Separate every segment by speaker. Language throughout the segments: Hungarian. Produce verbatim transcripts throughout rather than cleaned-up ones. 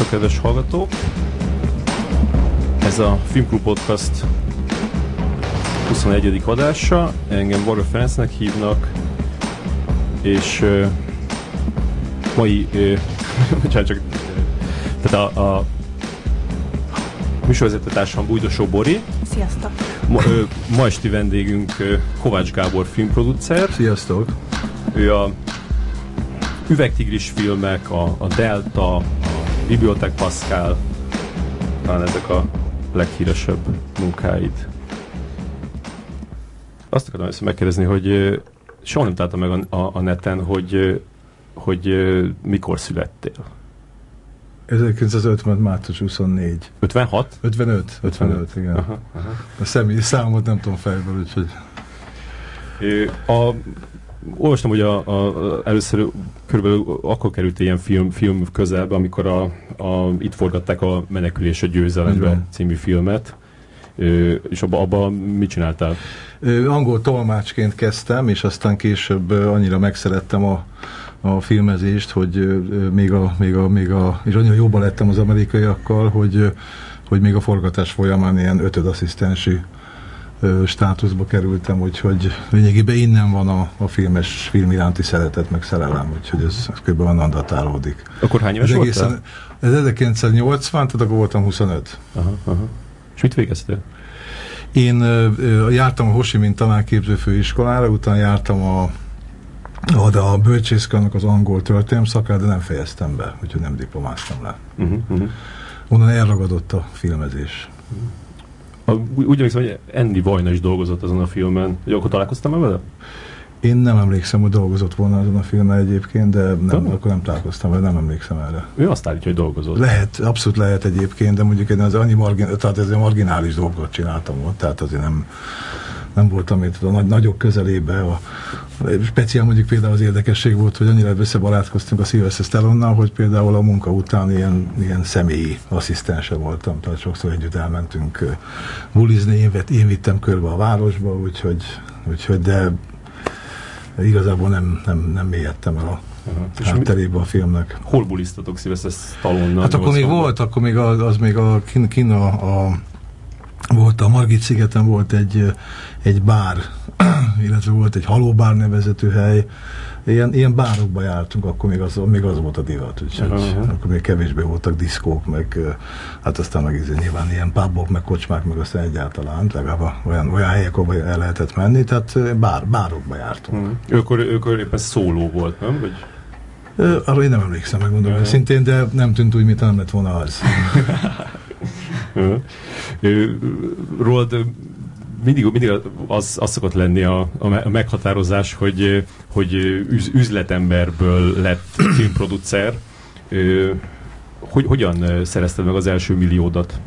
Speaker 1: kedves hallgatók! Ez a Filmklub Podcast huszonegyedik adása. Engem Varga Ferencnek hívnak, és uh, mai uh, csak, csak, tehát a, a műsorvezetőtársam Bújdosó Bori.
Speaker 2: Sziasztok!
Speaker 1: Ma, uh, ma esti vendégünk uh, Kovács Gábor filmproducer.
Speaker 3: Sziasztok!
Speaker 1: Ő a Üvegtigris filmek, a, a Delta, a Bibliothèque Pascal, talán ezek a leghíresebb munkáid. Azt akarom ezt megkérdezni, hogy soha nem találtam meg a, a, a neten, hogy, hogy mikor születtél.
Speaker 3: ezerkilencszázötven. március huszonnégy.
Speaker 1: ötvenhat?
Speaker 3: ötvenöt. ötvenöt, igen. Aha, aha. A személy számot nem tudom fejből, úgyhogy...
Speaker 1: A, olvastam, hogy a, a, először körülbelül akkor került ilyen film, film közelbe, amikor a, a, itt forgatták a Menekülés a győzelemre című filmet. Ö, és abban abba mit csináltál?
Speaker 3: Ö, angol tolmácsként kezdtem, és aztán később ö, annyira megszerettem a, a filmezést, hogy ö, még a, még a, még a, és annyira jobban lettem az amerikaiakkal, hogy, ö, hogy még a forgatás folyamán ilyen ötödasszisztensi ö, státuszba kerültem, úgyhogy lényegében innen van a, a filmes, film iránti szeretet, meg szerelem, úgyhogy ez, ez kb. Onnan datálódik.
Speaker 1: Akkor hány éves voltál?
Speaker 3: Ez ezerkilencszáznyolcvan, tehát akkor voltam huszonöt.
Speaker 1: Aha, aha. És mit végeztél?
Speaker 3: Én ö, jártam a Ho Chi Minh Tanákképző Főiskolára, utána jártam a, a, a bölcsészkarnak az angol történelem szakára, de nem fejeztem be, úgyhogy nem diplomáztam le. Uh-huh, uh-huh. Onnan elragadott a filmezés.
Speaker 1: A, úgy emlékszem, hogy Andy Vajna is dolgozott azon a filmen. Hogy akkor találkoztam már vele?
Speaker 3: Én nem emlékszem, hogy dolgozott volna azon a filmen egyébként, de nem, akkor nem találkoztam vele, nem emlékszem erre.
Speaker 1: Ő azt állítja, hogy dolgozott.
Speaker 3: Lehet, abszolút lehet egyébként, de mondjuk én az annyi margin, tehát ez marginális dolgot csináltam ott, tehát azért nem, nem voltam itt a nagy, nagyok közelébe. A, speciál mondjuk például az érdekesség volt, hogy annyira összebarátkoztunk a Sylvester Stallonnal, hogy például a munka után ilyen, ilyen személyi asszisztense voltam, tehát sokszor együtt elmentünk bulizni, én, vett, én vittem körbe a városba, úgyhogy, úgyhogy de igazából nem, nem, nem mélyedtem el a hátterébe a filmnek.
Speaker 1: Hol bulisztatok Sylvester Stallonnal?
Speaker 3: Hát akkor még volt, akkor még az, az még a kin, kin a, a volt a Margit szigeten volt egy, egy bár, illetve volt egy halóbár nevezetű hely. Ilyen, ilyen bárokba jártunk, akkor még az, még az volt a divat, úgyhogy uh-huh. akkor még kevésbé voltak diszkók, meg hát aztán meg izé, nyilván ilyen pubok, meg kocsmák, meg aztán egyáltalán, legalább olyan, olyan helyek, ahol el lehetett menni, tehát bár, bárokba jártunk. Uh-huh.
Speaker 1: Őkor, őkor éppen szóló volt, nem? Vagy...
Speaker 3: Arra én nem emlékszem, megmondom uh-huh. szintén, de nem tűnt úgy, mint nem lett volna az.
Speaker 1: Rólad mindig, mindig az, az szokott lenni a, a meghatározás, hogy, hogy üz, üzletemberből lett filmproducer. Hogy, hogyan szerezted meg az első milliódat?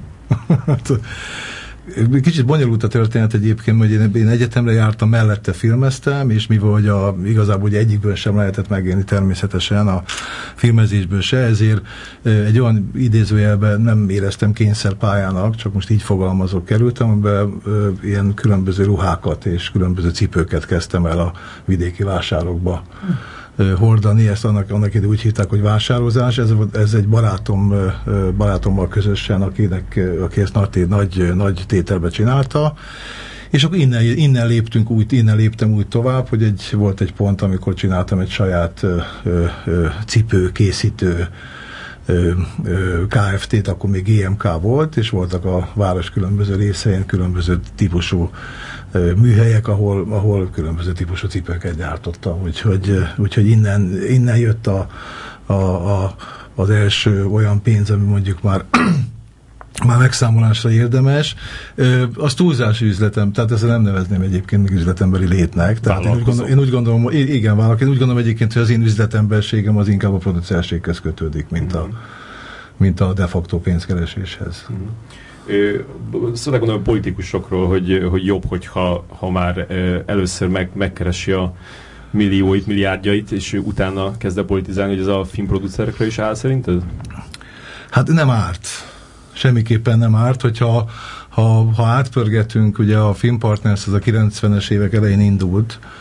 Speaker 3: Kicsit bonyolult a történet egyébként, hogy én, én egyetemre jártam, mellette filmeztem, és mivel hogy a, igazából ugye egyikből sem lehetett megélni természetesen, a filmezésből se, ezért egy olyan idézőjelben nem éreztem kényszerpályának, csak most így fogalmazok, kerültem, amiben ilyen különböző ruhákat és különböző cipőket kezdtem el a vidéki vásárokba hordani, ezt annak, annak idő úgy hívták, hogy vásározás, ez, ez egy barátom, barátommal közösen, akinek, aki ezt nagy, nagy, nagy tételbe csinálta, és akkor innen, innen léptünk úgy, innen léptem úgy tovább, hogy egy, volt egy pont, amikor csináltam egy saját ö, ö, cipőkészítő ö, ö, ká ef té-t, akkor még gé em ká volt, és voltak a város különböző részein különböző típusú műhelyek, ahol, ahol különböző típusú cipőket gyártottam, úgyhogy, úgyhogy innen, innen jött a, a, a, az első olyan pénz, ami mondjuk már már megszámolásra érdemes. Az túlzási üzletem, tehát ezt nem nevezném egyébként még üzletemberi létnek. Tehát én úgy, gondolom, én úgy gondolom, igen, vállalkozó. Én úgy gondolom egyébként, hogy az én üzletemberségem az inkább a producerséghez kötődik, mint a, mint a de facto pénzkereséshez. Mm.
Speaker 1: Szóval gondolom politikusokról, hogy, hogy jobb, hogyha ha már először meg, megkeresi a millióit, milliárdjait, és utána kezd el politizálni, hogy ez a filmproducerekre is áll szerinted?
Speaker 3: Hát nem árt. Semmiképpen nem árt, hogyha ha, ha átpörgetünk, ugye a Film Partners az a kilencvenes évek elején indult,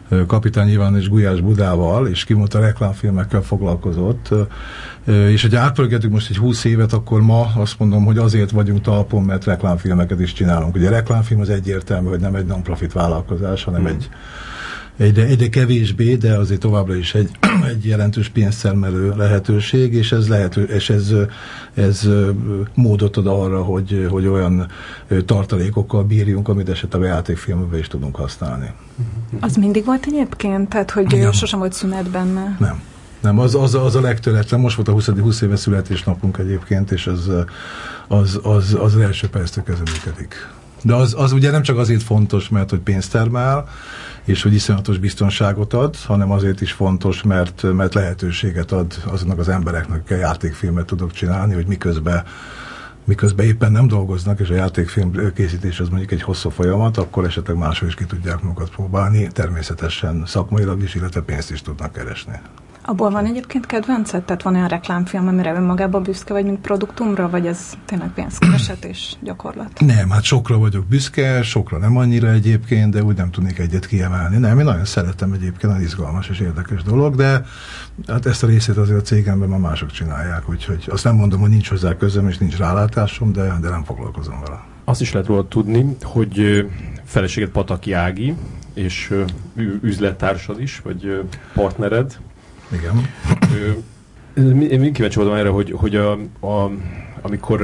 Speaker 3: Kapitány Iván és Gulyás Budával, és kimondta reklámfilmekkel foglalkozott. És hogyha átpörgetünk most egy húsz évet, akkor ma azt mondom, hogy azért vagyunk talpon, mert reklámfilmeket is csinálunk. Ugye a reklámfilm az egyértelmű, hogy nem egy non-profit vállalkozás, hanem hmm. egy egyre, egyre kevésbé, de azért továbbra is egy, egy jelentős pénztermelő lehetőség, és ez, lehető, és ez, ez módot ad arra, hogy, hogy olyan tartalékokkal bírjunk, amit esetleg a játékfilmben is tudunk használni.
Speaker 2: Az mindig volt egyébként? Tehát, hogy nem. Sosem volt szünet benne?
Speaker 3: Nem. Nem, az, az, az a legtöretlen. Most volt a húsz éves születésnapunk egyébként, és az, az, az, az első perctől kezdve működik. De az, az ugye nem csak azért fontos, mert hogy pénzt termel, és hogy iszonyatos biztonságot ad, hanem azért is fontos, mert, mert lehetőséget ad azoknak az embereknek, akik a játékfilmet tudok csinálni, hogy miközben, miközben éppen nem dolgoznak, és a játékfilm készítés az mondjuk egy hosszú folyamat, akkor esetleg máshol is ki tudják magukat próbálni, természetesen szakmailag is, illetve pénzt is tudnak keresni.
Speaker 2: Abból van egyébként kedvenced? Tehát van olyan reklámfilm, amire önmagában büszke vagy, mint produktumra, vagy ez tényleg pénzkereset és gyakorlat?
Speaker 3: Nem, hát sokra vagyok büszke, sokra nem annyira egyébként, de úgy nem tudnék egyet kiemelni. Nem, én nagyon szeretem egyébként, nagyon izgalmas és érdekes dolog, de hát ezt a részét azért a cégemben már mások csinálják, úgyhogy azt nem mondom, hogy nincs hozzá közöm és nincs rálátásom, de, de nem foglalkozom vele. Azt
Speaker 1: is lehet róla tudni, hogy feleséged Pataki Ági, és üzlettársad is, vagy partnered.
Speaker 3: Igen.
Speaker 1: Én kíváncsi voltam erre, hogy, hogy a, a, amikor,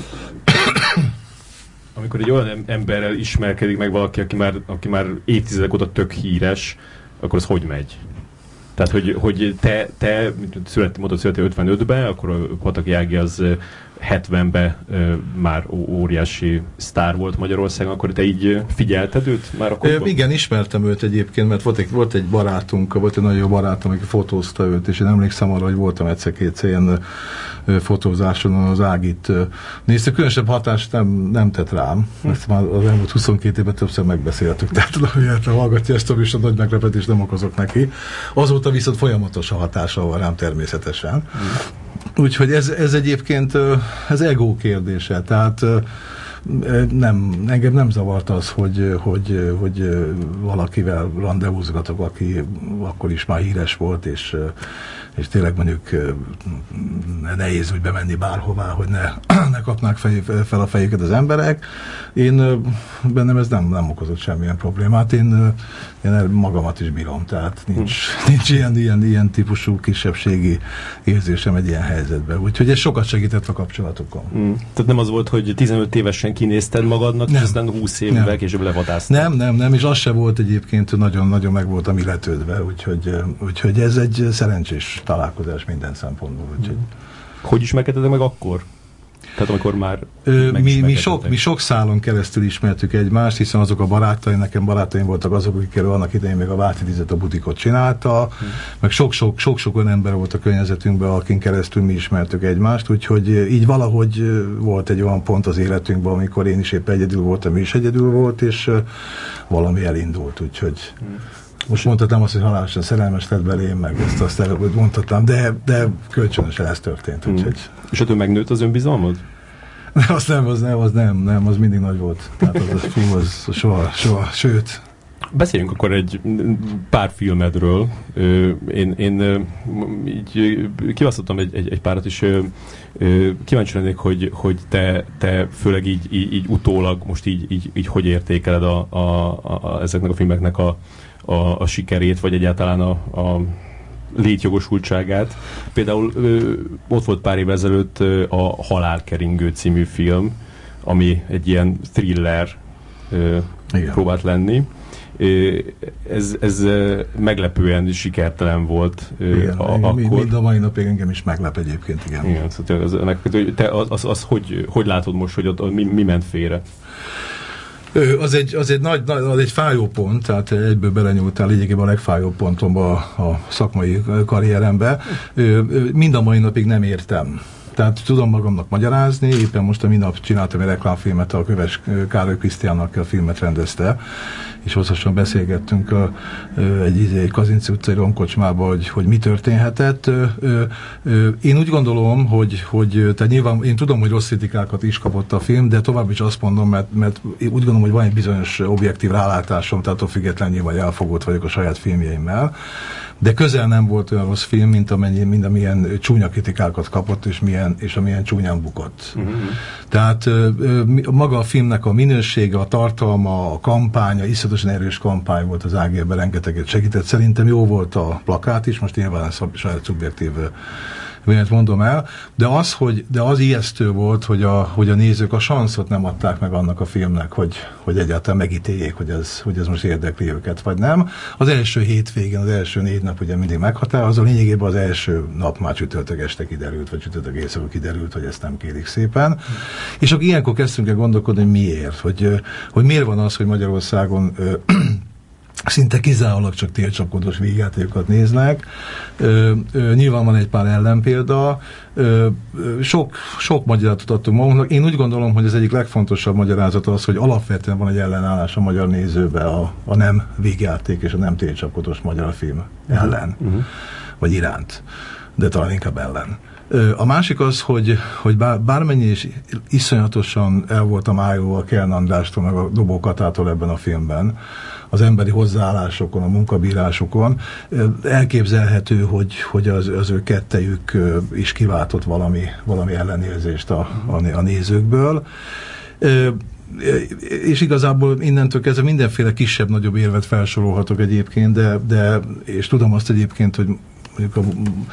Speaker 1: amikor egy olyan emberrel ismerkedik meg valaki, aki már, aki már évtizedek óta tök híres, akkor az hogy megy? Tehát, hogy, hogy te, te születti, mondod, születtél ötvenötben, akkor a Pataki Ági az hetvenben uh, már óriási sztár volt Magyarországon, akkor te így figyelted őt már akkor?
Speaker 3: E, igen, ismertem őt egyébként, mert volt egy, volt egy barátunk, volt egy nagyon jó barátom, aki fotózta őt, és én emlékszem arra, hogy voltam egyszer-kétszer ilyen fotózáson, az Ágit nézte, különösebb hatást nem, nem tett rám, ezt már az elmúlt huszonkét évben többször megbeszéltük, tehát tudom, hogy hallgatja ezt, és a nagy meglepetést nem okozok neki. Azóta viszont folyamatos a hatása van rám természetesen. Mm. Úgyhogy ez, ez egyébként ez ego kérdése, tehát nem, engem nem zavart az, hogy, hogy, hogy valakivel randevúzgatok, aki akkor is már híres volt, és, és tényleg mondjuk nehéz úgy bemenni bárhová, hogy ne, ne kapnák fej, fel a fejüket az emberek. Én bennem ez nem, nem okozott semmilyen problémát. Én, én magamat is bírom, tehát nincs, nincs ilyen, ilyen, ilyen típusú kisebbségi érzésem egy ilyen helyzetben. Úgyhogy ez sokat segített a kapcsolatokon.
Speaker 1: Mm. Tehát nem az volt, hogy tizenöt évesen kinézted magadnak, nem. És aztán húsz évvel később levadásztad.
Speaker 3: Nem, nem, nem, és az se volt egyébként, nagyon-nagyon meg voltam illetődve, úgyhogy, úgyhogy ez egy szerencsés találkozás minden szempontból. Úgyhogy.
Speaker 1: Hogy ismerkedtetek meg akkor? Tehát amikor már
Speaker 3: Ö, mi, mi, sok, mi sok szálon keresztül ismertük egymást, hiszen azok a barátaim, nekem barátaim voltak azok, akikkel annak idején még a Váci Dizet a butikot csinálta, hmm. meg sok-sok olyan ember volt a környezetünkben, akin keresztül mi ismertük egymást, úgyhogy így valahogy volt egy olyan pont az életünkben, amikor én is épp egyedül voltam, ő is egyedül volt, és valami elindult, úgyhogy hmm. most mondhatnám azt, hogy halálosan szerelmes lett belém, meg ezt azt mondhatnám, de, de kölcsönösen ez történt.
Speaker 1: Hmm.
Speaker 3: Úgyhogy.
Speaker 1: És attól megnőtt az önbizalmad?
Speaker 3: Az nem, az nem, az nem, nem, az mindig nagy volt. Tehát az, az, fú, az soha, soha, sőt.
Speaker 1: Beszéljünk akkor egy pár filmedről. Én, én így kiválasztottam egy, egy, egy párat, és kíváncsi lennék, hogy, hogy te, te főleg így, így, így utólag most így, így, így hogy értékeled a, a, a, ezeknek a filmeknek a, a, a sikerét, vagy egyáltalán a, a létjogosultságát. Például ö, ott volt pár évvel ezelőtt ö, a Halálkeringő című film, ami egy ilyen thriller ö, próbált lenni. Ö, ez, ez meglepően sikertelen volt. Ö,
Speaker 3: igen,
Speaker 1: a,
Speaker 3: igen,
Speaker 1: akkor.
Speaker 3: Mind a mai napig engem is meglep egyébként, igen.
Speaker 1: Igen, szóval az, te az, az, az hogy, hogy látod most, hogy ott, mi, mi ment félre?
Speaker 3: Az egy, az, egy nagy, az egy fájó pont, tehát egyből belenyúltál lényegében a legfájóbb pontomba a, a szakmai karrierembe. Mind a mai napig nem értem, Tehát tudom magamnak magyarázni, éppen most a minap csináltam egy reklámfilmet, a Köves Károly Krisztiánnak a filmet rendezte, és hosszasan beszélgettünk a, egy, egy Kazinci utcai romkocsmában, hogy, hogy mi történhetett. Én úgy gondolom, hogy, hogy tehát nyilván én tudom, hogy rossz kritikákat is kapott a film, de tovább is azt mondom, mert, mert úgy gondolom, hogy van egy bizonyos objektív rálátásom, tehát attól függetlenül nyilván elfogott vagyok a saját filmjeimmel, de közel nem volt olyan rossz film, mint, amennyi, mint amilyen csúnya kritikákat kapott, és, milyen, és amilyen csúnyán bukott. Uh-huh. Tehát maga a filmnek a minősége, a tartalma, a kampánya, iszonyatosan erős kampány volt az á gé é-ben, rengeteget segített. Szerintem jó volt a plakát is, most nyilván ez saját szubjektív véleményt mondom el, de az, hogy, de az ijesztő volt, hogy a, hogy a nézők a sanszot nem adták meg annak a filmnek, hogy, hogy egyáltalán megítéljék, hogy ez, hogy ez most érdekli őket, vagy nem. Az első hétvégén, az első négy nap ugye mindig meghatározó, lényegében az első nap már csütörtök este kiderült, vagy csütörtök éjszaka kiderült, hogy ezt nem kérik szépen. Mm. És akkor ilyenkor kezdtünk el gondolkodni, hogy miért, hogy, hogy miért van az, hogy Magyarországon szinte kizárólag csak tércsapkodós vígjátékokat néznek. Ö, ö, nyilván van egy pár ellenpélda. Ö, ö, sok, sok magyarázatot adtunk magunknak. Én úgy gondolom, hogy az egyik legfontosabb magyarázat az, hogy alapvetően van egy ellenállás a magyar nézőbe a, a nem vígjáték és a nem tércsapkodós magyar film ellen, uh-huh. vagy iránt. De talán inkább ellen. A másik az, hogy, hogy bár, bármennyi is iszonyatosan el volt a májó a Kern Andrástól, meg a Dobó Katától ebben a filmben, az emberi hozzáállásokon, a munkabírásokon, elképzelhető, hogy, hogy az, az ő kettejük is kiváltott valami, valami ellenérzést a, a, a nézőkből. És igazából innentől kezdve mindenféle kisebb-nagyobb érvet felsorolhatok egyébként, de, de és tudom azt egyébként, hogy mondjuk a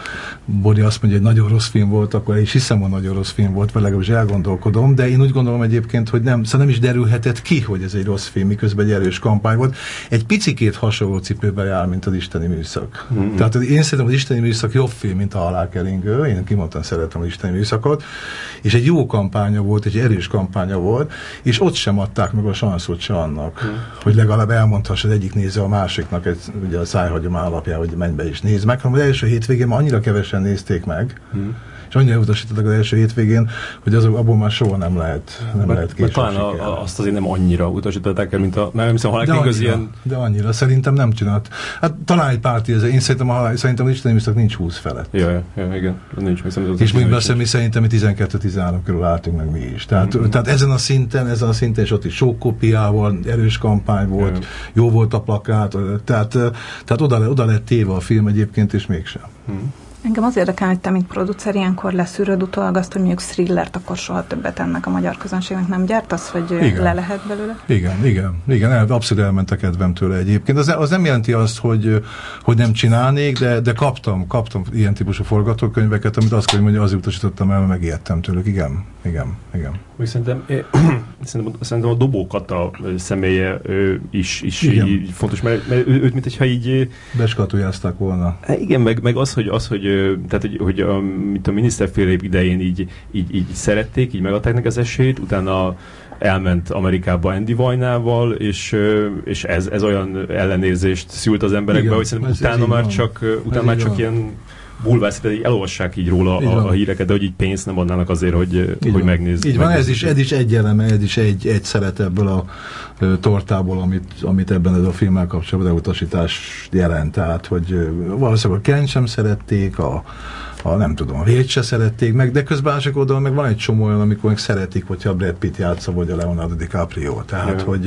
Speaker 3: Bori azt mondja, hogy nagyon rossz film volt, akkor én is hiszem, hogy nagyon rossz film volt, vagy legalábbis elgondolkodom, de én úgy gondolom egyébként, hogy nem, szóval nem is derülhetett ki, hogy ez egy rossz film, miközben egy erős kampány volt. Egy picikét hasonló cipőben jár, mint az Isteni műszak. Mm-hmm. Tehát én szerintem az Isteni műszak jobb film, mint a Halálkeringő, én kimondtan szeretem az Isteni műszakot, és egy jó kampánya volt, egy erős kampánya volt, és ott sem adták meg a sanszot se annak, mm. hogy legalább elmondhassa az egyik néző a másiknak, egy, ugye a szájhagyomány alapján, hogy menj be és nézd meg, hanem az első hétvégén már annyira kevesen nézték meg, hmm. és annyira utasítottak az első hétvégén, hogy azok, abból már soha nem lehet, nem
Speaker 1: be,
Speaker 3: lehet később
Speaker 1: talán a, azt azért nem annyira utasították el, mint a... Mert hiszem, a Halálkeringő az ilyen...
Speaker 3: De annyira, szerintem nem csinált. Hát talán egy párti, én szerintem, a, szerintem az Isteni műszak nincs húsz felett.
Speaker 1: Ja, ja, ja igen, nincs. Hiszem,
Speaker 3: és még beszél, mi szerintem mi tizenkettő-tizenhárom körül álltunk meg mi is. Tehát, mm-hmm. tehát ezen a szinten, ezen a szinten, és ott is sok kopiával, erős kampány volt, ja. jó volt a plakát, tehát, tehát oda, oda lett téve a film egyébként, és mégsem. Mm.
Speaker 2: Engem az érdekel, hogy te, mint producer, ilyenkor leszűröd utólag azt, hogy mondjuk thrillert akkor soha többet ennek a magyar közönségnek nem gyártasz, vagy igen. le lehet belőle?
Speaker 3: Igen, igen, igen, el, abszolút elment a kedvem tőle egyébként. Az, az nem jelenti azt, hogy, hogy nem csinálnék, de, de kaptam, kaptam ilyen típusú forgatókönyveket, amit azt kell, hogy azért utasítottam el, mert megijedtem tőlük. Igen, igen, igen.
Speaker 1: Szerintem, szerintem, szerintem a Dobó Kata személye is, is így fontos, mert, mert őt, mint hogyha így...
Speaker 3: Beskatujázták volna.
Speaker 1: Igen, meg, meg az, hogy, az, hogy, tehát, hogy, hogy a, mint a miniszterféle év idején így, így, így szerették, így megadták neki az esélyt, utána elment Amerikába Andy Vajnával, és, és ez, ez olyan ellenérzést szült az emberekbe, igen, hogy szerintem utána már csak, utána már csak ilyen bulvászik, így elolvassák így róla a, a híreket, de hogy így pénzt nem adnának azért, hogy, hogy megnézzük.
Speaker 3: Így van, ez is, ez is egy eleme, ez is egy, egy szeret ebből a ö, tortából, amit, amit ebben ez a filmmel kapcsolatban utasítás jelent. Tehát, hogy valószínűleg a Kent sem szerették, a, a nem tudom, a Vért se szerették meg, de közben másik oldalon meg van egy csomó olyan, amikor meg szeretik, hogyha a Brad Pitt játsza, vagy a Leonardo DiCaprio. Tehát, igen. hogy...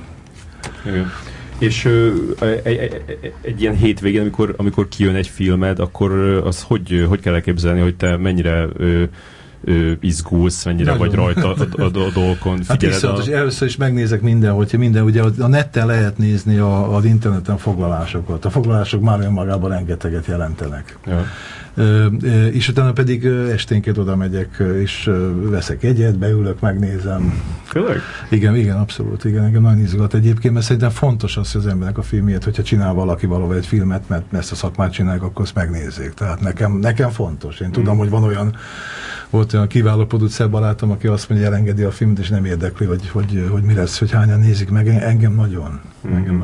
Speaker 1: Igen. És ö, egy, egy, egy ilyen hétvégén, amikor, amikor kijön egy filmed, akkor az hogy, hogy kell elképzelni, hogy te mennyire ö, ö, izgulsz, mennyire nagyon. Vagy rajta a, a, a dolgokon, figyeled? Hát
Speaker 3: a... először is megnézek minden, hogyha minden, ugye a netten lehet nézni a, az interneten foglalásokat. A foglalások már önmagában rengeteget jelentenek. Ja. Ö, és utána pedig esténként oda megyek, és veszek egyet, beülök, megnézem.
Speaker 1: Tényleg?
Speaker 3: Igen, igen, abszolút, igen, engem nagyon izgat egyébként, mert szerintem fontos az, hogy az embernek a filmjét, hogyha csinál valaki valahol egy filmet, mert ezt a szakmát csinálják, akkor azt megnézzék. Tehát nekem, nekem fontos. Én mm. tudom, hogy van olyan, volt olyan kiváló producer barátom, aki azt mondja, hogy elengedi a filmet, és nem érdekli, hogy, hogy, hogy mi lesz, hogy hányan nézik meg. Engem nagyon. Mm. Engem nagyon.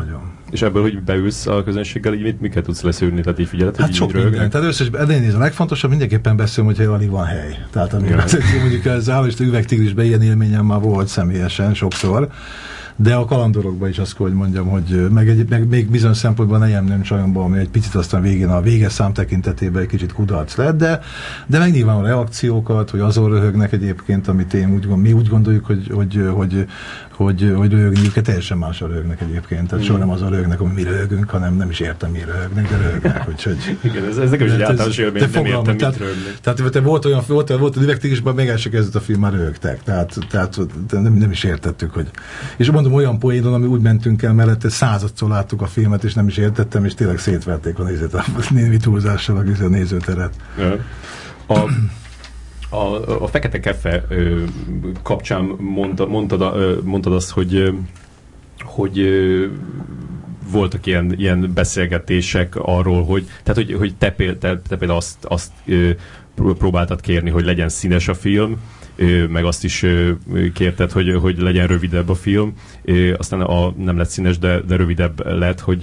Speaker 1: És ebből, hogy beülsz a közönséggel, így mit, miket tudsz leszűrni, tehát így figyeled,
Speaker 3: hát
Speaker 1: hogy
Speaker 3: sok
Speaker 1: így
Speaker 3: minden. Tehát először is elnézni, a legfontosabb, mindenképpen beszélünk, hogy alig van hely. Tehát amikor mondjuk az állat üvegtigrisben ilyen élményem már volt személyesen sokszor, de a kalandorokban is azt, hogy mondjam, hogy meg, egy, meg még bizonyos szempontból nejem nem csajomban, ami egy picit aztán végén a véges szám tekintetében egy kicsit kudarc lett, de, de meg nyilván a reakciókat, hogy azon röhögnek egyébként, amit én úgy, mi úgy gondoljuk, hogy, hogy, hogy, hogy, hogy röhögniük, teljesen másra röhögnek egyébként. Tehát mm. soha nem azon röhögnek, hogy mi röhögünk, hanem nem is értem, mi röhögnek, de röhögnek. Úgyhogy,
Speaker 1: igen, ez, ez nekem is egy általános élmény, nem értem,
Speaker 3: tehát,
Speaker 1: mit röhögnek. Tehát
Speaker 3: te volt olyan, volt, volt a üvegtigrisben, még el se kezdett a film, már röhögtek. Tehát, tehát nem, nem is értettük, hogy... És mondom, olyan poénon, ami úgy mentünk el mellette, századszor láttuk a filmet, és nem is értettem, és tényleg szétverték a nézőt, a némi túlzással a nézőteret.
Speaker 1: A, a, a Fekete Keffe ö, kapcsán mondta, mondtad, ö, mondtad azt, hogy, hogy ö, voltak ilyen, ilyen beszélgetések arról, hogy, tehát, hogy, hogy te, te, te például azt, azt ö, próbáltad kérni, hogy legyen színes a film, meg azt is kérted, hogy, hogy legyen rövidebb a film, aztán a, nem lett színes, de, de rövidebb lett, hogy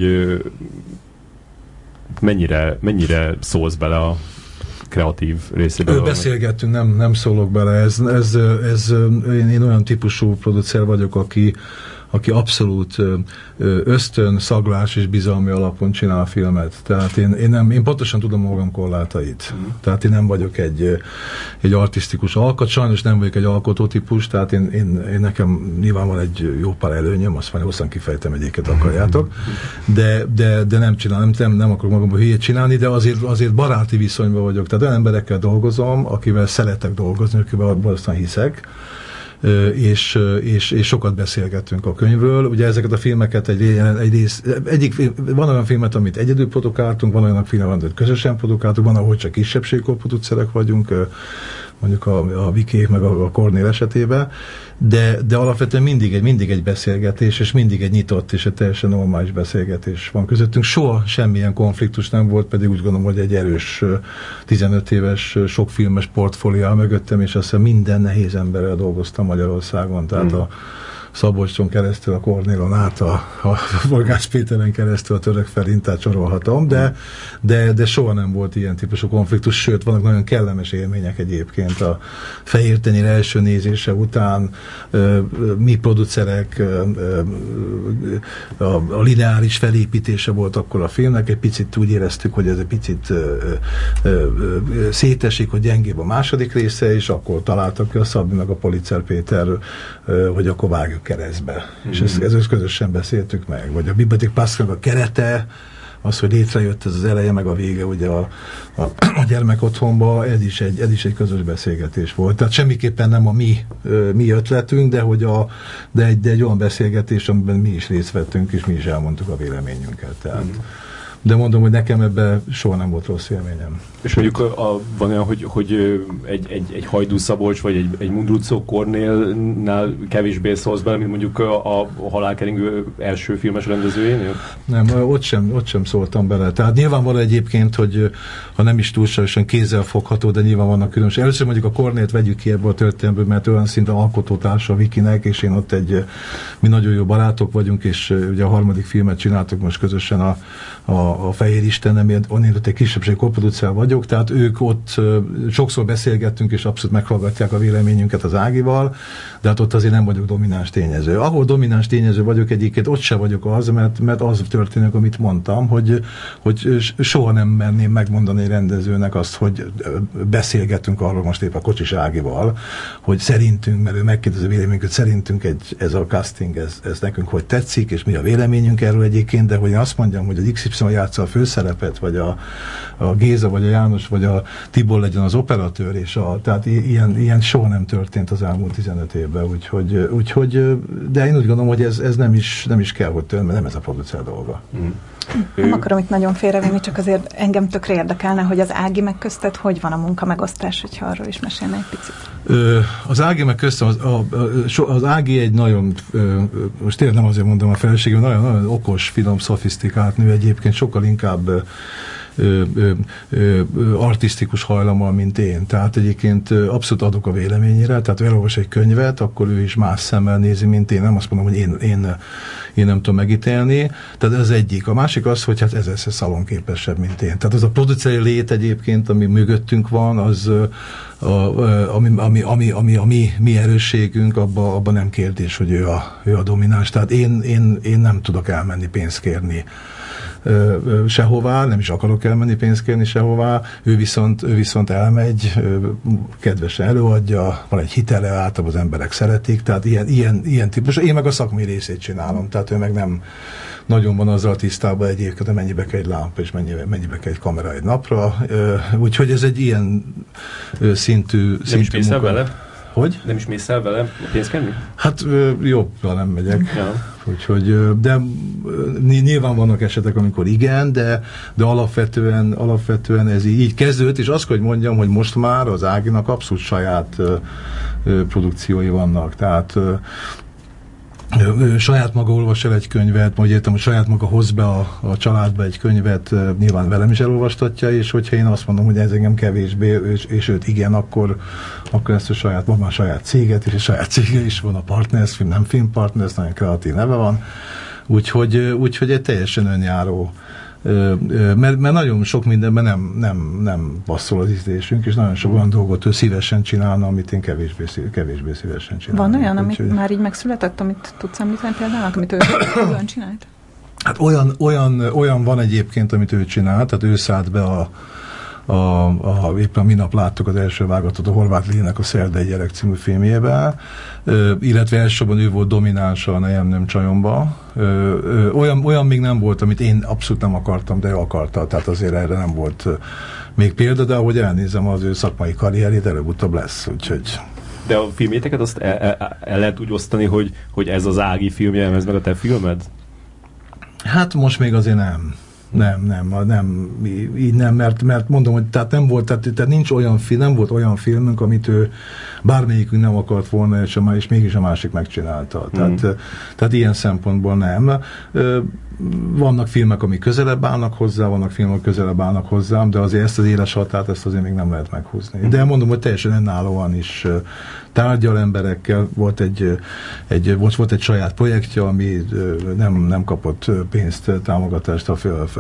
Speaker 1: mennyire, mennyire szólsz bele a kreatív részébe.
Speaker 3: Beszélgettünk, nem, nem szólok bele. Ez, ez, ez, én, én olyan típusú producer vagyok, aki aki abszolút ösztön, szaglás és bizalmi alapon csinál a filmet. Tehát én, én, nem, én pontosan tudom magam korlátait. Mm. Tehát én nem vagyok egy, egy artisztikus alkat, sajnos nem vagyok egy alkotótípus, tehát én, én, én nekem nyilván van egy jó pár előnyöm, azt már hosszan kifejtem, egyiket akarjátok, de, de, de nem csinálom, nem, nem akarok magamban hülyét csinálni, de azért, azért baráti viszonyban vagyok. Tehát olyan emberekkel dolgozom, akivel szeretek dolgozni, akivel aztán hiszek, És, és, és sokat beszélgettünk a könyvről. Ugye ezeket a filmeket egy, egy rész, egyik, van olyan filmet, amit egyedül produkáltunk, van olyan film, amit közösen produkáltunk, van, ahol csak kisebbségkorproducerek vagyunk, mondjuk a, a Vikék meg a, a Kornél esetében, de, de alapvetően mindig egy, mindig egy beszélgetés, és mindig egy nyitott és egy teljesen normális beszélgetés van közöttünk. Soha semmilyen konfliktus nem volt, pedig úgy gondolom, hogy egy erős tizenöt éves sokfilmes portfólió mögöttem, és azt hiszem minden nehéz emberrel dolgoztam Magyarországon, tehát mm. a Szabolcson keresztül, a Kornélon át, a, a Forgász Péteren keresztül, a Török Ferintát sorolhatom, de, de, de soha nem volt ilyen típusú konfliktus, sőt, vannak nagyon kellemes élmények egyébként a Fehér Tenyér első nézése után, mi producerek, a, a lineáris felépítése volt akkor a filmnek, egy picit úgy éreztük, hogy ez egy picit szétesik, hogy gyengébb a második része, és akkor találtak ki a Szabi meg a Policer Péter, hogy akkor vágjuk keresztbe. Mm-hmm. És ezt, ezt közösen beszéltük meg. Vagy a Biblioték Pascal a kerete, az, hogy létrejött ez az eleje, meg a vége, ugye a, a, a gyermek otthonba, ez is, egy, ez is egy közös beszélgetés volt. Tehát semmiképpen nem a mi, mi ötletünk, de, hogy a, de, egy, de egy olyan beszélgetés, amiben mi is részt vettünk, és mi is elmondtuk a véleményünket. Tehát mm-hmm. De mondom, hogy nekem ebben soha nem volt rossz élményem.
Speaker 1: És mondjuk a, a, van olyan, hogy, hogy egy, egy, egy Hajdú Szabolcs, vagy egy, egy Mundruczó Kornélnál kevésbé szólsz bele, mint mondjuk a, a Halálkeringő első filmes rendezőjénél?
Speaker 3: Nem, ott sem, ott sem szóltam bele. Tehát nyilvánvaló egyébként, hogy ha nem is túlságosan kézzel fogható, de nyilván vannak különbség. Először mondjuk a Kornélt vegyük ki ebből a történetből, mert olyan szinten alkotótársa a Vikinek, és én ott egy, mi nagyon jó barátok vagyunk, és ugye a harmadik filmet csináltuk most közösen a, a a Fehér Isten, amiért onnan ott egy kisebbség koproducer vagyok, tehát ők ott uh, sokszor beszélgettünk, és abszolút meghallgatják a véleményünket az Ágival, de hát ott azért nem vagyok domináns tényező. Ahol domináns tényező vagyok egyébként, ott se vagyok az, mert, mert az történik, amit mondtam, hogy, hogy soha nem merném megmondani egy rendezőnek azt, hogy beszélgetünk arról most épp a Kocsis Ágival, hogy szerintünk, mert ő megkérdezi a véleményünket, szerintünk egy, ez a casting, ez, ez nekünk hogy tetszik, és mi a véleményünk erről egyébként, de hogy én azt mondjam, hogy az iksz ipszilon játsza a főszerepet, vagy a, a Géza, vagy a János, vagy a Tibor legyen az operatőr, és a, tehát ilyen, ilyen soha nem történt az elmúlt tizenöt évben, úgyhogy, úgyhogy de én úgy gondolom, hogy ez, ez nem, is, nem is kell, hogy tőle, mert nem ez a producer dolga. Mm.
Speaker 2: Nem akarom itt nagyon félrevinni, csak azért engem tökre érdekelne, hogy az Ági meg köztet hogy van a munka megosztás, hogyha arról is mesélne egy picit.
Speaker 3: Ö, az Ági meg köztem, az, a, az Ági egy nagyon, ö, most tényleg nem azért mondom a feleségem, nagyon, nagyon okos, finom, szofisztikált nő egyébként, sokkal inkább ö, ö, ö, artisztikus hajlammal, mint én. Tehát egyébként abszolút adok a véleményére, tehát elolvas egy könyvet, akkor ő is más szemmel nézi, mint én. Nem azt mondom, hogy én, én, én nem tudom megítélni. Tehát ez egyik. A másik az, hogy hát ezerszer szalonképesebb, mint én. Tehát az a produceri lét egyébként, ami mögöttünk van, az a, a, ami, ami, ami, ami a mi, mi erősségünk, abban abba nem kérdés, hogy ő a, ő a domináns. Tehát én, én, én nem tudok elmenni pénzt kérni sehová, nem is akarok elmenni pénzt kérni sehová, ő viszont, ő viszont elmegy, kedvesen előadja, van egy hitele, általában az emberek szeretik, tehát ilyen, ilyen, ilyen típus. Én meg a szakmai részét csinálom, tehát ő meg nem nagyon van azzal tisztában egyébként, hogy mennyibe kell egy lámpa, és mennyibe, mennyibe kell egy kamera egy napra. Úgyhogy ez egy ilyen szintű,
Speaker 1: nem
Speaker 3: szintű
Speaker 1: is munka. Vele?
Speaker 3: Hogy?
Speaker 1: Nem is mész el vele pénzt kérni?
Speaker 3: Hát jobb, ha nem megyek.
Speaker 1: Ja.
Speaker 3: Úgyhogy, de nyilván vannak esetek, amikor igen, de, de alapvetően, alapvetően ez így, így kezdődött, és azt, hogy mondjam, hogy most már az Áginak abszolút saját ö, ö, produkciói vannak. Tehát ö, Ő saját maga olvas el egy könyvet, majd értem, hogy saját maga hoz be a, a családba egy könyvet, nyilván velem is elolvastatja, és hogyha én azt mondom, hogy ez engem kevésbé, és, és őt igen, akkor, akkor ezt a saját, van már saját céget, és a saját cége is van, a Partners Film, nem Film Partners, nagyon kreatív neve van, úgyhogy, úgyhogy egy teljesen önjáró, mert, mert nagyon sok mindenben nem, nem, nem passzol az ízlésünk, és nagyon sok olyan dolgot ő szívesen csinálna, amit én kevésbé, kevésbé szívesen csinálom.
Speaker 2: Van olyan, amit már így megszületett, amit tudsz említeni például, amit ő olyan csinált?
Speaker 3: Hát olyan, olyan, olyan van egyébként, amit ő csinált, tehát ő szállt be a, a, a éppen minap láttuk az első vágatot a Horváth Lilinek a Szerdai gyerek című filmjében, ö, illetve elsősorban ő volt dominánsa a Nejem nem csajomba. Ö, ö, olyan, olyan még nem volt, amit én abszolút nem akartam, de ő akarta, tehát azért erre nem volt ö, még példa, de ahogy elnézem, az ő szakmai karrierét előbb-utóbb lesz, úgyhogy...
Speaker 1: De a filmjéteket azt el, el, el lehet úgy osztani, hogy, hogy ez az Ági filmje, ez meg a te filmed?
Speaker 3: Hát most még azért nem. Nem, nem, nem, így nem, mert, mert mondom, hogy tehát nem volt, tehát, tehát nincs olyan film, nem volt olyan filmünk, amit ő bármelyikünk nem akart volna, és, a, és mégis a másik megcsinálta. Mm. Tehát, tehát ilyen szempontból nem. Vannak filmek, amik közelebb állnak hozzá, vannak filmek, amik közelebb állnak hozzám, de azért ezt az éles határt, ezt azért még nem lehet meghúzni. De mondom, hogy teljesen önállóan is tárgyal emberekkel, volt egy, egy, volt, volt egy saját projektje, ami nem, nem kapott pénzt, támogatást a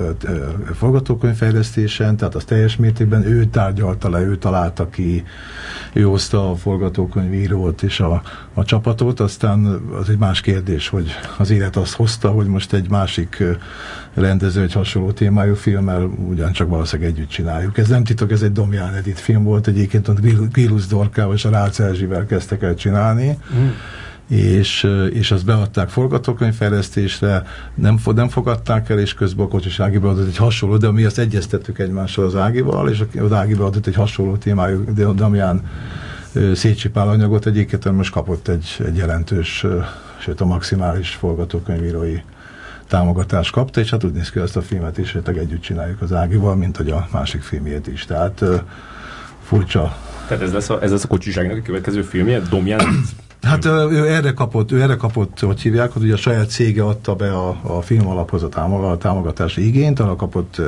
Speaker 3: forgatókönyvfejlesztésen, tehát az teljes mértékben ő tárgyalta le, ő találta ki, ő hozta a forgatókönyvírót és a, a csapatot, aztán az egy más kérdés, hogy az élet azt hozta, hogy most egy másik rendező egy hasonló témájú filmmel ugyancsak valószínűleg együtt csináljuk. Ez nem titok, ez egy Domján Edith film volt, egyébként a Grilus Dorkával és a Rácz Erzsivel kezdtek el csinálni, mm. és, és azt beadták forgatókönyvfejlesztésre, nem, nem fogadták el, és közben a Kocsis Ági beadott egy hasonló, de mi azt egyeztettük egymással az Ágival, és az Ági beadott egy hasonló témájú Damján Szécsi Pál anyagot, egyébként most kapott egy, egy jelentős, sőt a maximális forgatókönyvírói támogatást kapta, és hát úgy néz ki, ezt a filmet is, hogy együtt csináljuk az Ágival, mint hogy a másik filmjét is. Tehát uh, furcsa.
Speaker 1: Tehát ez lesz a, ez lesz a Kocsis Áginak a következő filmje? Domján?
Speaker 3: Hát ő erre kapott, ő erre kapott, hogy hívják, hogy ugye a saját cége adta be a, a film alaphoz a, támog, a támogatási igényt, arra kapott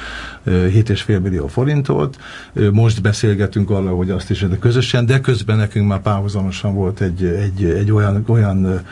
Speaker 3: hét egész öt millió forintot. Most beszélgetünk arra, hogy azt is de közösen, de közben nekünk már párhuzamosan volt egy, egy, egy olyan, olyan ö,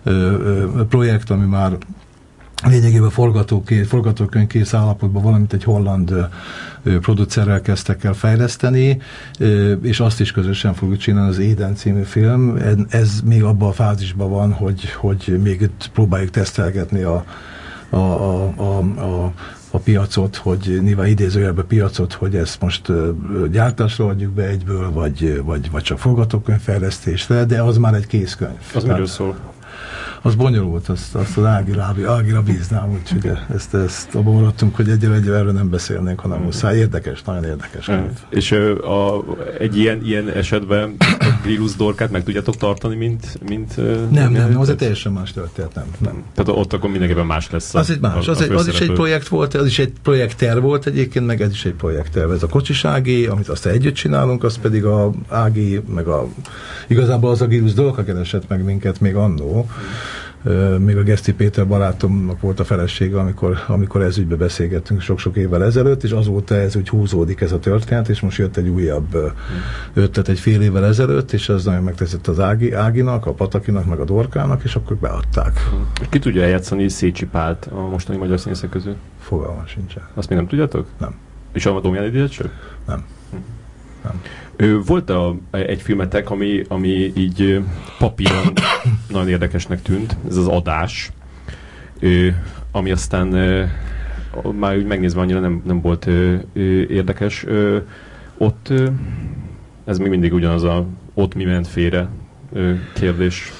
Speaker 3: ö, projekt, ami már lényegében forgatókönyvkész állapotban valamint egy holland ö, producerrel kezdtek el fejleszteni, ö, és azt is közösen fogjuk csinálni, az Éden című film. Ez még abban a fázisban van, hogy, hogy még itt próbáljuk tesztelgetni a, a, a, a, a a piacot, hogy nyilván idézőjelben piacot, hogy ezt most uh, gyártásra adjuk be egyből, vagy, vagy, vagy csak forgatókönyvfejlesztésre, de az már egy készkönyv.
Speaker 1: Az miről szól?
Speaker 3: Az bonyolult, azt, azt az Ágira, Ágira bíznám, úgyhogy okay. ezt, ezt abban maradtunk, hogy egyre egyre erről nem beszélnénk, hanem mm. muszáj. Érdekes, nagyon érdekes.
Speaker 1: Mm. És a, egy ilyen, ilyen esetben a Grilus Dorkát meg tudjátok tartani, mint... mint
Speaker 3: nem, nem, nem, az egy teljesen más történet, nem, nem.
Speaker 1: Tehát ott akkor mindenképpen más lesz. A,
Speaker 3: az egy más, a, az, a egy, az is egy projekt volt, az is egy projektterv volt egyébként, meg ez is egy projektterv. Ez a Kocsis Ági, amit azt együtt csinálunk, az pedig a Ági, meg a igazából az a Grilus Dorka keresett meg minket még annó, még a Geszti Péter barátomnak volt a felesége, amikor, amikor ez ügybe beszélgettünk sok-sok évvel ezelőtt, és azóta ez úgy húzódik ez a történet, és most jött egy újabb hmm. ötlet egy fél évvel ezelőtt, és az nagyon megtetszett az Ági, Áginak, a Patakinak, meg a Dorkának, és akkor beadták.
Speaker 1: Hmm. Ki tudja eljátszani Szécsi Pált a mostani magyar színészek közül?
Speaker 3: Fogalmam sincsen.
Speaker 1: Azt még nem tudjátok?
Speaker 3: Nem.
Speaker 1: És a Domjáni Díjat sem?
Speaker 3: Nem. Hmm. Nem.
Speaker 1: Volt a, egy filmetek, ami, ami így papíron nagyon érdekesnek tűnt, ez az Adás, ami aztán már úgy megnézve annyira nem, nem volt érdekes. Ott ez még mindig ugyanaz a ott mi ment félre kérdés.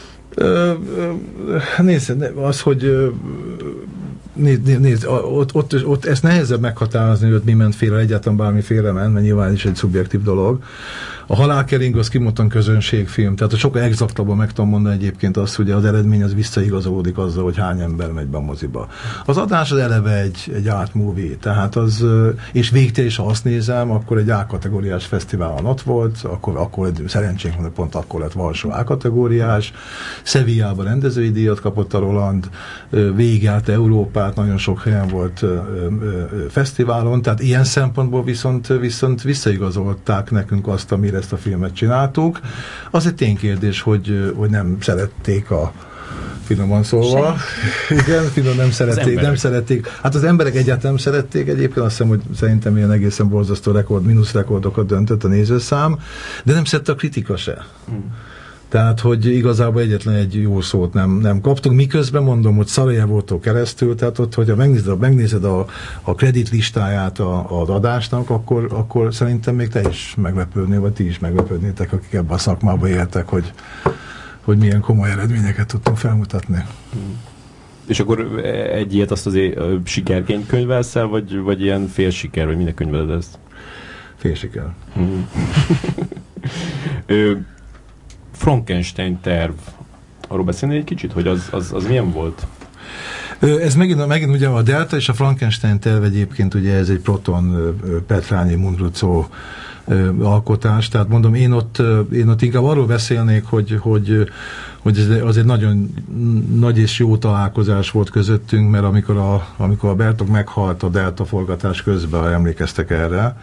Speaker 3: Nézd, az, hogy Nézd, nézd ott, ott, ott ezt nehezebb meghatározni, hogy mi ment félre, egyáltalán bármi félre ment, mert nyilván is egy szubjektív dolog. A Halálkering az kimondottan közönségfilm, tehát sokkal exaktabban meg tudom mondani egyébként azt, hogy az eredmény az visszaigazolódik azzal, hogy hány ember megy be a moziba. Az Adás az eleve egy, egy art movie, tehát az, és végtére is, ha azt nézem, akkor egy A-kategóriás fesztiválon ott volt, akkor, akkor szerencsénk van, pont akkor lett Varsó A-kategóriás, Sevillában rendezői díjat kapott a Roland, végigjárt Európát, nagyon sok helyen volt ö, ö, fesztiválon, tehát ilyen szempontból viszont, viszont visszaigazolták nekünk azt, amire ezt a filmet csináltuk. Az egy ténykérdés, hogy, hogy nem szerették a finoman szólva. Igen, finom nem szerették, nem szerették. Hát az emberek egyáltalán nem szerették egyébként, azt hiszem, hogy szerintem ilyen egészen borzasztó rekord, mínusz rekordokat döntött a nézőszám, de nem szerette a kritika se. Hmm. Tehát, hogy igazából egyetlen egy jó szót nem, nem kaptunk. Miközben mondom, hogy Szarajevótól keresztül, tehát ott, hogyha megnézed, megnézed a, a kredit listáját a, az adásnak, akkor, akkor szerintem még te is meglepődnél, vagy ti is meglepődnétek, akik ebben a szakmában éltek, hogy, hogy milyen komoly eredményeket tudtunk felmutatni.
Speaker 1: Hmm. És akkor egy ilyet azt azért sikerként könyvelsz el, vagy, vagy ilyen fél siker, vagy minek könyveled ezt?
Speaker 3: Fél siker.
Speaker 1: Hmm. Frankenstein terv. Arról beszélni egy kicsit, hogy az, az, az milyen volt?
Speaker 3: Ez megint, megint ugye a Delta és a Frankenstein terv egyébként ugye ez egy Proton Petrányi Mundruczó alkotás, tehát mondom, én ott, én ott inkább arról beszélnék, hogy, hogy, hogy ez az egy nagyon nagy és jó találkozás volt közöttünk, mert amikor a, amikor a Bertok meghalt a Delta forgatás közben, ha emlékeztek erre,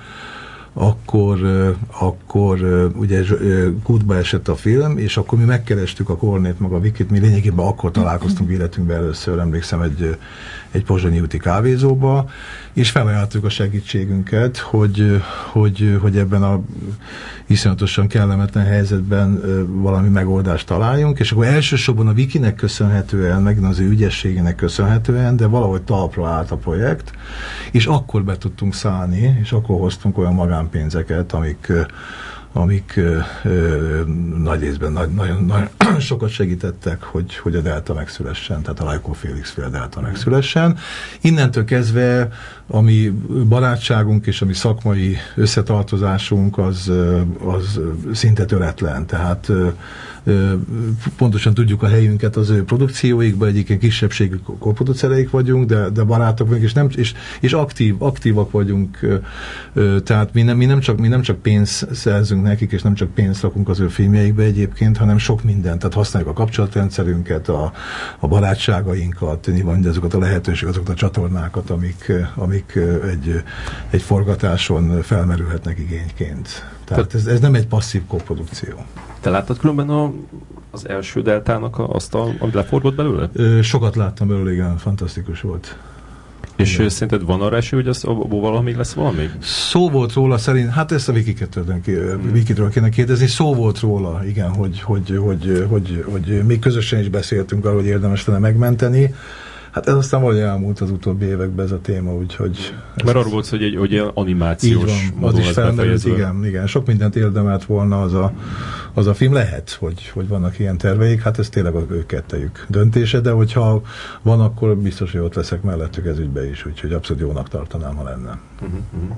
Speaker 3: akkor, akkor ugye kútba esett a film, és akkor mi megkerestük a Kornét, meg a Vikit, mi lényegében akkor találkoztunk életünkben először, emlékszem, egy, egy pozsonyi úti kávézóba, és felajánlottuk a segítségünket, hogy, hogy, hogy ebben a iszonyatosan kellemetlen helyzetben valami megoldást találjunk, és akkor elsősorban a Vikinek köszönhetően, meg az ő ügyességének köszönhetően, de valahogy talpra állt a projekt, és akkor be tudtunk szállni, és akkor hoztunk olyan magánpénzeket, amik amik ö, ö, nagy részben nagy, nagyon, nagyon sokat segítettek, hogy, hogy a Delta megszülessen, tehát a Lajkó Félix féle Delta megszülessen. Innentől kezdve a mi barátságunk és a mi szakmai összetartozásunk az, az szinte töretlen, tehát ö, ö, pontosan tudjuk a helyünket az ő produkcióikban, egyik kisebbségű korproducereik vagyunk, de, de barátok vagyunk, és, nem, és, és aktív, aktívak vagyunk, ö, ö, tehát mi nem, mi, nem csak, mi nem csak pénzt szerzünk nekik, és nem csak pénzt rakunk az ő filmjeikbe egyébként, hanem sok mindent, tehát használjuk a kapcsolatrendszerünket, a, a barátságainkat, nyilván azokat a lehetőségeket, azokat a csatornákat, amik, amik egy, egy forgatáson felmerülhetnek igényként. Tehát ez, ez nem egy passzív koprodukció.
Speaker 1: Te láttad különben a, az első Deltának a, azt, a, amit leforgott belőle?
Speaker 3: Ö, sokat láttam belőle, igen, fantasztikus volt.
Speaker 1: És igen. Szerinted van arra esély, hogy az valaha még lesz valami?
Speaker 3: Szó volt róla szerint, hát ezt a Wikitről kéne kérdezni, szó volt róla, igen, hogy, hogy, hogy, hogy, hogy még közösen is beszéltünk arról, hogy érdemes lenne megmenteni. Hát ez aztán valahogy elmúlt az utóbbi években ez a téma, úgyhogy...
Speaker 1: Mert arról volt, hogy egy, hogy egy animációs
Speaker 3: van, az is felmerült, igen, igen. Sok mindent érdemelt volna az a, az a film. Lehet, hogy, hogy vannak ilyen terveik, hát ez tényleg ők kettejük döntése, de hogyha van, akkor biztos, hogy ott leszek mellettük ez ügybe is, úgyhogy abszolút jónak tartanám, ha lenne. Uh-huh, uh-huh.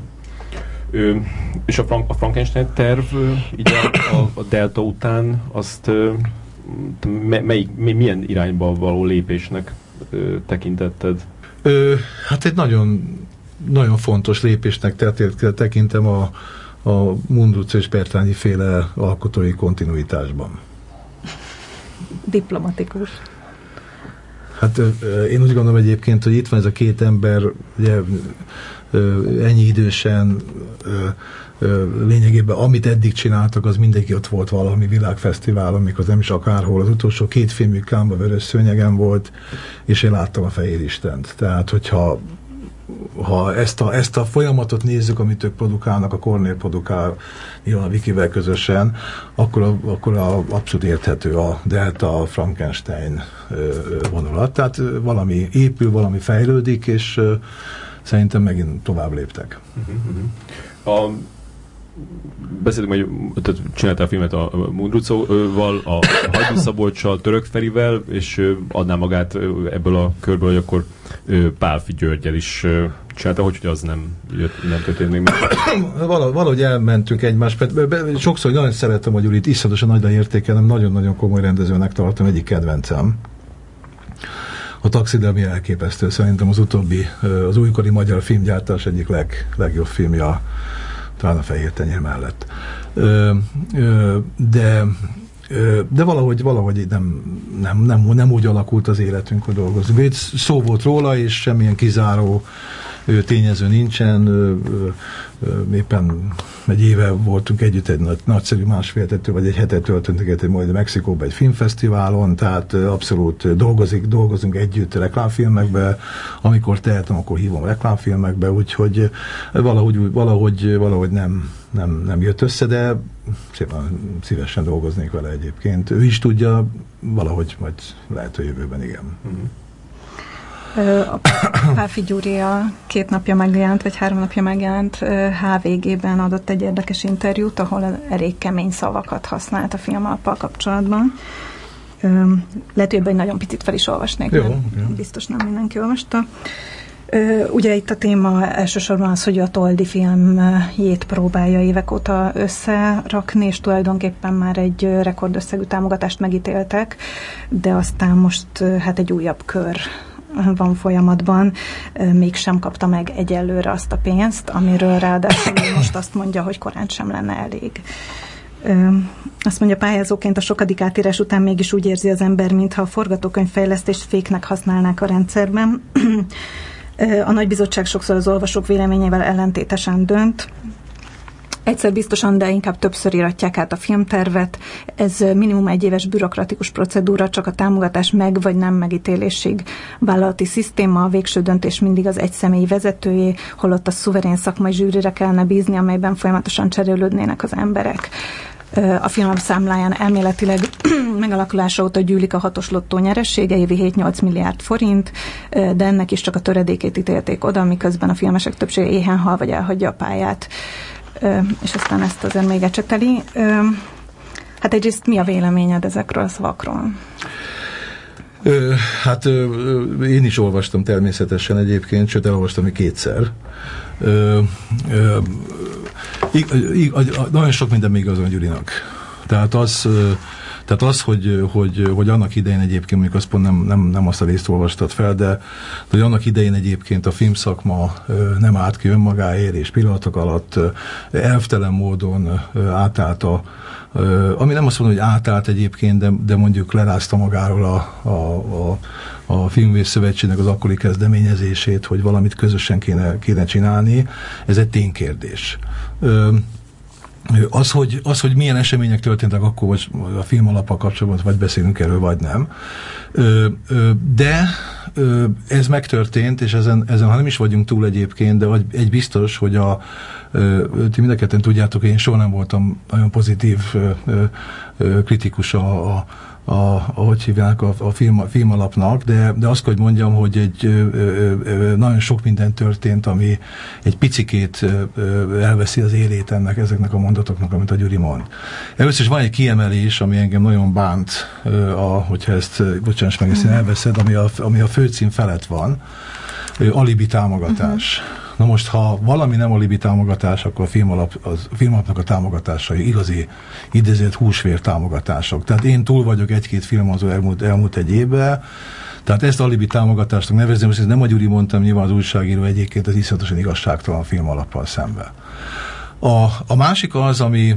Speaker 1: Ö, és a, Frank, a Frankenstein terv így a, a Delta után azt me, melyik, milyen irányba való lépésnek ö, tekintetted?
Speaker 3: Ö, hát egy nagyon, nagyon fontos lépésnek tekintem a, a Mundruczó és Petrányi féle alkotói kontinuitásban.
Speaker 2: Diplomatikus.
Speaker 3: Hát én úgy gondolom egyébként, hogy itt van ez a két ember, ugye ennyi idősen lényegében amit eddig csináltak, az mindenki ott volt valami világfesztiválon, mikor nem is akárhol. Az utolsó két filmük Cannes-ban Vörös szőnyegen volt, és én láttam a Fehér Istent. Tehát, hogyha ha ezt a, ezt a folyamatot nézzük, amit ők produkálnak, a Cornél produkál nyilván a Vikivel közösen, akkor, a, akkor a, abszolút érthető a Delta, a Frankenstein vonulat. Tehát valami épül, valami fejlődik, és szerintem megint tovább léptek.
Speaker 1: A, beszéltünk, hogy tehát csináltál a filmet a Mundrucóval, a Hajdú Szabolccsal, Török Ferivel, és adná magát ebből a körből, hogy akkor Pálffy Györggyel is csinálta, hogy az nem, nem történt még meg.
Speaker 3: Valahogy elmentünk egymás, mert sokszor nagyon szeretem a Gyurit, iszonyatosan nagyra értékelem, nagyon-nagyon komoly rendezőnek tartom, egyik kedvencem. A Taxidermi elképesztő, szerintem az utóbbi, az újkori magyar filmgyártás egyik leg, legjobb filmje, talán a Fehér Tenyér mellett. De, de valahogy, valahogy nem, nem, nem, nem úgy alakult az életünk, hogy dolgozunk. Szó volt róla, és semmilyen kizáró tényező nincsen. Éppen egy éve voltunk együtt egy nagy, nagyszerű másféltető, vagy egy hetet töltöttünk egy majd Mexikóban egy filmfesztiválon, tehát abszolút dolgozik, dolgozunk együtt reklámfilmekbe, amikor tehetem, akkor hívom reklámfilmekbe, úgyhogy valahogy, valahogy, valahogy nem, nem, nem jött össze, de szépen szívesen dolgoznék vele egyébként. Ő is tudja, valahogy majd lehet a jövőben, igen. Mm-hmm.
Speaker 2: A Pálffy Gyuri a két napja megjelent, vagy három napja megjelent há vé gében adott egy érdekes interjút, ahol elég kemény szavakat használt a filmappal kapcsolatban. Lehet, hogy ebben egy nagyon picit fel is olvasnék,
Speaker 3: jó,
Speaker 2: mert jó. Biztos nem mindenki olvasta. Ugye itt a téma elsősorban az, hogy a Toldi filmjét próbálja évek óta összerakni, és tulajdonképpen már egy rekordösszegű támogatást megítéltek, de aztán most hát egy újabb kör van folyamatban, mégsem kapta meg egyelőre azt a pénzt, amiről ráadásul most azt mondja, hogy korán sem lenne elég. Azt mondja, pályázóként a sokadik átírás után mégis úgy érzi az ember, mintha a forgatókönyvfejlesztést féknek használnák a rendszerben. A nagybizottság sokszor az olvasók véleményével ellentétesen dönt. Egyszer biztosan, de inkább többször íratják át a filmtervet. Ez minimum egy éves bürokratikus procedúra, csak a támogatás meg vagy nem megítélésig. Vállalati szisztéma, a végső döntés mindig az egyszemélyi vezetőjé, holott a szuverén szakmai zsűrire kellene bízni, amelyben folyamatosan cserélődnének az emberek. A film számláján elméletileg megalakulása óta gyűlik a hatos lottó nyeressége, évi hét-nyolc milliárd forint, de ennek is csak a töredékét ítélték oda, miközben a filmesek többsége éhen hal vagy elhagyja a pályát. És aztán ezt azért még ecseteli. Hát egyrészt mi a véleményed ezekről a szavakról?
Speaker 3: Ö, hát ö, én is olvastam természetesen egyébként, sőt elolvastam még kétszer. Ö, ö, ig, ig, nagyon sok minden még azon Gyurinak. Tehát az, ö, tehát az hogy, hogy, hogy annak idején egyébként, mondjuk azt pont nem, nem, nem azt a részt olvastad fel, de, de hogy annak idején egyébként a filmszakma ö, nem állt ki önmagáért, és pillanatok alatt ö, elvtelen módon ö, átállt a Uh, ami nem azt mondom, hogy átállt egyébként, de, de mondjuk lerázta magáról a, a, a, a Filmvész Szövetségnek az akkori kezdeményezését, hogy valamit közösen kéne, kéne csinálni. Ez egy ténykérdés. Uh, az, hogy, az, hogy milyen események történtek akkor, vagy a film alappal kapcsolatban, vagy beszélünk erről, vagy nem. Uh, uh, de uh, ez megtörtént, és ezen, ezen, ha nem is vagyunk túl egyébként, de egy biztos, hogy a ti mind a ketten tudjátok, én soha nem voltam nagyon pozitív ö, ö, kritikus a, a, a, ahogy hívják, a, a, film, a filmalapnak, de, de azt, hogy mondjam, hogy egy ö, ö, ö, nagyon sok minden történt, ami egy picikét ö, elveszi az élét ennek, ezeknek a mondatoknak, amit a Gyuri mond. Először is van egy kiemelés, ami engem nagyon bánt, ö, a, hogyha ezt, bocsáns meg, ezt én elveszed, ami a, ami a főcím felett van, ö, alibi támogatás. Uh-huh. Na most, ha valami nem alibi támogatás, akkor a filmalap, az, a filmalapnak a támogatásai igazi idézett húsvér támogatások. Tehát én túl vagyok egy-két film az elmúlt, elmúlt egy évben, tehát ezt alibi támogatásnak nevezném, most ezt nem a Gyuri mondtam, nyilván az újságíró egyébként az iszonyatosan igazságtalan filmalappal szemben. A, a másik az, ami,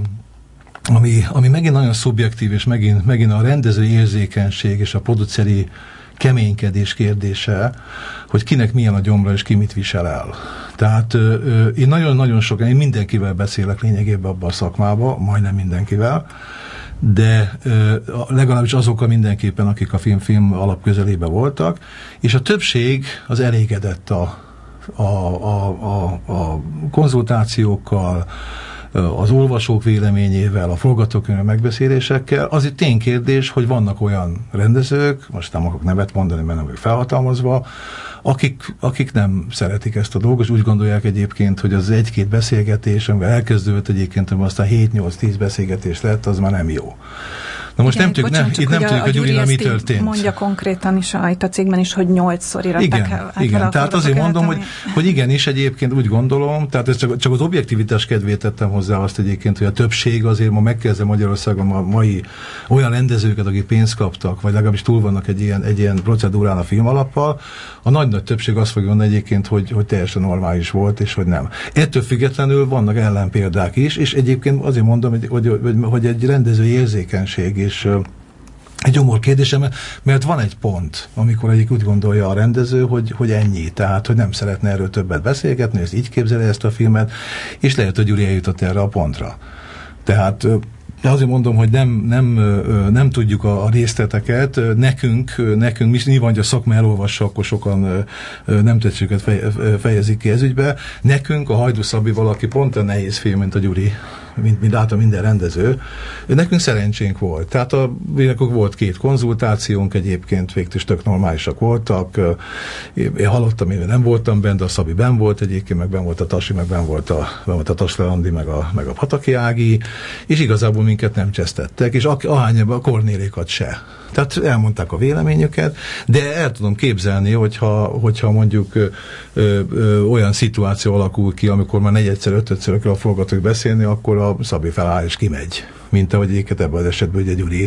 Speaker 3: ami, ami megint nagyon szubjektív, és megint, megint a rendező érzékenység és a produceri keménykedés kérdése, hogy kinek milyen a gyomra, és ki mit visel el. Tehát ö, ö, én nagyon-nagyon sokan, én mindenkivel beszélek lényegében abban a szakmában, majdnem mindenkivel, de ö, legalábbis azokkal mindenképpen, akik a film-film alap közelében voltak, és a többség az elégedett a, a, a, a, a konzultációkkal, az olvasók véleményével, a forgatókönyv megbeszélésekkel. Az egy ténykérdés, hogy vannak olyan rendezők, most nem akarok nevet mondani, mert nem vagyok felhatalmazva, akik, akik nem szeretik ezt a dolgot, és úgy gondolják egyébként, hogy az egy-két beszélgetés, amivel elkezdődött egyébként, amivel aztán hét-nyolc-tíz beszélgetés lett, az már nem jó. Na most igen, nem tudjuk, nem, itt nem tudjuk, hogy Gyurina mi történt.
Speaker 2: Mondja konkrétan is a, a cégben is, hogy nyolcszor iratták el.
Speaker 3: Igen, tehát azért mondom, hogy, hogy igenis egyébként úgy gondolom, tehát ez csak, csak az objektivitás kedvéért tettem hozzá azt egyébként, hogy a többség azért ma megkezdve Magyarországon a mai olyan rendezőket, akik pénzt kaptak, vagy legalábbis túl vannak egy ilyen, egy ilyen procedúrán a filmalappal, a nagy-nagy többség azt fogja mondani egyébként, hogy, hogy teljesen normális volt, és hogy nem. Ettől függetlenül vannak ellenpéldák is, és egyébként azért mondom, hogy, hogy, hogy, hogy egy rendezői érzékenység és egy gyomor kérdésem, mert van egy pont, amikor egyik úgy gondolja a rendező, hogy, hogy ennyi, tehát, hogy nem szeretne erről többet beszélgetni, ez így képzeli ezt a filmet, és lehet, hogy Gyuri eljutott erre a pontra. Tehát de azért mondom, hogy nem, nem, nem tudjuk a, a részleteket, nekünk, nekünk mi, mi van, hogy a szakma elolvassa, akkor sokan nem tetszőket fejezik ki ez ügybe. Nekünk a Hajdú Szabi valaki pont a nehéz film, mint a Gyuri, mint, mint által minden rendező, nekünk szerencsénk volt. Tehát a, volt két konzultációnk, egyébként végül is tök normálisak voltak. Én hallottam, én nem voltam benne, de a Szabi benn volt egyébként, meg benn volt a Tasi, meg benn volt a, benn volt a Tasler Andi, meg a, meg a Pataki Ági, és igazából minket nem csesztettek, és ahányában a Kornélékat se. Tehát elmondták a véleményüket, de el tudom képzelni, hogyha, hogyha mondjuk ö, ö, olyan szituáció alakul ki, amikor már negyedszer, ötödszer kell a forgatók beszélni, akkor a Szabi feláll és kimegy. Mint ahogy egyébként ebben az esetben ugye Gyuri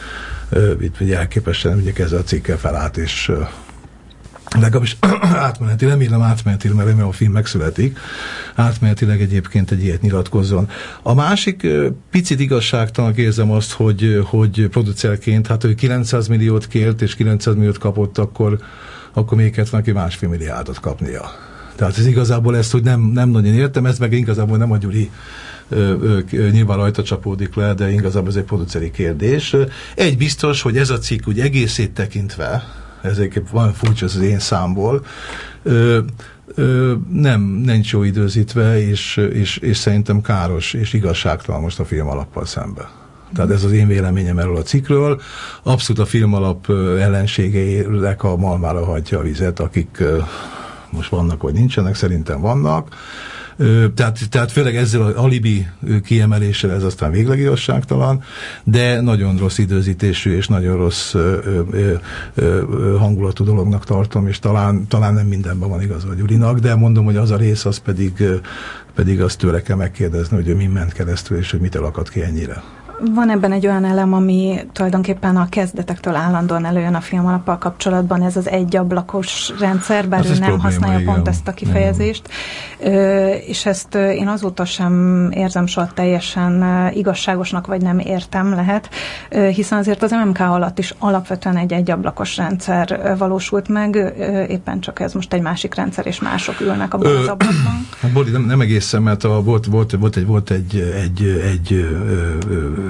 Speaker 3: itt ugye elképesztően ugye ezzel a cikkel felállt, és ö, legalábbis átmeneti, remélem átmenetileg, mert remélem a film megszületik, átmenetileg egyébként egy ilyet nyilatkozzon. A másik picit igazságtalan érzem azt, hogy, hogy producerként, hát ő kilencszáz milliót kért, és kilencszáz milliót kapott, akkor, akkor még kellett neki másfél milliárdot kapnia. Tehát ez igazából ezt, hogy nem, nem nagyon értem, ez meg igazából nem a Gyuri Ö, ö, nyilván rajta csapódik le, de igazából ez egy produceri kérdés. Egy biztos, hogy ez a cikk úgy egészét tekintve, ezért van furcsa az én számból, ö, ö, nem, nincs jó időzítve, és, és, és szerintem káros és igazságtalan most a film alappal szembe. Tehát ez az én véleményem erről a cikkről. Abszolút a film alap ellenségeinek a malmára hagyja a vizet, akik most vannak vagy nincsenek, szerintem vannak. Tehát, tehát főleg ezzel az alibi kiemeléssel ez aztán végleg igazságtalan, de nagyon rossz időzítésű és nagyon rossz ö, ö, ö, hangulatú dolognak tartom, és talán, talán nem mindenben van igaza a Gyurinak, de mondom, hogy az a rész, az pedig, pedig azt tőle kell megkérdezni, hogy ő mi ment keresztül, és hogy mitől akadt ki ennyire.
Speaker 2: Van ebben egy olyan elem, ami tulajdonképpen a kezdetektől állandóan előjön a filmalappal kapcsolatban, ez az egyablakos rendszer, bár az ő nem probléma, használja igen. pont ezt a kifejezést. Ö, és ezt én azóta sem érzem soha teljesen igazságosnak, vagy nem értem lehet, hiszen azért az em em ká alatt is alapvetően egy egyablakos rendszer valósult meg, éppen csak ez most egy másik rendszer, és mások ülnek abban az ablakban.
Speaker 3: Hát Bodi, nem, nem egészen, mert a, volt, volt, volt egy, volt egy, egy, egy ö, ö,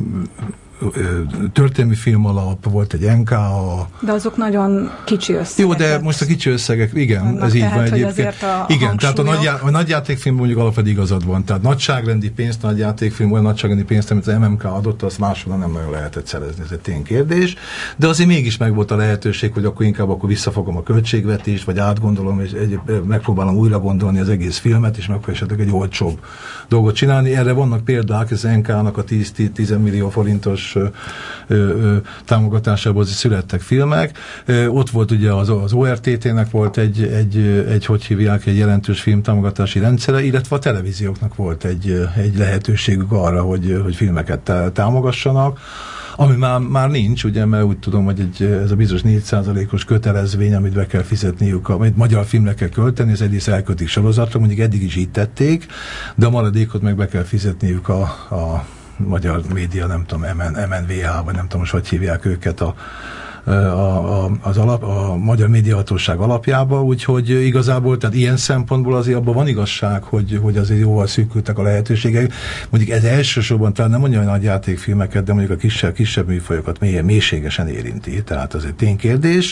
Speaker 3: történelmi film alap, volt egy en ká á.
Speaker 2: De azok nagyon kicsi összegek.
Speaker 3: Jó, de most a kicsi összegek, igen, vannak, ez így van egyébként. Igen, tehát a, nagyjá, a nagyjátékfilm mondjuk alapvetően igazad van. Tehát nagyságrendi pénzt, nagyjátékfilm, olyan nagyságrendi pénzt, amit az em em ká adott, azt máshol nem nagyon lehetett szerezni, ez egy ténykérdés. De azért mégis meg volt a lehetőség, hogy akkor inkább akkor visszafogom a költségvetést, vagy átgondolom, és egy, megpróbálom újra gondolni az egész filmet, és megpróbálom egy olcsóbb dolgot csinálni. Erre vannak példák, az en ká á-nak a tíz millió forintos Ö, ö, támogatásából születtek filmek. Ö, ott volt ugye az, az o er té té-nek volt egy, egy, egy, hogy hívják, egy jelentős filmtámogatási rendszere, illetve a televízióknak volt egy, egy lehetőségük arra, hogy, hogy filmeket támogassanak, ami már, már nincs, ugye, mert úgy tudom, hogy egy, ez a bizonyos négy százalékos kötelezvény, amit be kell fizetniük, amit magyar filmre kell költeni, ez egyrészt elkötik sorozatra, mondjuk eddig is így tették, de a maradékot meg be kell fizetniük a, a magyar média, nem tudom, em en vé há, vagy nem tudom most, hogy hívják őket, a, a, a, az alap, a Magyar Médiahatóság alapjába, úgyhogy igazából, tehát ilyen szempontból azért abban van igazság, hogy, hogy azért jóval szűkültek a lehetőségek. Mondjuk ez elsősorban talán nem mondja, hogy nagy játékfilmeket, de mondjuk a kisebb, kisebb műfajokat mély, mélységesen érinti, tehát az egy ténykérdés.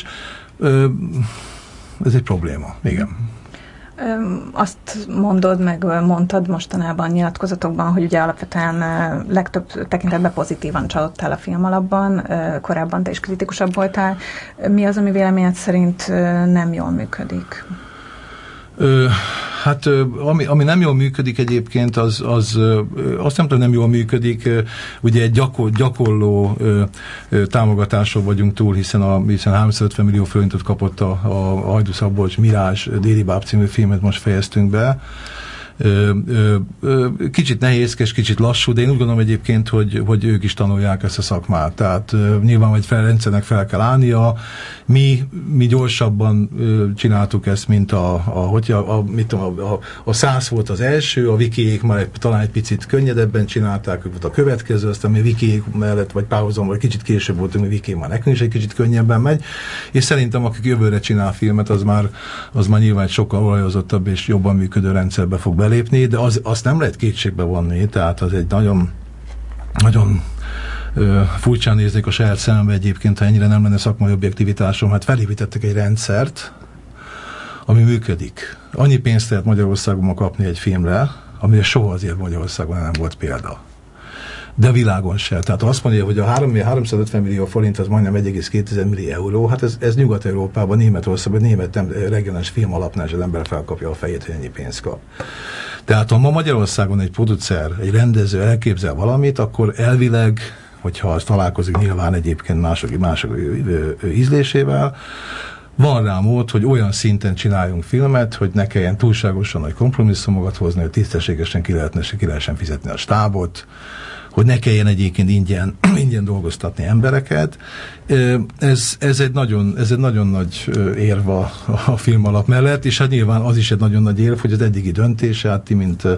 Speaker 3: Ez egy probléma, igen.
Speaker 2: Azt mondod, meg mondtad mostanában nyilatkozatokban, hogy ugye alapvetően legtöbb tekintetben pozitívan csalódtál a film alapban, korábban te is kritikusabb voltál. Mi az, ami véleményed szerint nem jól működik?
Speaker 3: Ö, hát ami, ami nem jól működik egyébként, az, az azt nem tudom, nem jól működik, ugye egy gyakor, gyakorló ö, ö, támogatásról vagyunk túl, hiszen, a, hiszen háromszázötven millió forintot kapott a, a Hajdú Szabolcs Mirázs Déli Báb című filmet, most fejeztünk be. Ö, ö, ö, kicsit nehézkes, kicsit lassú, de én úgy gondolom egyébként, hogy, hogy ők is tanulják ezt a szakmát. Tehát ö, nyilván, hogy fel, rendszernek fel kell állnia. Mi, mi gyorsabban ö, csináltuk ezt, mint a, a, hogy a, a, mit tudom, a, a, a száz volt az első, a Vikiék már talán egy picit könnyedebben csinálták, ők volt a következő, aztán mi Vikiék mellett, vagy párhuzamban, vagy kicsit később voltunk, mi Vikiék már nekünk is egy kicsit könnyebben megy, és szerintem akik jövőre csinál filmet, az már, az már nyilván egy sokkal olajozottabb és jobban működő rendszerbe fog belépni, de az, azt nem lehet kétségbe vonni, tehát az egy nagyon, nagyon ö, furcsán néznék a saját szemembe egyébként, ha ennyire nem lenne szakmai objektivitásom, hát felépítettek egy rendszert, ami működik. Annyi pénzt lehet Magyarországon kapni egy filmre, amire soha azért Magyarországon nem volt példa. De világon se. Tehát azt mondja, hogy a háromszázötven millió forint az majdnem egy egész két millió euró, hát ez, ez Nyugat-Európában, Németországban, német regionális film alapnál az ember felkapja a fejét, hogy ennyi pénzt kap. Tehát ha ma Magyarországon egy producer, egy rendező elképzel valamit, akkor elvileg, hogyha az találkozik nyilván egyébként mások, mások ízlésével, van rá mód, hogy olyan szinten csináljunk filmet, hogy ne kelljen túlságosan nagy kompromisszumokat hozni, hogy tisztességesen ki, lehetne, ki lehessen fizetni a stábot, hogy ne kelljen egyébként ingyen, ingyen dolgoztatni embereket. Ez, ez, egy nagyon, ez egy nagyon nagy érv a, a film alap mellett, és hát nyilván az is egy nagyon nagy érv, hogy az eddigi döntés, hát ti, mint ö,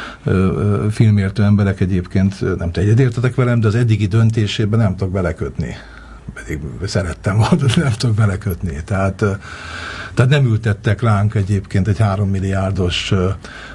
Speaker 3: ö, filmértő emberek egyébként, nem te egyedértetek velem, de az eddigi döntésében nem tudok belekötni. Pedig szerettem volna, de nem tudok belekötni. Tehát, tehát nem ültettek ránk egyébként egy három milliárdos ö,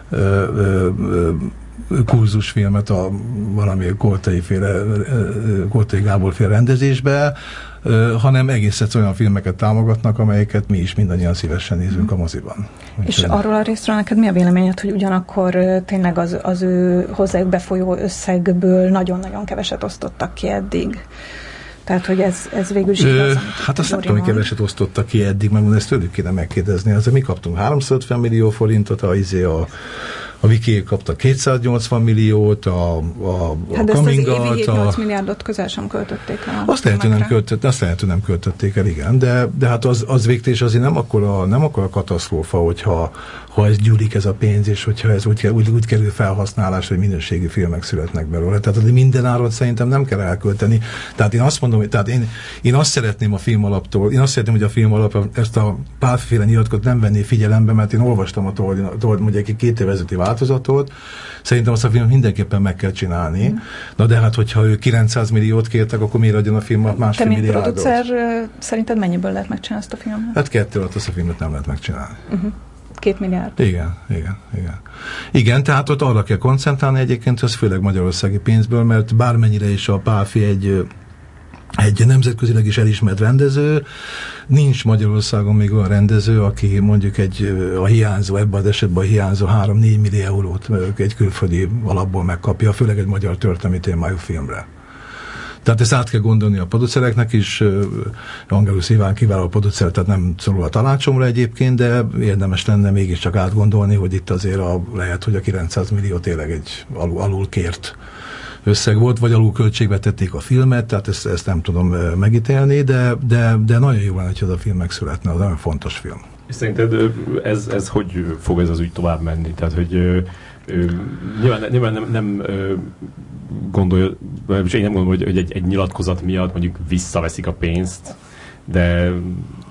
Speaker 3: ö, ö, kurzusfilmet a valami Koltai féle, Koltai Gábor féle rendezésbe, hanem egész olyan filmeket támogatnak, amelyeket mi is mindannyian szívesen nézünk a moziban.
Speaker 2: És úgy, arról a részről neked mi a véleményed, hogy ugyanakkor tényleg az, az ő hozzájuk befolyó összegből nagyon-nagyon keveset osztottak ki eddig? Tehát, hogy ez, ez végül is igaz,
Speaker 3: hát azt nem tudom, hogy keveset osztottak ki eddig, meg ezt tőlük kéne megkérdezni. Azért mi kaptunk háromszázötven millió forintot, a, izé a A Vikiék kapta kétszáznyolcvan milliót, a, a,
Speaker 2: hát
Speaker 3: a Coming Out...
Speaker 2: Hát ezt az évi
Speaker 3: hét-nyolc
Speaker 2: milliárdot közel sem költötték el.
Speaker 3: Azt lehet, hogy nem költött, azt lehet, hogy nem költötték el, igen, de, de hát az, az végtés azért nem akkora, nem akkora katasztrófa, hogyha ha ez gyűlik ez a pénz, és hogyha ez úgy, úgy, úgy kerül felhasználásra, hogy minőségi filmek születnek belőle. Tehát azért minden áron szerintem nem kell elkölteni. Tehát én azt mondom, hogy tehát én, én azt szeretném a film alaptól, én azt szeretném, hogy a film alap ezt a párféle nyilatkozatot nem venné figyelembe, mert én olvastam a Told, mondjuk egy két évezeti változatot, szerintem azt a film mindenképpen meg kell csinálni. Mm. Na de hát, hogyha ő kilencszáz milliót kértek, akkor miért adjon a film másfél milliárdot?
Speaker 2: Te, mint producer, szerinted mennyiből lehet megcsinálni ezt a filmet?
Speaker 3: Hát kettő alatt azt a filmet nem lehet megcsinálni.
Speaker 2: Uh-huh. Két milliárd.
Speaker 3: Igen, igen, igen. Igen, tehát ott arra kell koncentrálni egyébként, ez főleg magyarországi pénzből, mert bármennyire is a Pálfi egy, egy nemzetközileg is elismert rendező, nincs Magyarországon még olyan rendező, aki mondjuk egy a hiányzó, ebben az esetben a hiányzó három-négy millió eurót egy külföldi alapból megkapja, főleg egy magyar történelmi témájú filmre. Tehát ezt át kell gondolni a producereknek is. Angelus Iván kiváló producer, tehát nem szorul a tanácsomra egyébként, de érdemes lenne mégiscsak átgondolni, hogy itt azért a, lehet, hogy a kilencszáz millió tényleg egy alul, alul kért összeg volt, vagy alul költségvetették a filmet, tehát ezt, ezt nem tudom megítélni, de, de, de nagyon jó lenne, hogy ez a film megszületne, az nagyon fontos film.
Speaker 1: És szerinted ez, ez hogy fog ez az ügy tovább menni? Tehát, hogy ö, ö, nyilván, nyilván nem, nem ö, gondolja, és én nem gondolom, hogy, hogy egy, egy nyilatkozat miatt mondjuk visszaveszik a pénzt, de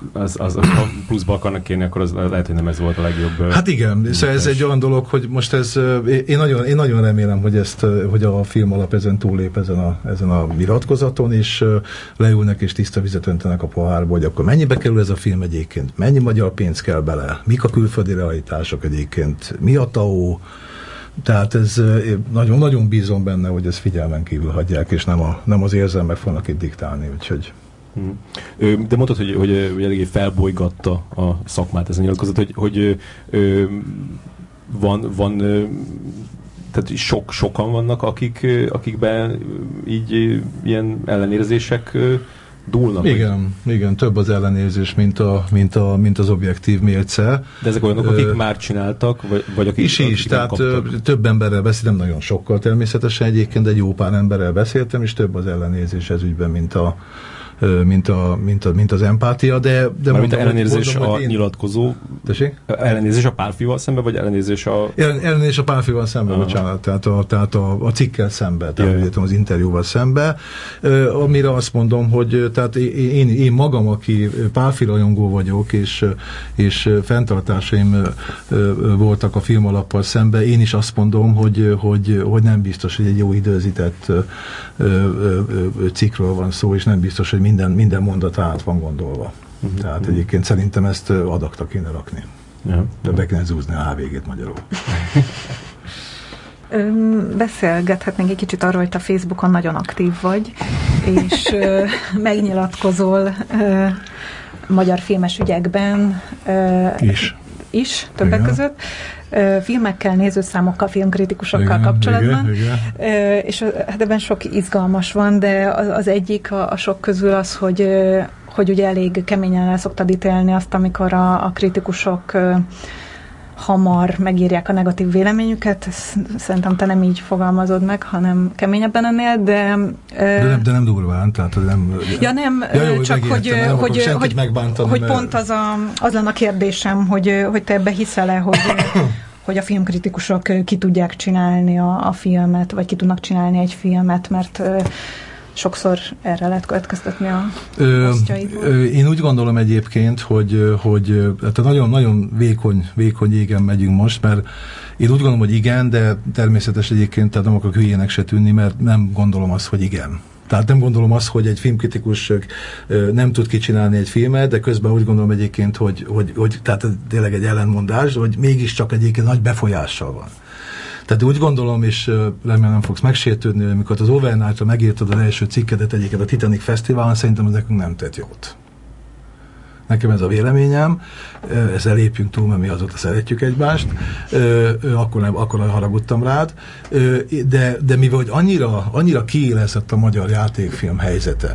Speaker 1: az, az, az, ha pluszba akarnak kérni, akkor az lehet, hogy nem ez volt a legjobb.
Speaker 3: Hát igen, szóval ez egy olyan dolog, hogy most ez, én nagyon, én nagyon remélem, hogy ezt, hogy a film alap ezen túllép ezen a, ezen a nyilatkozaton, és leülnek és tiszta vizet öntenek a pohárba, hogy akkor mennyibe kerül ez a film egyébként, mennyi magyar pénz kell bele, mik a külföldi realitások egyébként, mi a té á o, tehát ez nagyon, nagyon bízom benne, hogy ezt figyelmen kívül hagyják, és nem, a, nem az érzelmek fognak itt diktálni, úgyhogy...
Speaker 1: Hmm. De mondtad, hogy, hogy, hogy eléggé felbolygatta a szakmát ez a nyilatkozat, hogy, hogy ö, van, van ö, tehát sok, sokan vannak, akik, akikben így ilyen ellenérzések dúlnak.
Speaker 3: Igen, vagy? igen, több az ellenérzés, mint, a, mint, a, mint az objektív mérce.
Speaker 1: De ezek olyanok, akik uh, már csináltak, vagy, vagy akik,
Speaker 3: is, akik is, tehát kaptak. Több emberrel beszéltem, nagyon sokkal természetesen egyébként, de egy jó pár emberrel beszéltem, és több az ellenérzés ez ügyben, mint a Mint, a, mint, a, mint az empátia, de... de
Speaker 1: mondom, ellenérzés mondom, a én... nyilatkozó...
Speaker 3: Tessék?
Speaker 1: Ellenérzés a Pálffyval szembe, vagy ellenérzés a...
Speaker 3: Ellenérzés a Pálffyval szembe, uh-huh. bocsánat, tehát a, tehát a, a cikkel szembe, tehát yeah. az interjúval szembe, uh, amire azt mondom, hogy tehát én, én magam, aki Pálffy rajongó vagyok, és, és fenntartásaim uh, uh, voltak a film alappal szembe, én is azt mondom, hogy, hogy, hogy nem biztos, hogy egy jó időzített uh, uh, cikkről van szó, és nem biztos, hogy minden, minden mondat át van gondolva. Uh-huh. Tehát uh-huh. egyébként szerintem ezt adakta kéne rakni. Uh-huh. De be kéne zúzni a há végét magyarul.
Speaker 2: Beszélgethetnénk egy kicsit arról, hogy te Facebookon nagyon aktív vagy, és ö, megnyilatkozol ö, magyar filmes ügyekben ö,
Speaker 3: is.
Speaker 2: is, többek igen. között. Filmekkel, nézőszámokkal, filmkritikusokkal igen, kapcsolatban. Igen, igen. És hát ebben sok izgalmas van, de az egyik a, a sok közül az, hogy, hogy ugye elég keményen el szoktad ítélni azt, amikor a, a kritikusok hamar megírják a negatív véleményüket. Szerintem te nem így fogalmazod meg, hanem keményebben ennél, de...
Speaker 3: De nem, de nem durván, tehát nem...
Speaker 2: Ja nem, ja, jó, csak hogy, nem hogy, hogy, hogy mert... pont az, a, az lenne a kérdésem, hogy, hogy te ebbe hiszel-e, hogy, hogy a filmkritikusok ki tudják csinálni a, a filmet, vagy ki tudnak csinálni egy filmet, mert... sokszor erre lehet következtetni a posztjaidból.
Speaker 3: Én úgy gondolom egyébként, hogy, hogy hát nagyon-nagyon vékony, vékony égen megyünk most, mert én úgy gondolom, hogy igen, de természetesen egyébként tehát nem akarok hülyének se tűnni, mert nem gondolom azt, hogy igen. Tehát nem gondolom azt, hogy egy filmkritikus nem tud kicsinálni egy filmet, de közben úgy gondolom egyébként, hogy, hogy, hogy tehát tényleg egy ellenmondás, hogy mégiscsak egyébként nagy befolyással van. Tehát úgy gondolom, és remélem nem fogsz megsértődni, hogy amikor az Overnight-ra megírtad az első cikkedet egyébként a Titanic Fesztiválon, szerintem ez nekünk nem tett jót. Nekem ez a véleményem, ezzel lépjünk túl, mert mi azóta szeretjük egymást, akkor, nem, akkor haragudtam rád, de, de mivel hogy annyira, annyira kiélezett a magyar játékfilm helyzete,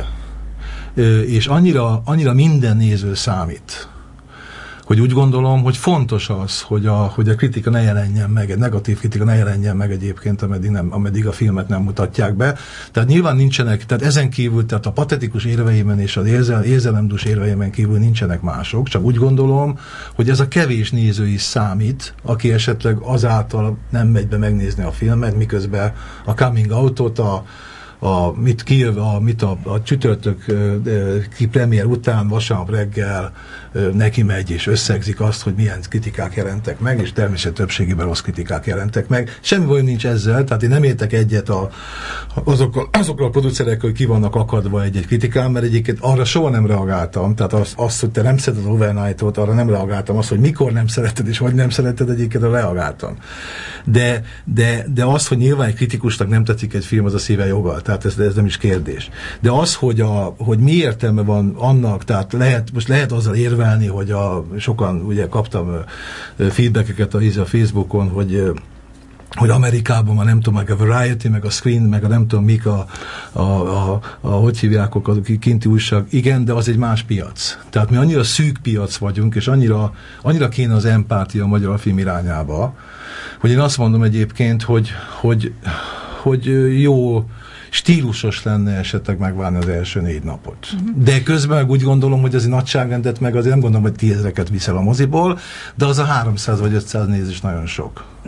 Speaker 3: és annyira, annyira minden néző számít, hogy úgy gondolom, hogy fontos az, hogy a, hogy a kritika ne jelenjen meg, egy negatív kritika ne jelenjen meg egyébként, ameddig, nem, ameddig a filmet nem mutatják be. Tehát nyilván nincsenek, tehát ezen kívül, tehát a patetikus érveimen és az érzel, érzelemdús érveimen kívül nincsenek mások, csak úgy gondolom, hogy ez a kevés néző is számít, aki esetleg azáltal nem megy be megnézni a filmet, miközben a coming out-ot, a a, mit kijön, a, mit a, a csütörtök ki premier után, vasárnap reggel neki megy és összegzik azt, hogy milyen kritikák jelentek meg, és természetesen többségében rossz kritikák jelentek meg. Semmi baj nincs ezzel, tehát én nem értek egyet a, azokkal, azokkal a producerekkel, hogy ki vannak akadva egy-egy kritikán, mert egyébként arra soha nem reagáltam, tehát azt, az, hogy te nem szereted az Overnight-ot, arra nem reagáltam, azt, hogy mikor nem szeretted és hogy nem szeretted, egyébként arra reagáltam. De, de, de az, hogy nyilván egy kritikusnak nem tetszik egy film, az a szíve joga. Tehát ez, ez nem is kérdés. De az, hogy, a, hogy mi értelme van annak, tehát lehet, most lehet azzal érvelni, hogy a, sokan ugye kaptam feedbackeket a, a Facebookon, hogy hogy Amerikában már nem tudom, meg a Variety, meg a Screen, meg a nem tudom mik a, a, a, a hogy hívják a kinti újság. Igen, de az egy más piac. Tehát mi annyira szűk piac vagyunk, és annyira, annyira kéne az empátia a magyar film irányába, hogy én azt mondom egyébként, hogy, hogy, hogy jó stílusos lenne esetleg megvárni az első négy napot. Uh-huh. De közben meg úgy gondolom, hogy az egy nagyságrendet meg azért nem gondolom, hogy tízezreket viszel a moziból, de az a háromszáz vagy ötszáz nézés nagyon sok.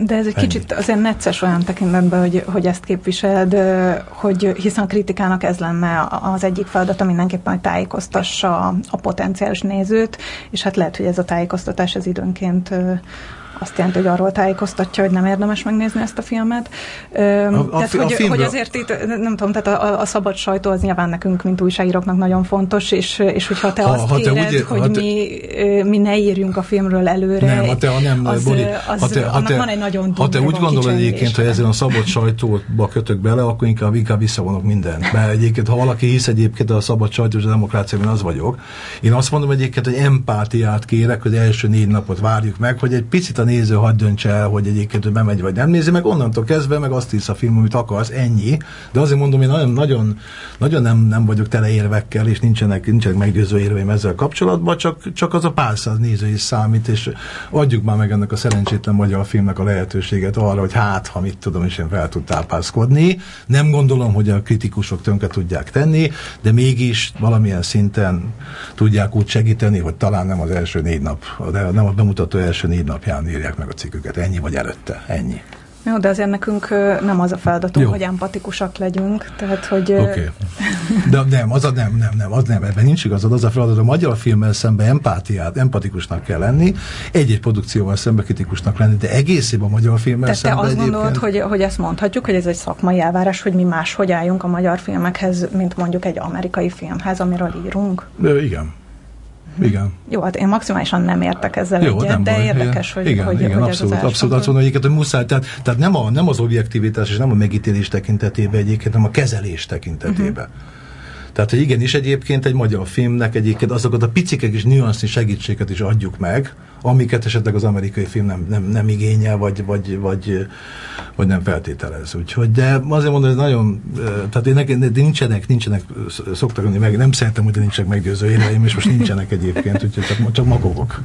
Speaker 2: De ez egy Ennyi. Kicsit azért necces olyan tekintetben, hogy, hogy ezt képviseled, hogy hiszen a kritikának ez lenne az egyik feladata mindenképpen, hogy tájékoztassa a potenciális nézőt, és hát lehet, hogy ez a tájékoztatás az időnként azt jelenti, hogy arról tájékoztatja, hogy nem érdemes megnézni ezt a filmet. A, a, tehát, a, hogy, a hogy azért itt, nem tudom, tehát a, a szabad sajtó az nyilván nekünk, mint újságíróknak nagyon fontos, és, és hogyha te ha, azt ha kéred, te úgy, hogy te, mi, mi ne írjunk a filmről előre,
Speaker 3: nem, ha te, nem,
Speaker 2: az,
Speaker 3: Bodi,
Speaker 2: az, ha te, annak te, van egy nagyon
Speaker 3: ha te úgy gondolod egyébként, hogy ezen a szabad sajtóba kötök bele, akkor inkább, inkább visszavonok mindent. Mert egyébként, ha valaki hisz egyébként a szabad sajtó és a demokráciában, az vagyok. Én azt mondom egyébként, hogy empátiát kérek, hogy első négy napot várjuk meg, hogy egy picit a néző hadd döntse el, hogy egyébként hogy bemegy vagy nem nézi, meg onnantól kezdve meg azt hisz a film, amit akarsz, ennyi. De azért mondom, én nagyon, nagyon, nagyon nem, nem vagyok tele érvekkel, és nincsenek, nincsenek meggyőző érveim ezzel kapcsolatban, csak, csak az a pár száz néző is számít, és adjuk már meg ennek a szerencsétlen magyar filmnek a lehetőséget arra, hogy hát, ha mit tudom, és én fel tud tápászkodni. Nem gondolom, hogy a kritikusok tönkre tudják tenni, de mégis valamilyen szinten tudják úgy segíteni, hogy talán nem az első négy nap, de nem a bemutató első négy napján írják meg a cikküket. Ennyi vagy előtte. Ennyi.
Speaker 2: Jó, de azért nekünk nem az a feladatunk, Jó. hogy empatikusak legyünk. Tehát, hogy...
Speaker 3: Oké. Okay. De nem, az a nem, nem, nem, az nem, ebben nincs igazad. Az a feladat, a magyar filmmel szemben empátiát, empatikusnak kell lenni, egy-egy produkcióval szemben kritikusnak lenni, de egészében a magyar filmmel
Speaker 2: Tehát
Speaker 3: szemben
Speaker 2: te azt
Speaker 3: egyébként...
Speaker 2: gondolod, hogy, hogy ezt mondhatjuk, hogy ez egy szakmai elvárás, hogy mi máshogy álljunk a magyar filmekhez, mint mondjuk egy amerikai filmhez, amiről írunk?
Speaker 3: De igen. Igen.
Speaker 2: Jó, hát én maximálisan nem értek ezzel Jó, egyet, de baj. érdekes, hogy,
Speaker 3: igen,
Speaker 2: hogy,
Speaker 3: igen,
Speaker 2: hogy
Speaker 3: abszolút,
Speaker 2: ez az
Speaker 3: abszolút. Azt mondom, hogy muszáj, tehát, tehát nem, a, nem az objektivitás és nem a megítélés tekintetében egyébként, hanem a kezelés tekintetében. Uh-huh. Tehát, hogy igenis egyébként egy magyar filmnek egyébként azokat a picikek és nüansznyi segítséget is adjuk meg, amiket esetleg az amerikai film nem, nem, nem igényel, vagy, vagy, vagy, vagy nem feltételez. Úgyhogy, de azért mondom, hogy nagyon, tehát én nekem, de nincsenek, nincsenek, szoktak mondani, meg nem szeretem, hogy nincsenek meggyőző érveim, és most nincsenek egyébként, úgyhogy csak, csak magogok.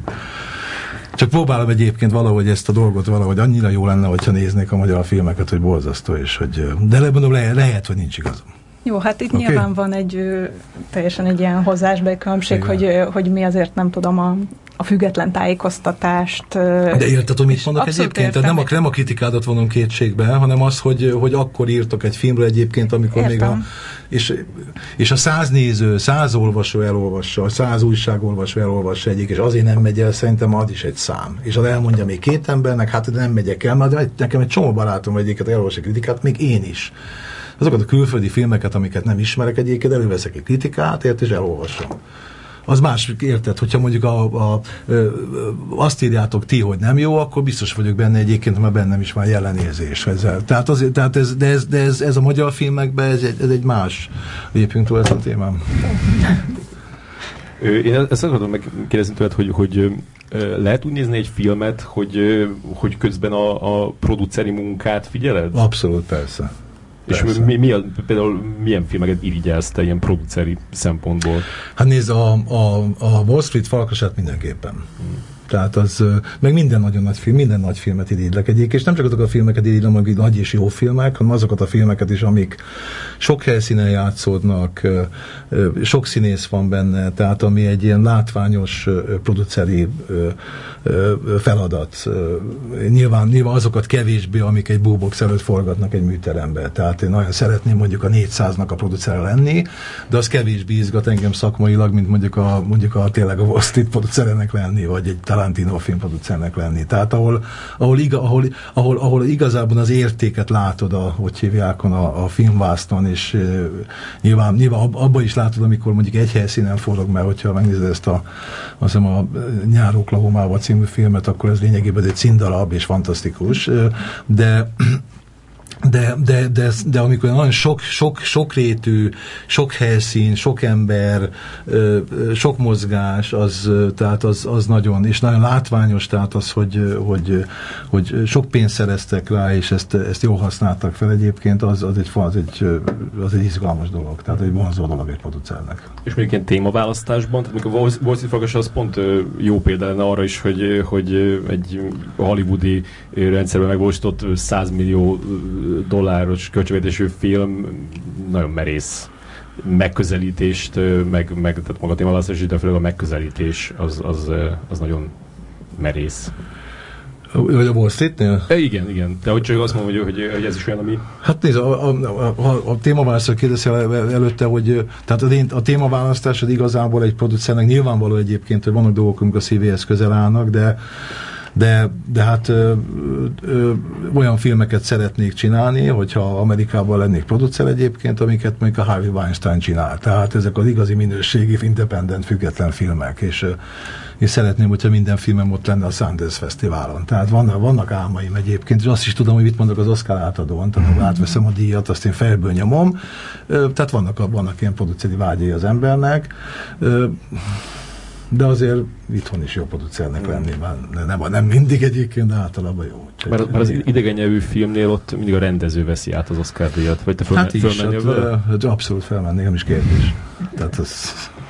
Speaker 3: Csak próbálom egyébként valahogy ezt a dolgot valahogy annyira jó lenne, hogyha néznék a magyar filmeket, hogy borzasztó, és hogy, de mondom, lehet, lehet, hogy nincs igazam.
Speaker 2: Jó, hát itt okay. nyilván van egy teljesen egy ilyen hozásbeli különbség, hogy, hogy mi azért nem tudom a, a független tájékoztatást.
Speaker 3: De érted, hogy mit mondok egyébként? Tehát nem a, nem a kritikádat vonom kétségbe, hanem az, hogy, hogy akkor írtok egy filmről egyébként, amikor értem. még a... És, és a száz néző, száz olvasó elolvassa, a száz újságolvasó elolvassa egyik, és azért nem megy el, szerintem az is egy szám. És az elmondja még két embernek, hát nem megyek el, mert nekem egy csomó barátom egyiket elolvas a kritikát, még én is. Azokat a külföldi filmeket, amiket nem ismerek egyébként, előveszek egy kritikát, ért, és elolvasom. Az más, érted, hogyha mondjuk a, a, a, azt írjátok ti, hogy nem jó, akkor biztos vagyok benne egyébként, mert bennem is van jelenérzés ezzel. Tehát, azért, tehát ez, de ez, de ez, ez a magyar filmekben, ez egy, ez egy más. Lépjünk túl ezt a témám.
Speaker 1: Én ezt akarom megkérdezni tőled, hogy, hogy lehet úgy nézni egy filmet, hogy, hogy közben a, a produceri munkát figyeled?
Speaker 3: Abszolút, persze.
Speaker 1: És mi, mi a, például milyen filmeket irigyelsz te ilyen produceri szempontból?
Speaker 3: Hát nézd, a, a, a Wall Street Farkasát mindenképpen. Hmm. Tehát az, meg minden nagyon nagy film, minden nagy filmet irigylek egyébként, és nem csak azokat a filmeket irigylem, amik nagy és jó filmek, hanem azokat a filmeket is, amik sok helyszínen játszódnak, sok színész van benne, tehát ami egy ilyen látványos produceri feladat. Nyilván, nyilván azokat kevésbé, amik egy boombox előtt forgatnak egy műterembe. Tehát én nagyon szeretném mondjuk a négyszáznak a producere lenni, de az kevésbé izgat engem szakmailag, mint mondjuk a, mondjuk a tényleg a Wall Street producerenek lenni, vagy egy Tarantino filmproducernek lenni. Tehát ahol, ahol, iga, ahol, ahol, ahol igazából az értéket látod, a, hogy hívják a, a filmvászton, és e, nyilván, nyilván abban is látod, amikor mondjuk egy helyszínen forog, mert hogyha megnézed ezt a, azt hiszem a Nyár Oklahomában című filmet, akkor ez lényegében egy színdarab, és fantasztikus, de De, de, de, de amikor nagyon sok, sok, sokrétű, sok helyszín, sok ember, sok mozgás, az, tehát az, az nagyon, és nagyon látványos, tehát az, hogy, hogy, hogy sok pénzt szereztek rá, és ezt, ezt jól használtak fel egyébként, az, az, egy, az, egy, az egy izgalmas dolog, tehát egy vonzó dolog egy producernek.
Speaker 1: És mondjuk ilyen témaválasztásban, tehát amikor a Wall Street Farkas az pont jó példa lenne arra is, hogy, hogy egy hollywoodi rendszerben megvalósított száz millió dolláros költségvetésű film nagyon merész megközelítést, meg, meg tehát maga a témaválasztás, de főleg a megközelítés az, az, az nagyon merész.
Speaker 3: Vagy a Wall Streetnél?
Speaker 1: E, igen, igen. De hogy csak azt mondom, hogy, hogy, hogy ez is olyan, ami...
Speaker 3: Hát nézd, a, a, a, a témaválasztás kérdeztél előtte, hogy tehát a, a témaválasztásod igazából egy producernek nyilvánvaló egyébként, hogy vannak dolgok, amik a szívéhez közel állnak, de De, de hát ö, ö, olyan filmeket szeretnék csinálni, hogyha Amerikában lennék producer egyébként, amiket mondjuk a Harvey Weinstein csinál. Tehát ezek az igazi minőségi, independent, független filmek, és, ö, és szeretném, hogyha minden filmem ott lenne a Sundance Fesztiválon. Tehát vannak, vannak álmaim egyébként, és azt is tudom, hogy mit mondok az Oscar átadón, tehát átveszem a díjat, azt én fejből nyomom. Ö, tehát vannak, vannak ilyen produceri vágyai az embernek. Ö, de azért itthon is jó producernek lenni, már nem, nem mindig egyébként, de általában jó.
Speaker 1: Mert, mert az idegen nyelvű filmnél ott mindig a rendező veszi át az Oscar díjat, vagy te föl,
Speaker 3: hát fölmennél vele? Hát, abszolút felmennék, nem is kérdés. Tehát az...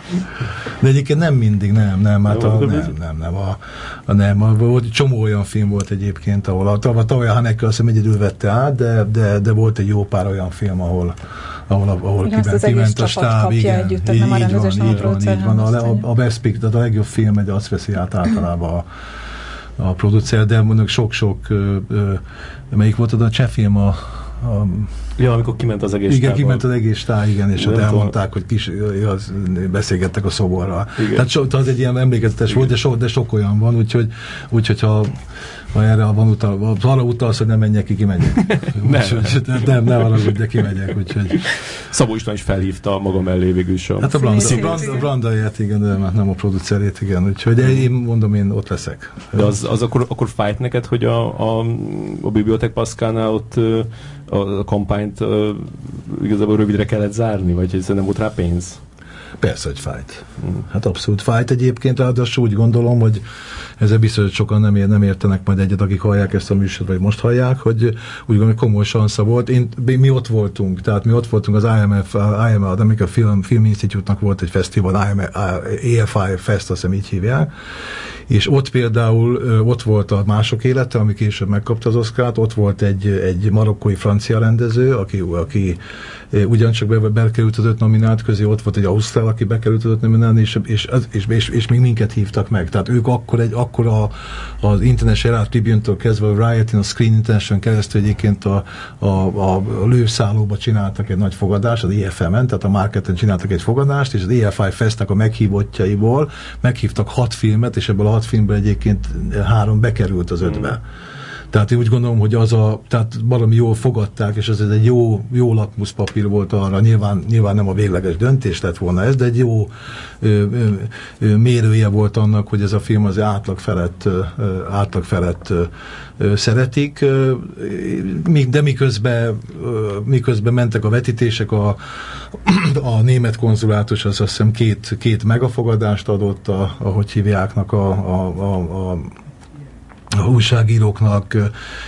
Speaker 3: De egyébként nem mindig, nem, nem, hát a, nem, nem, nem, a, a, nem, a, volt, csomó olyan film volt egyébként, ahol a, a tavaly a Haneke azt hiszem egyedül vette át, de, de, de volt egy jó pár olyan film, ahol ahol, ahol
Speaker 2: igen,
Speaker 3: kiment, kiment a stáb, igen,
Speaker 2: együtt,
Speaker 3: így,
Speaker 2: nem
Speaker 3: így van, így van, így van. A, a, a Best Pick, tehát a legjobb film, egy azt veszi át általában a, a producer, de mondjuk sok-sok, ö, ö, melyik volt az a cseh film, a, a
Speaker 1: ja, amikor kiment az egész
Speaker 3: igen,
Speaker 1: tából.
Speaker 3: kiment az egész táj, igen, és ott elmondták, hogy kis, az, beszélgettek a szoborral. Igen. Tehát so, az egy ilyen emlékezetes igen. volt, de sok, de sok olyan van, úgyhogy, úgyhogy ha, ha erre van utal, arra utalsz, hogy nem menjek ki, kimegyek.
Speaker 1: nem.
Speaker 3: Úgy, nem, nem arra, hogy de kimegyek, úgyhogy...
Speaker 1: Szabó István is felhívta maga mellé végül is a...
Speaker 3: Hát a Branda, Brandaiát, igen, de nem a producerét, igen, úgyhogy én mondom, én ott leszek.
Speaker 1: De az, az akkor, akkor fájt neked, hogy a, a, a Bibliothèque Pascalnál ott a kampányt igazából rövidre kellett zárni, vagy hogy nem volt rá pénz?
Speaker 3: Persze, hogy fájt. Hát abszolút fájt egyébként, ráadásul úgy gondolom, hogy ezzel biztos, hogy sokan nem, ér, nem értenek majd egyet, akik hallják ezt a műsort, vagy most hallják, hogy úgy gondolom, hogy komoly sansza volt. Én, mi ott voltunk, tehát mi ott voltunk az I M F, I M F, az Amerikai Film, Film Institute-nak volt egy fesztivál, A F I Fest, azt hiszem így hívják, és ott például ott volt a Mások élete, ami később megkapta az Oscart, ott volt egy, egy marokkói francia rendező, aki, aki ugyancsak be, bekerült az öt nominált közé, ott volt egy ausztrál, aki bekerült az öt nominált, és, és, és, és, és még minket hívtak meg. Tehát ők akkor egy akkor a, az International Herald Tribune-től kezdve a Riot-in, a Screen International keresztül egyébként a, a, a lőszállóba csináltak egy nagy fogadást, az I F M-en, tehát a Marketen csináltak egy fogadást, és az I F I Festnek a meghívottjaiból meghívtak hat filmet, és ebből a hat filmből egyébként három bekerült az ötbe. Mm. Tehát én úgy gondolom, hogy az a, tehát valami jól fogadták, és ez egy jó, jó lakmuszpapír volt arra, nyilván, nyilván nem a végleges döntés lett volna ez, de egy jó ö, ö, ö, mérője volt annak, hogy ez a film az átlag felett, ö, átlag felett ö, ö, szeretik, ö, de miközben, ö, miközben mentek a vetítések, a, a német konzulátus az azt hiszem két, két megafogadást adott, a, ahogy hívjáknak a, a, a, a a újságíróknak,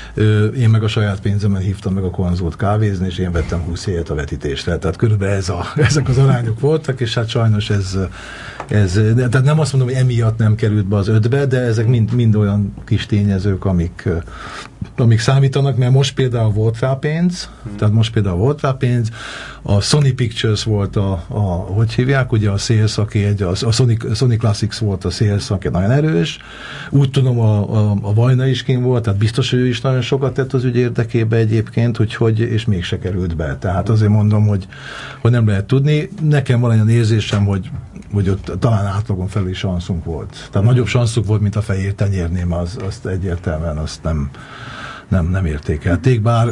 Speaker 3: én meg a saját pénzemen hívtam meg a konzult kávézni, és én vettem húsz évet a vetítésre. Tehát körülbelül ez a, ezek az arányok voltak, és hát sajnos ez, ez, tehát nem azt mondom, hogy emiatt nem került be az ötbe, de ezek mind, mind olyan kis tényezők, amik, amik számítanak, mert most például volt rá pénz, hmm. tehát most például volt rá pénz, a Sony Pictures volt a, a hogy hívják, ugye a sales, aki egy, a, a Sony, Sony Classics volt a sales, aki nagyon erős, úgy tudom a, a, a Vajna is kint volt, tehát biztos, hogy ő is nagyon sokat tett az ügy érdekébe egyébként, úgyhogy, és mégse került be. Tehát azért mondom, hogy, hogy nem lehet tudni. Nekem van olyan érzésem, hogy, hogy ott talán átlagon felüli sanszunk volt. Tehát nagyobb sanszunk volt, mint a fehér tenyérném, az, azt egyértelműen azt nem, nem, nem értékelték, bár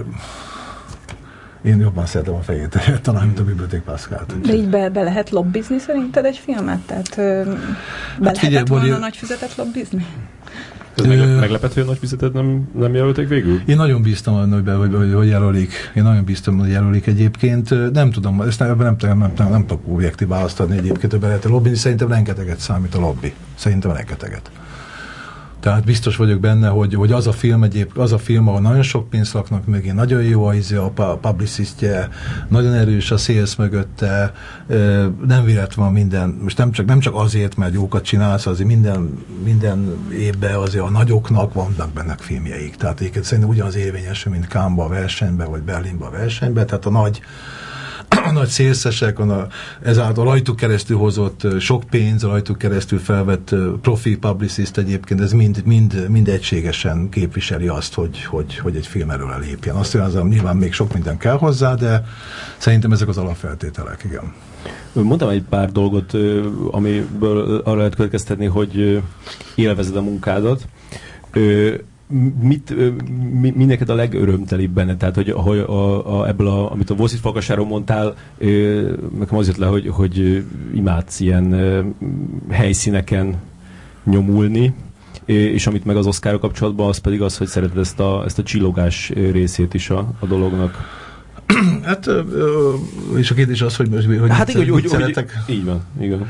Speaker 3: én jobban szeretem a fehér tenyért, talán, mint a Bibliothèque Pascalt.
Speaker 2: De így be, be lehet lobbizni szerinted egy filmet? Tehát ö, be hát lehetett figyelj, volna én... nagy füzetet lobbizni?
Speaker 1: Ez meglep, meglepett, hogy a nagy fizetet nem, nem jelölték végül?
Speaker 3: Én nagyon bíztam, hogy, hogy, hogy, hogy jelölik. Én nagyon bíztam, hogy jelölik egyébként. Nem tudom, ezt nem, nem, nem, nem, nem, nem tudok objektív választ adni egyébként, hogy be lehet lobbizni. Szerintem rengeteget számít a lobby. Szerintem rengeteget. Tehát biztos vagyok benne, hogy, hogy az a film egyébként, az a film, ahol nagyon sok pénzt laknak mögé, nagyon jó a, a publicistje, nagyon erős a sales mögötte, nem véletlen van minden, most nem csak, nem csak azért, mert jókat csinálsz, azért minden, minden évben azért a nagyoknak vannak benne filmjeik. Tehát egyébként szerintem ugyanaz érvényesül, mint Cannes-ba a versenyben, vagy Berlinbe a versenyben, tehát a nagy a nagy szélszesek, a, ezáltal rajtuk keresztül hozott sok pénz, rajtuk keresztül felvett profi publicist egyébként, ez mind, mind, mind egységesen képviseli azt, hogy, hogy, hogy egy film erről elépjen. Azt mondom, nyilván még sok minden kell hozzá, de szerintem ezek az alapfeltételek, igen.
Speaker 1: Mondtam egy pár dolgot, amiből arra lehet következtetni, hogy élvezed a munkádat. Mit, mi, mi neked a legörömtelibb benne? Tehát, hogy, hogy a, a, ebből, a, amit a Wall Street Farkasáról mondtál, nekem az jött le, hogy, hogy imádsz ilyen helyszíneken nyomulni, és amit meg az Oscarra kapcsolatban, az pedig az, hogy szereted ezt a, ezt a csillogás részét is a, a dolognak.
Speaker 3: Hát, és a kérdés az, hogy, hogy
Speaker 1: hát
Speaker 3: mit,
Speaker 1: így,
Speaker 3: mit
Speaker 1: úgy,
Speaker 3: szeretek.
Speaker 1: Úgy, így van, igen.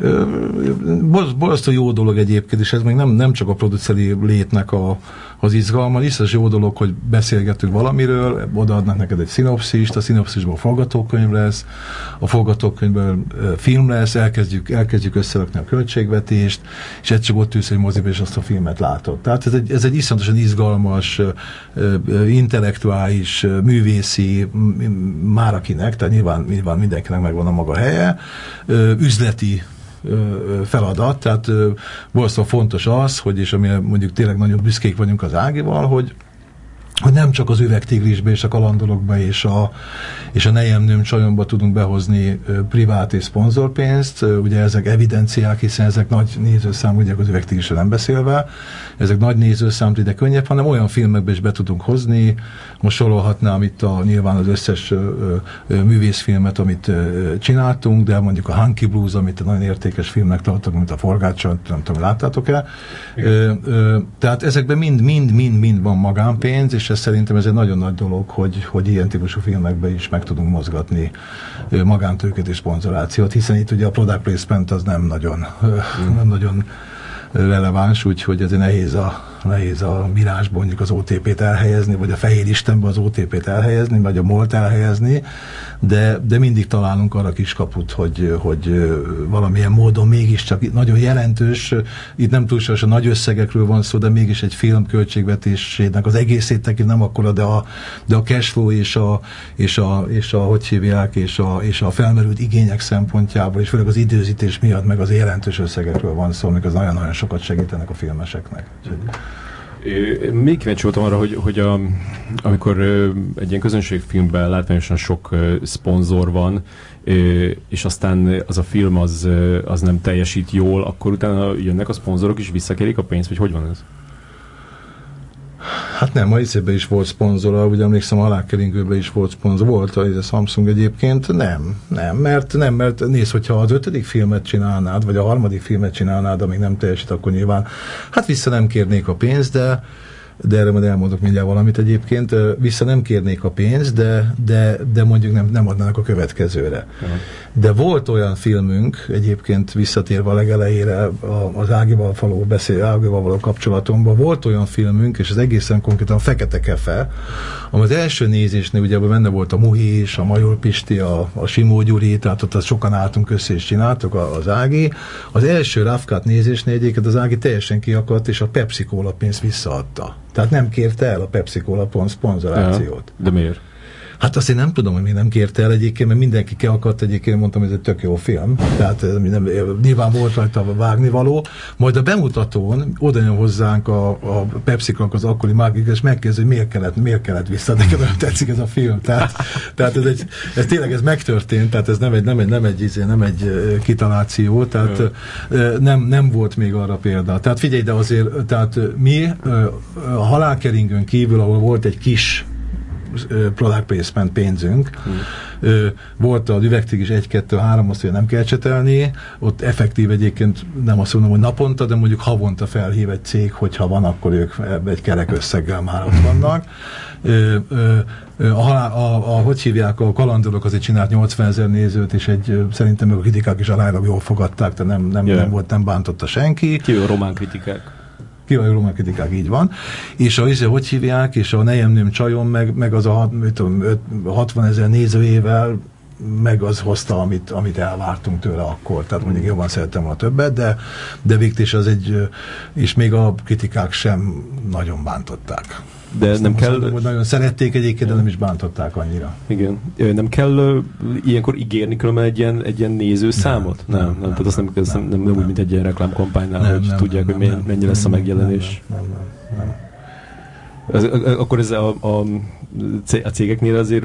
Speaker 3: Borzasztó jó dolog egyébként, és ez még nem, nem csak a produceri létnek a, az izgalma, hisz az jó dolog, hogy beszélgetünk valamiről, odaadnak neked egy szinopszist, a szinopszisból forgatókönyv lesz, a forgatókönyvből film lesz, elkezdjük, elkezdjük összerakni a költségvetést, és egy csak ott ülsz egy moziba, és azt a filmet látod. Tehát ez egy, ez egy iszonyatosan izgalmas, intellektuális, művészi, már akinek, tehát nyilván, nyilván mindenkinek megvan a maga helye, üzleti feladat, tehát borzasztóan fontos az, hogy, és amire mondjuk tényleg nagyon büszkék vagyunk az Ágival, hogy hogy nem csak az Üvegtigrisbe és a Kalandorokba és a, és a Nejem Nőm Csajomba tudunk behozni ö, privát és szponzorpénzt, ö, ugye ezek evidenciák, hiszen ezek nagy nézőszám, ugye az Üvegtigrisre nem beszélve, ezek nagy nézőszám, ide könnyebb, hanem olyan filmekbe is be tudunk hozni, most sorolhatnám itt a, nyilván az összes ö, ö, művészfilmet, amit ö, csináltunk, de mondjuk a Hunky Blues, amit nagyon értékes filmnek tartok, mint a Forgáccsal, nem tudom, láttátok-e? Ö, ö, tehát ezekben mind, mind, mind, mind van magánpénz, és ez szerintem ez egy nagyon nagy dolog, hogy, hogy ilyen típusú filmekben is meg tudunk mozgatni magántőket és szponzorációt, hiszen itt ugye a product placement az nem nagyon, mm. nem nagyon releváns, úgyhogy ez nehéz a, nehéz a Mirásban mondjuk az o té pét elhelyezni, vagy a Fehér Istenben az o té pét elhelyezni, vagy a MOL-t elhelyezni, de, de mindig találunk arra kis kaput, hogy, hogy valamilyen módon mégiscsak nagyon jelentős, itt nem túlságosan nagy összegekről van szó, de mégis egy film költségvetésének az egészét tekint nem akkora, de a, de a cashflow és a, és a, és a hogy hívják, és a, és a felmerült igények szempontjából, és főleg az időzítés miatt meg az jelentős összegekről van szó, amik az nagyon-nagyon sokat segítenek a filmeseknek.
Speaker 1: Még kíváncsi voltam arra, hogy, hogy a, amikor egy ilyen közönségfilmben látványosan sok szponzor van, és aztán az a film az, az nem teljesít jól, akkor utána jönnek a szponzorok és visszakérik a pénzt, vagy hogy van ez?
Speaker 3: Hát nem, a izében is volt szponzora, ugye emlékszem, a Halálkeringőben is volt szponzor, volt a, a Samsung egyébként, nem, nem, mert nem, mert nézd, hogyha az ötödik filmet csinálnád, vagy a harmadik filmet csinálnád, amíg nem teljesít, akkor nyilván, hát vissza nem kérnék a pénzt, de de erre majd elmondok mindjárt valamit egyébként, vissza nem kérnék a pénzt, de, de, de mondjuk nem, nem adnának a következőre. Uh-huh. De volt olyan filmünk, egyébként visszatérve a legelejére az Ágival való beszél, Ágival való kapcsolatomban, volt olyan filmünk, és az egészen konkrétan a Fekete Kefe, ami az első nézésnél ugye benne volt a Muhi és a Major Pisti, a, a Simó Gyuri, tehát ott sokan álltunk össze és csináltuk az Ági. Az első Rough Cut nézésnél egyébként az Ági teljesen kiakadt, és a Pepsi Cola pénzt visszaadta. Tehát nem kérte el a Pepsi Cola szponzorációt.
Speaker 1: Ja, de miért?
Speaker 3: Hát azt én nem tudom, hogy még nem kérte el egyébként, mert mindenki kiakadt egyébként, mondtam, hogy ez egy tök jó film. Tehát nem, nyilván volt rajta vágnivaló. Majd a bemutatón oda jön hozzánk a, a Pepsi-nak az akkori mágik, és megkérdezi, hogy miért kellett, miért kellett vissza, neked nem tetszik ez a film. Tehát, tehát ez, egy, ez tényleg ez megtörtént, tehát ez nem egy, nem egy, nem egy, nem egy kitaláció, tehát nem, nem volt még arra példa. Tehát figyelj, de azért, tehát mi a Halálkeringőn kívül, ahol volt egy kis product placement pénzünk. Hmm. Volt az Üvegtigris egy kettő három, azt, hogy nem kell csetelni, ott effektív egyébként nem azt mondom, hogy naponta, de mondjuk havonta felhív egy cég, hogyha van, akkor ők egy kerek összeggel már ott vannak. A, a, a, hogy hívják, a Kalandorok azért csinált nyolcvanezer nézőt, és egy, szerintem a kritikák is aránylag jól fogadták, tehát nem, nem, yeah. nem volt, nem bántotta senki.
Speaker 1: Ki a román kritikák?
Speaker 3: Kiváló román kritikák, így van. És a, és a hogy hívják, és a Nejem Nőm Csajom, meg, meg az a hatvanezer nézőjével meg az hozta, amit, amit elvártunk tőle akkor. Tehát mondjuk jobban szerettem volna többet, de, de végtés az egy, és még a kritikák sem nagyon bántották. De azt nem kell... Mondom, hogy nagyon szerették egyébként, de nem is bántották annyira.
Speaker 1: Igen. Nem kell uh, ilyenkor ígérni különben egy ilyen, egy ilyen nézőszámot? Nem, nem, nem, nem. Tehát azt nem, nem, nem, nem, nem úgy, mint egy ilyen reklámkampánynál, nem, hogy nem, tudják, nem, hogy nem, mennyi nem, lesz a megjelenés. Nem, nem, nem, nem. Ez, akkor ez a, a, a cégeknél azért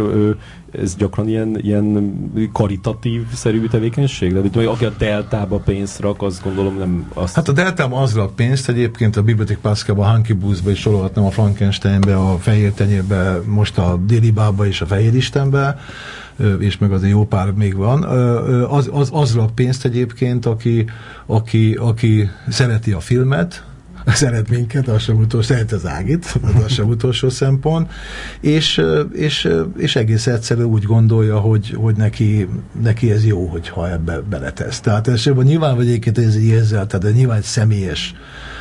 Speaker 1: ez gyakran ilyen, ilyen karitatív-szerű tevékenység? De hogy aki a Deltába pénzt rak, azt gondolom nem azt...
Speaker 3: Hát a Deltában az rak pénzt, egyébként a Bibliothèque Pascalba, a Hunky Booth-ba is sorolhatnám, a Frankensteinbe, a Fehér Tenyérbe, most a Déli Bába és a Fehér Istenbe, és meg azért jó pár még van, az, az, az rak pénzt egyébként, aki, aki, aki szereti a filmet, szeret minket, az sem utolsó, szeret az Ágit, az sem utolsó szempont, és, és, és egész egyszerűen úgy gondolja, hogy, hogy neki, neki ez jó, hogyha ebbe beletesz. Tehát ez sem, nyilván vagy egyébként ez ezzel, tehát nyilván egy személyes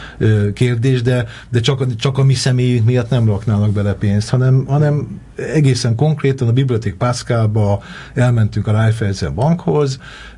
Speaker 3: kérdés, de, de csak, a, csak a mi személyünk miatt nem raknának bele pénzt, hanem, hanem egészen konkrétan a Bibliothèque Pascalba elmentünk a Raiffeisen bankhoz,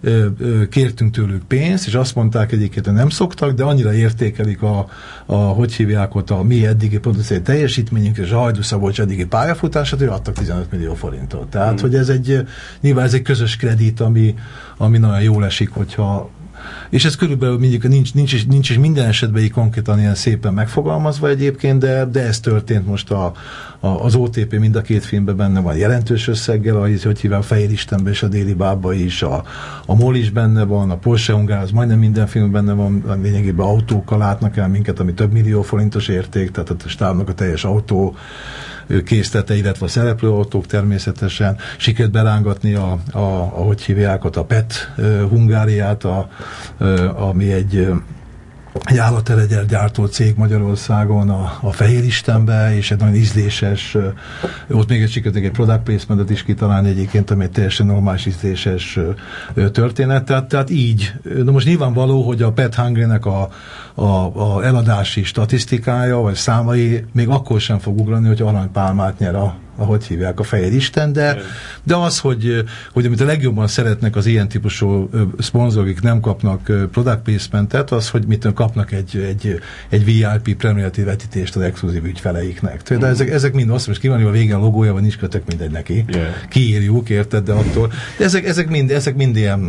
Speaker 3: kértünk tőlük pénzt, és azt mondták egyébként, hogy nem szoktak, de annyira értékelik a, a hogy hívják ott a mi eddigi producer teljesítményünk, és a Hajdú Szabolcs eddigi pályafutását, hogy adtak tizenöt millió forintot. Tehát, hmm. hogy ez egy, nyilván ez egy közös kredit, ami, ami nagyon jól esik, hogyha és ez körülbelül mindig nincs, nincs, is, nincs is minden esetben így konkrétan ilyen szépen megfogalmazva egyébként, de, de ez történt most a, a, az o té pé mind a két filmben benne van jelentős összeggel, a, hogy hívják, a Fehér Istenben és a Déli Bába is, a, a MOL is benne van, a Porsche Ungár, az majdnem minden filmben benne van, lényegében autókkal látnak el minket, ami több millió forintos érték, tehát a stábnak a teljes autó készlete, illetve a szereplőautók természetesen. Sikerült berángatni a, a, a hogy hívják ott a pé e té uh, Hungáriát, a, uh, ami egy, uh, egy állateregyer gyártó cég Magyarországon a, a Fehér Istenbe, és egy nagyon ízléses, uh, ott még egy sikerült egy product placementet is kitalálni egyébként, ami egy teljesen normális ízléses uh, történet. Tehát, tehát így. Na most nyilvánvaló, hogy a pé e té Hungary-nek a A, a eladási statisztikája, vagy számai még akkor sem fog ugrani, hogy aranypálmát nyer a, ahogy hívják, a Fehér Isten, de, de az, hogy, hogy amit a legjobban szeretnek az ilyen típusú szponzorok, akik nem kapnak product placementet, az, hogy mit kapnak egy, egy, egy vé i pé premierti vetítést az exkluzív ügyfeleiknek. De mm. ezek, ezek mind azt, most ki van, hogy a végén a logója van, nincs kötök mindegy neki. Yeah. Kiírjuk, érted, de attól. De ezek, ezek, mind, ezek mind ilyen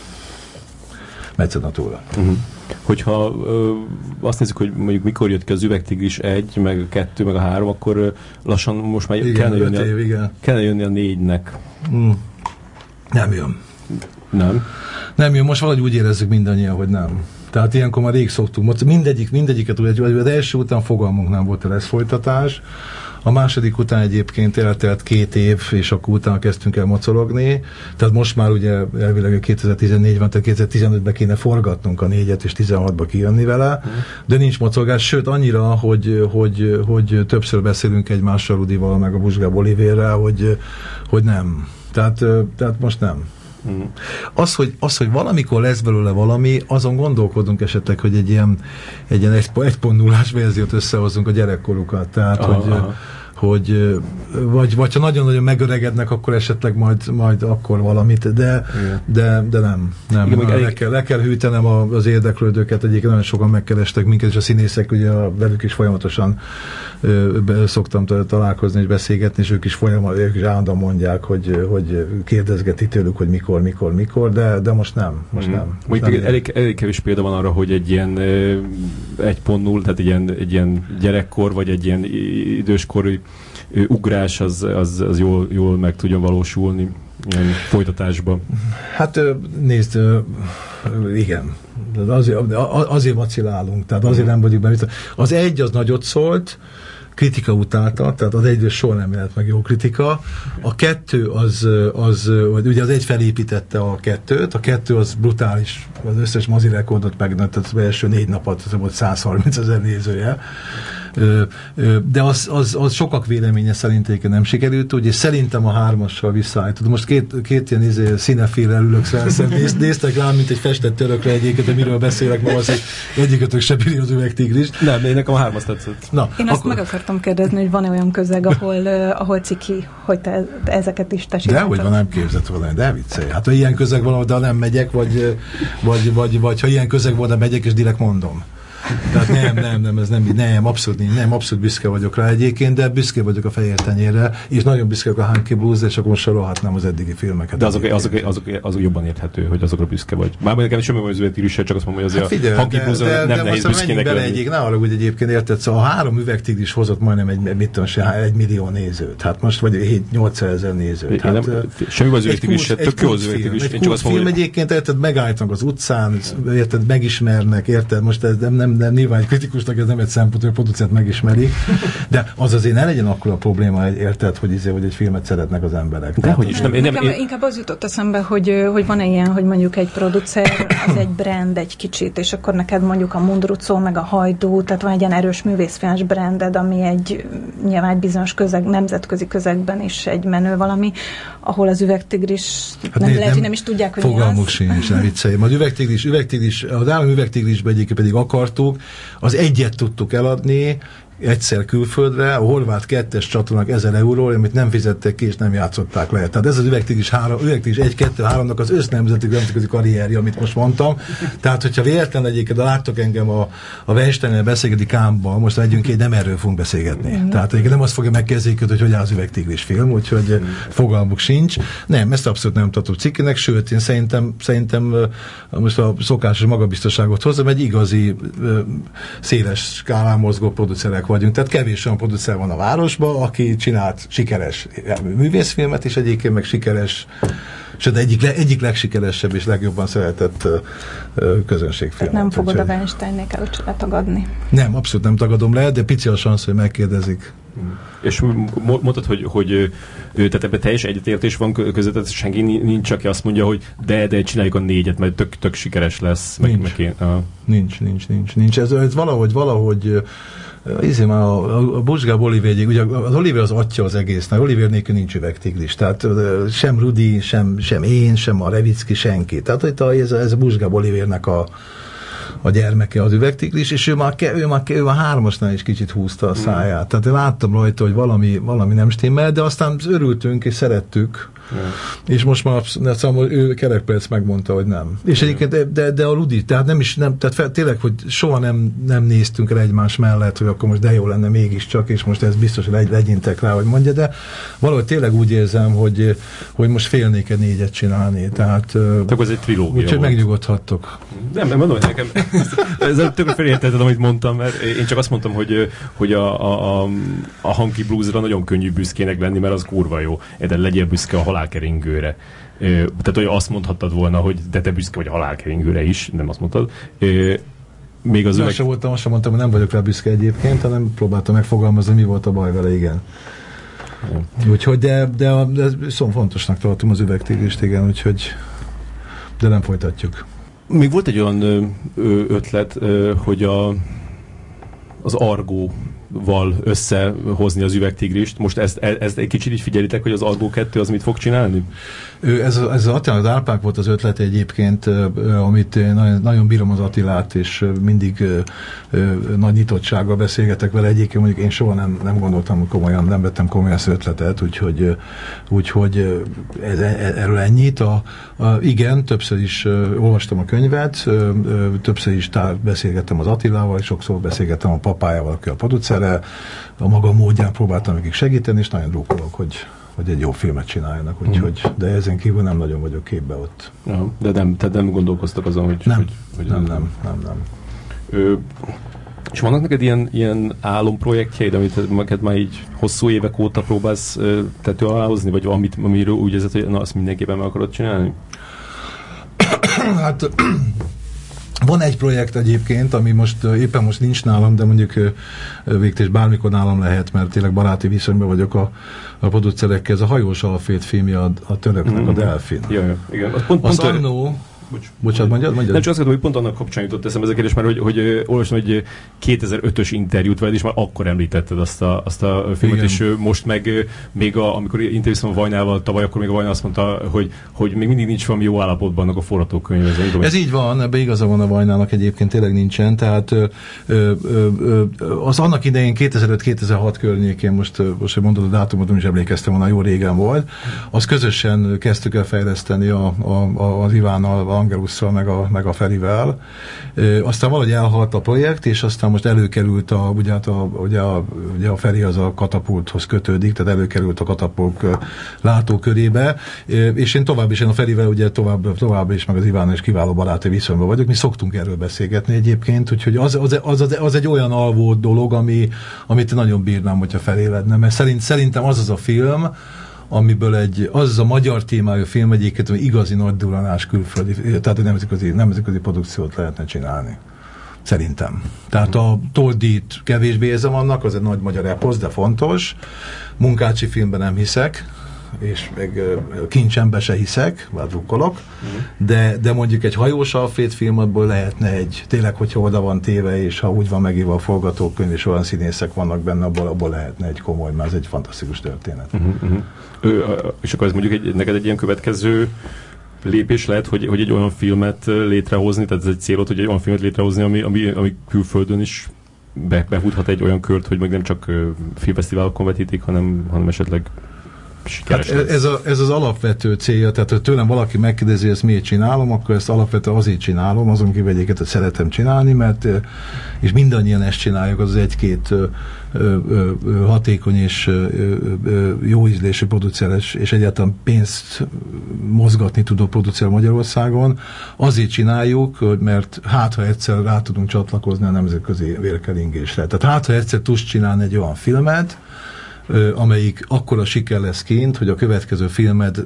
Speaker 3: mecenatúra. Mm-hmm.
Speaker 1: Hogyha ö, azt nézzük, hogy mondjuk mikor jött ki az Üvegtigris egy, meg a kettő, meg a három, akkor ö, lassan most már igen, kellene, jönni év, a, igen. kellene jönni a négynek. Mm.
Speaker 3: Nem jön.
Speaker 1: Nem?
Speaker 3: Nem jön, most valahogy úgy érezzük mindannyian, hogy nem. Tehát ilyenkor már rég szoktunk. Mindegyik, mindegyiket úgy, az első után fogalmunk nem volt, hogy lesz folytatás. A második után egyébként eltelt két év, és akkor utána kezdtünk el mocorogni. Tehát most már ugye elvileg kétezer-tizennégyben, tehát kétezer-tizenötben kéne forgatnunk a négyet, és tizenhatba kijönni vele, de nincs mocorgás, sőt annyira, hogy, hogy, hogy többször beszélünk egymással Rudival, meg a Buzsgál Olivérrel, hogy, hogy nem. Tehát, tehát most nem. Mm. Az, hogy, az, hogy valamikor lesz belőle valami, azon gondolkodunk esetleg, hogy egy ilyen, egy ilyen egy pont nullás verziót összehozunk a gyerekkorukat. Tehát, aha, hogy, aha. hogy vagy, vagy ha nagyon-nagyon megöregednek, akkor esetleg majd, majd akkor valamit, de, de, de nem. nem. Igen, le, elég... kell, le kell hűtenem az érdeklődőket, egyébként nagyon sokan megkerestek minket, és a színészek, ugye velük is folyamatosan ö, szoktam találkozni és beszélgetni, és ők is folyamatosan, ők is állandóan mondják, hogy, hogy kérdezgeti tőlük, hogy mikor, mikor, mikor, de, de most nem. Most mm. nem. Most nem
Speaker 1: elég, elég kevés példa van arra, hogy egy ilyen egy pont null, tehát egy ilyen, egy ilyen gyerekkor, vagy egy ilyen időskori ugrás az, az, az jól, jól meg tudjon valósulni ilyen folytatásban.
Speaker 3: Hát nézd, igen. Azért, azért vacilálunk, tehát azért nem vagyunk benne. Az egy az nagyot szólt, kritika utálta, tehát az egyről soha nem jelent meg jó kritika. A kettő az, az ugye az egy felépítette a kettőt, a kettő az brutális, az összes mozi rekordot megnőtt, az első négy napot az volt száz harminc ezer nézője. De az, az, az sokak véleménye szerint nem sikerült, ugye szerintem a hármassal visszaállítod. Most két, két ilyen izé, színeféle ülök szemben, Néz, néztek rám, mint egy festett törökre egyiket, de miről beszélek ma, az, hogy egyikötök se bírja az üvegtigrist.
Speaker 1: Nem, én nekem a hármas tetszett.
Speaker 2: Na, én akkor... azt meg akartam kérdezni, hogy van-e olyan közeg, ahol, uh, ahol ciki, hogy te ezeket is tessék.
Speaker 3: De hogy van, nem képzett volna, de viccelj. Hát ha ilyen közeg van, de nem megyek, vagy, vagy, vagy, vagy ha ilyen közeg van, de megyek, és direkt mondom. Tehát nem, nem, nem, ez nem, nem, abszolút, nem, abszolút büszke vagyok rá egyébként, de büszke vagyok a Fehér Tenyérre, és nagyon büszke vagyok a Hunky Blues, és akkor most sorolhatnám az eddigi filmeket.
Speaker 1: De azok, azok, azok, azok jobban érthető, hogy azokra büszke vagy. Már nekem semmi van az üvegtigrisre, csak azt mondom, hogy azért hát a Hunky Blues nem de nehéz büszkének lenni.
Speaker 3: Egyik, ne arra, hogy egyébként érted, szóval a három üvegtigris hozott majdnem egy, mit tudom, egy millió nézőt. Hát most vagy hét-nyolcszázezer nézőt. Hát,
Speaker 1: nem, semmi van az üvegtigrisre, tök jó az üvegtigris.
Speaker 3: Egy kultfilm egyébként, érted, megállítanak az utcán, érted, megismernek, érted, most ez nem, nem, nem nyilván kritikusnak ez nem egy szempont, hogy a producent megismeri, de az azért ne legyen akkor a probléma, érted, hogy, izé, hogy egy filmet szeretnek az emberek.
Speaker 1: De hogy is nem, én nem,
Speaker 2: én... Inkább az jutott eszembe, hogy, hogy van-e ilyen, hogy mondjuk egy producer, az egy brand egy kicsit, és akkor neked mondjuk a Mundrucó, meg a Hajdú, tehát van egy ilyen erős művészfilmes branded, ami egy nyilván egy bizonyos közeg, nemzetközi közegben is egy menő valami, ahol az üvegtigris hát nem, lehet, hogy nem is tudják, hogy
Speaker 3: fogalmuk sincs, nem vicceljem. Az üvegtigris, üvegtigris, az állami üvegtigrisbe egyébként pedig akartuk, az egyet tudtuk eladni, egyszer külföldre, a horvát kettes csatornák ezer euróról, amit nem fizettek ki, és nem játszották le. Tehát ez az üvegtigris három, üvegtigris egy kettő háromnak az össznemzeti nemzetközi karrierje, amit most mondtam. Tehát, hogyha véletlen egyébként, de láttok engem a, a Weinstein-nel beszélgetni Kámban, most legyünk egy, nem erről fogunk beszélgetni. Mm. Tehát egyébként nem azt fogja megkezdeni, hogy hogy áll az üvegtigris film, úgyhogy mm. fogalmuk sincs. Nem, ezt abszolút nem tartom cikkinek, sőt, én szerintem, szerintem most a szokásos magabiztosságot hozzam, egy igazi széles skálán mozgó producerek vagyunk. Tehát kevés olyan producer van a városban, aki csinált sikeres művészfilmet, és egyébként meg sikeres, sőt, egyik, egyik legsikeresebb és legjobban szeretett közönségfilmet.
Speaker 2: Nem fogod a Weinstein-nél el tagadni.
Speaker 3: Nem, abszolút nem tagadom le, de pici a szansz, hogy megkérdezik.
Speaker 1: És mondtad, hogy, hogy tehát ebben teljes egyetértés van közöttet, senki nincs, aki azt mondja, hogy de, de csináljuk a négyet, mert tök, tök sikeres lesz.
Speaker 3: Nincs.
Speaker 1: Meg, meg én, a...
Speaker 3: nincs, nincs, nincs, nincs. Ez, ez valahogy, valahogy Izé, már a, a Bush Gab Olivier, ugye az Olivier az atya az egésznek, Olivier nélkül nincs üvegtigris, tehát sem Rudi, sem, sem én, sem a Revicki, senki. Tehát itt a, ez, a, ez a Bush Gab Oliviernek a, a gyermeke az üvegtigris, és ő már, ő már, ő már hármasnál is kicsit húzta a száját. Tehát én láttam rajta, hogy valami, valami nem stimmel, de aztán örültünk és szerettük. Ja. És most már szóval ő kerekperc megmondta, hogy nem. És ja. egyébként, de, de, de a Rudi, tehát nem is, nem, tehát fel, tényleg, hogy soha nem, nem néztünk rá egymás mellett, hogy akkor most de jó lenne mégiscsak, és most ez biztos, hogy legy, legyintek rá, hogy mondja, de valahogy tényleg úgy érzem, hogy, hogy most félnék egy négyet csinálni. Tehát,
Speaker 1: tehát ez egy trilógia.
Speaker 3: Úgyhogy megnyugodhattok.
Speaker 1: Nem, nem mondom, hogy nekem ezzel tökre felértetted, amit mondtam, mert én csak azt mondtam, hogy, hogy a, a, a Hunky Bluesra nagyon könnyű büszkének lenni, mert az kurva jó. De legyél büszke a halálkeringőre. Tehát, hogy azt mondhattad volna, hogy de te büszke vagy a halálkeringőre is, nem azt mondtad. Még az üveg... sem
Speaker 3: voltam, azt sem mondtam, hogy nem vagyok rá büszke egyébként, hanem próbáltam megfogalmazni, mi volt a baj vele, igen. Ja. Úgyhogy, de, de, de szóval fontosnak tartom az üvegtigrist, igen, úgyhogy de nem folytatjuk.
Speaker 1: Még volt egy olyan ö, ötlet, ö, hogy a, az Argóval összehozni az üvegtigrist. Most ezt, ezt egy kicsit így figyelitek, hogy az Argó kettő az mit fog csinálni?
Speaker 3: Ez, ez az Attilának Árpák volt az ötlet egyébként, amit nagyon, nagyon bírom az Attilát, és mindig nagy nyitottsággal beszélgetek vele. Egyébként mondjuk én soha nem, nem gondoltam, hogy komolyan, nem vettem komolyan ezt az ötletet, úgyhogy, úgyhogy ez, erről ennyit. A, a, igen, többször is olvastam a könyvet, többször is tár, beszélgettem az Attilával, és sokszor beszélgettem a papájával, aki a producere, a maga módján próbáltam nekik segíteni, és nagyon drukkolok, hogy hogy egy jó filmet csináljanak, úgyhogy, de ezen kívül nem nagyon vagyok képbe ott.
Speaker 1: Ja, de nem, tehát nem gondolkoztak azon, hogy...
Speaker 3: Nem,
Speaker 1: hogy, hogy
Speaker 3: nem, nem, nem, nem.
Speaker 1: Ö, és vannak neked ilyen, ilyen álomprojektjeid, amit neked már így hosszú évek óta próbálsz tető alá hozni, vagy amit, amiről úgy érzed, hogy na, azt mindenképpen meg akarod csinálni?
Speaker 3: Hát... Van egy projekt egyébként, ami most éppen most nincs nálam, de mondjuk végtés bármikor nálam lehet, mert tényleg baráti viszonyban vagyok a, a producerekkel. Ez a Hajós Alféd filmje, a, a töröknek, mm. a Delfin.
Speaker 1: Ja, ja, igen. Az, pont,
Speaker 3: az
Speaker 1: pont
Speaker 3: annó,
Speaker 1: Bocs.
Speaker 3: Bocsánat, mondjad, mondjad.
Speaker 1: Nem csak azt gondolom, hogy pont annak kapcsán jutott eszembe ez a kérdés, mert hogy, hogy olvastam egy kétezer-ötös interjút veled, és már akkor említetted azt a, azt a filmet, igen. És most meg még a, amikor interjúztam a Vajnával tavaly, akkor még a Vajnál azt mondta, hogy, hogy még mindig nincs valami jó állapotban annak a forgatókönyv. Ez,
Speaker 3: ez így van, ebbe igaza van a Vajnának, egyébként tényleg nincsen, tehát ö, ö, ö, az annak idején kétezer-öt-kétezer-hat környékén, most, most mondod a dátumot, nem is emlékeztem volna, jó régen volt, az közösen kezdtük el fejleszteni a, a, a, az Ivánnal, Angelusszal, meg a, meg a Ferivel. E, aztán valahogy elhalt a projekt, és aztán most előkerült a, ugye, a, ugye, a, ugye a Feri az a katapulthoz kötődik, tehát előkerült a katapult látókörébe, e, és én tovább is, én a Ferivel ugye tovább, tovább is, meg az Ivánnal is kiváló baráti viszonyban vagyok, mi szoktunk erről beszélgetni egyébként, úgyhogy az, az, az, az, az egy olyan alvó dolog, ami, amit nagyon bírnám, hogyha feléledne, mert szerint, szerintem az az a film, amiből egy, az, az a magyar témájú film egyébként, hogy igazi nagy duranás külföldi, tehát egy nemzetközi, nemzetközi produkciót lehetne csinálni. Szerintem. Tehát a Toldit kevésbé érzem annak, az egy nagy magyar eposz, de fontos. Munkácsi filmben nem hiszek, és meg Kincsembe se hiszek, már drukkolok, mm. de, de mondjuk egy hajós Alfréd filmabból lehetne egy, tényleg, hogyha oda van téve, és ha úgy van megírva a forgatókönyv, és olyan színészek vannak benne, abból, abból lehetne egy komoly, mert ez egy fantasztikus történet. Uh-huh, uh-huh. Ö,
Speaker 1: és akkor ez mondjuk egy, neked egy ilyen következő lépés lehet, hogy, hogy egy olyan filmet létrehozni, tehát ez egy célod, hogy egy olyan filmet létrehozni, ami, ami, ami külföldön is be, behúdhat egy olyan kört, hogy meg nem csak filmfesztiválokon vetítik, hanem, hanem esetleg
Speaker 3: hát ez, a, ez az alapvető célja, tehát hogy tőlem valaki megkérdezi, ezt miért csinálom, akkor ezt alapvetően azért csinálom, azon kívül egyébként szeretem csinálni, mert és mindannyian ezt csináljuk, az egy-két ö, ö, ö, hatékony és ö, ö, jó ízlésű producer, és egyáltalán pénzt mozgatni tudó producer Magyarországon. Azért csináljuk, mert hát ha egyszer rá tudunk csatlakozni a nemzetközi vérkeringésre. Tehát hát ha egyszer tudsz csinálni egy olyan filmet, amelyik akkora siker lesz kint, hogy a következő filmed,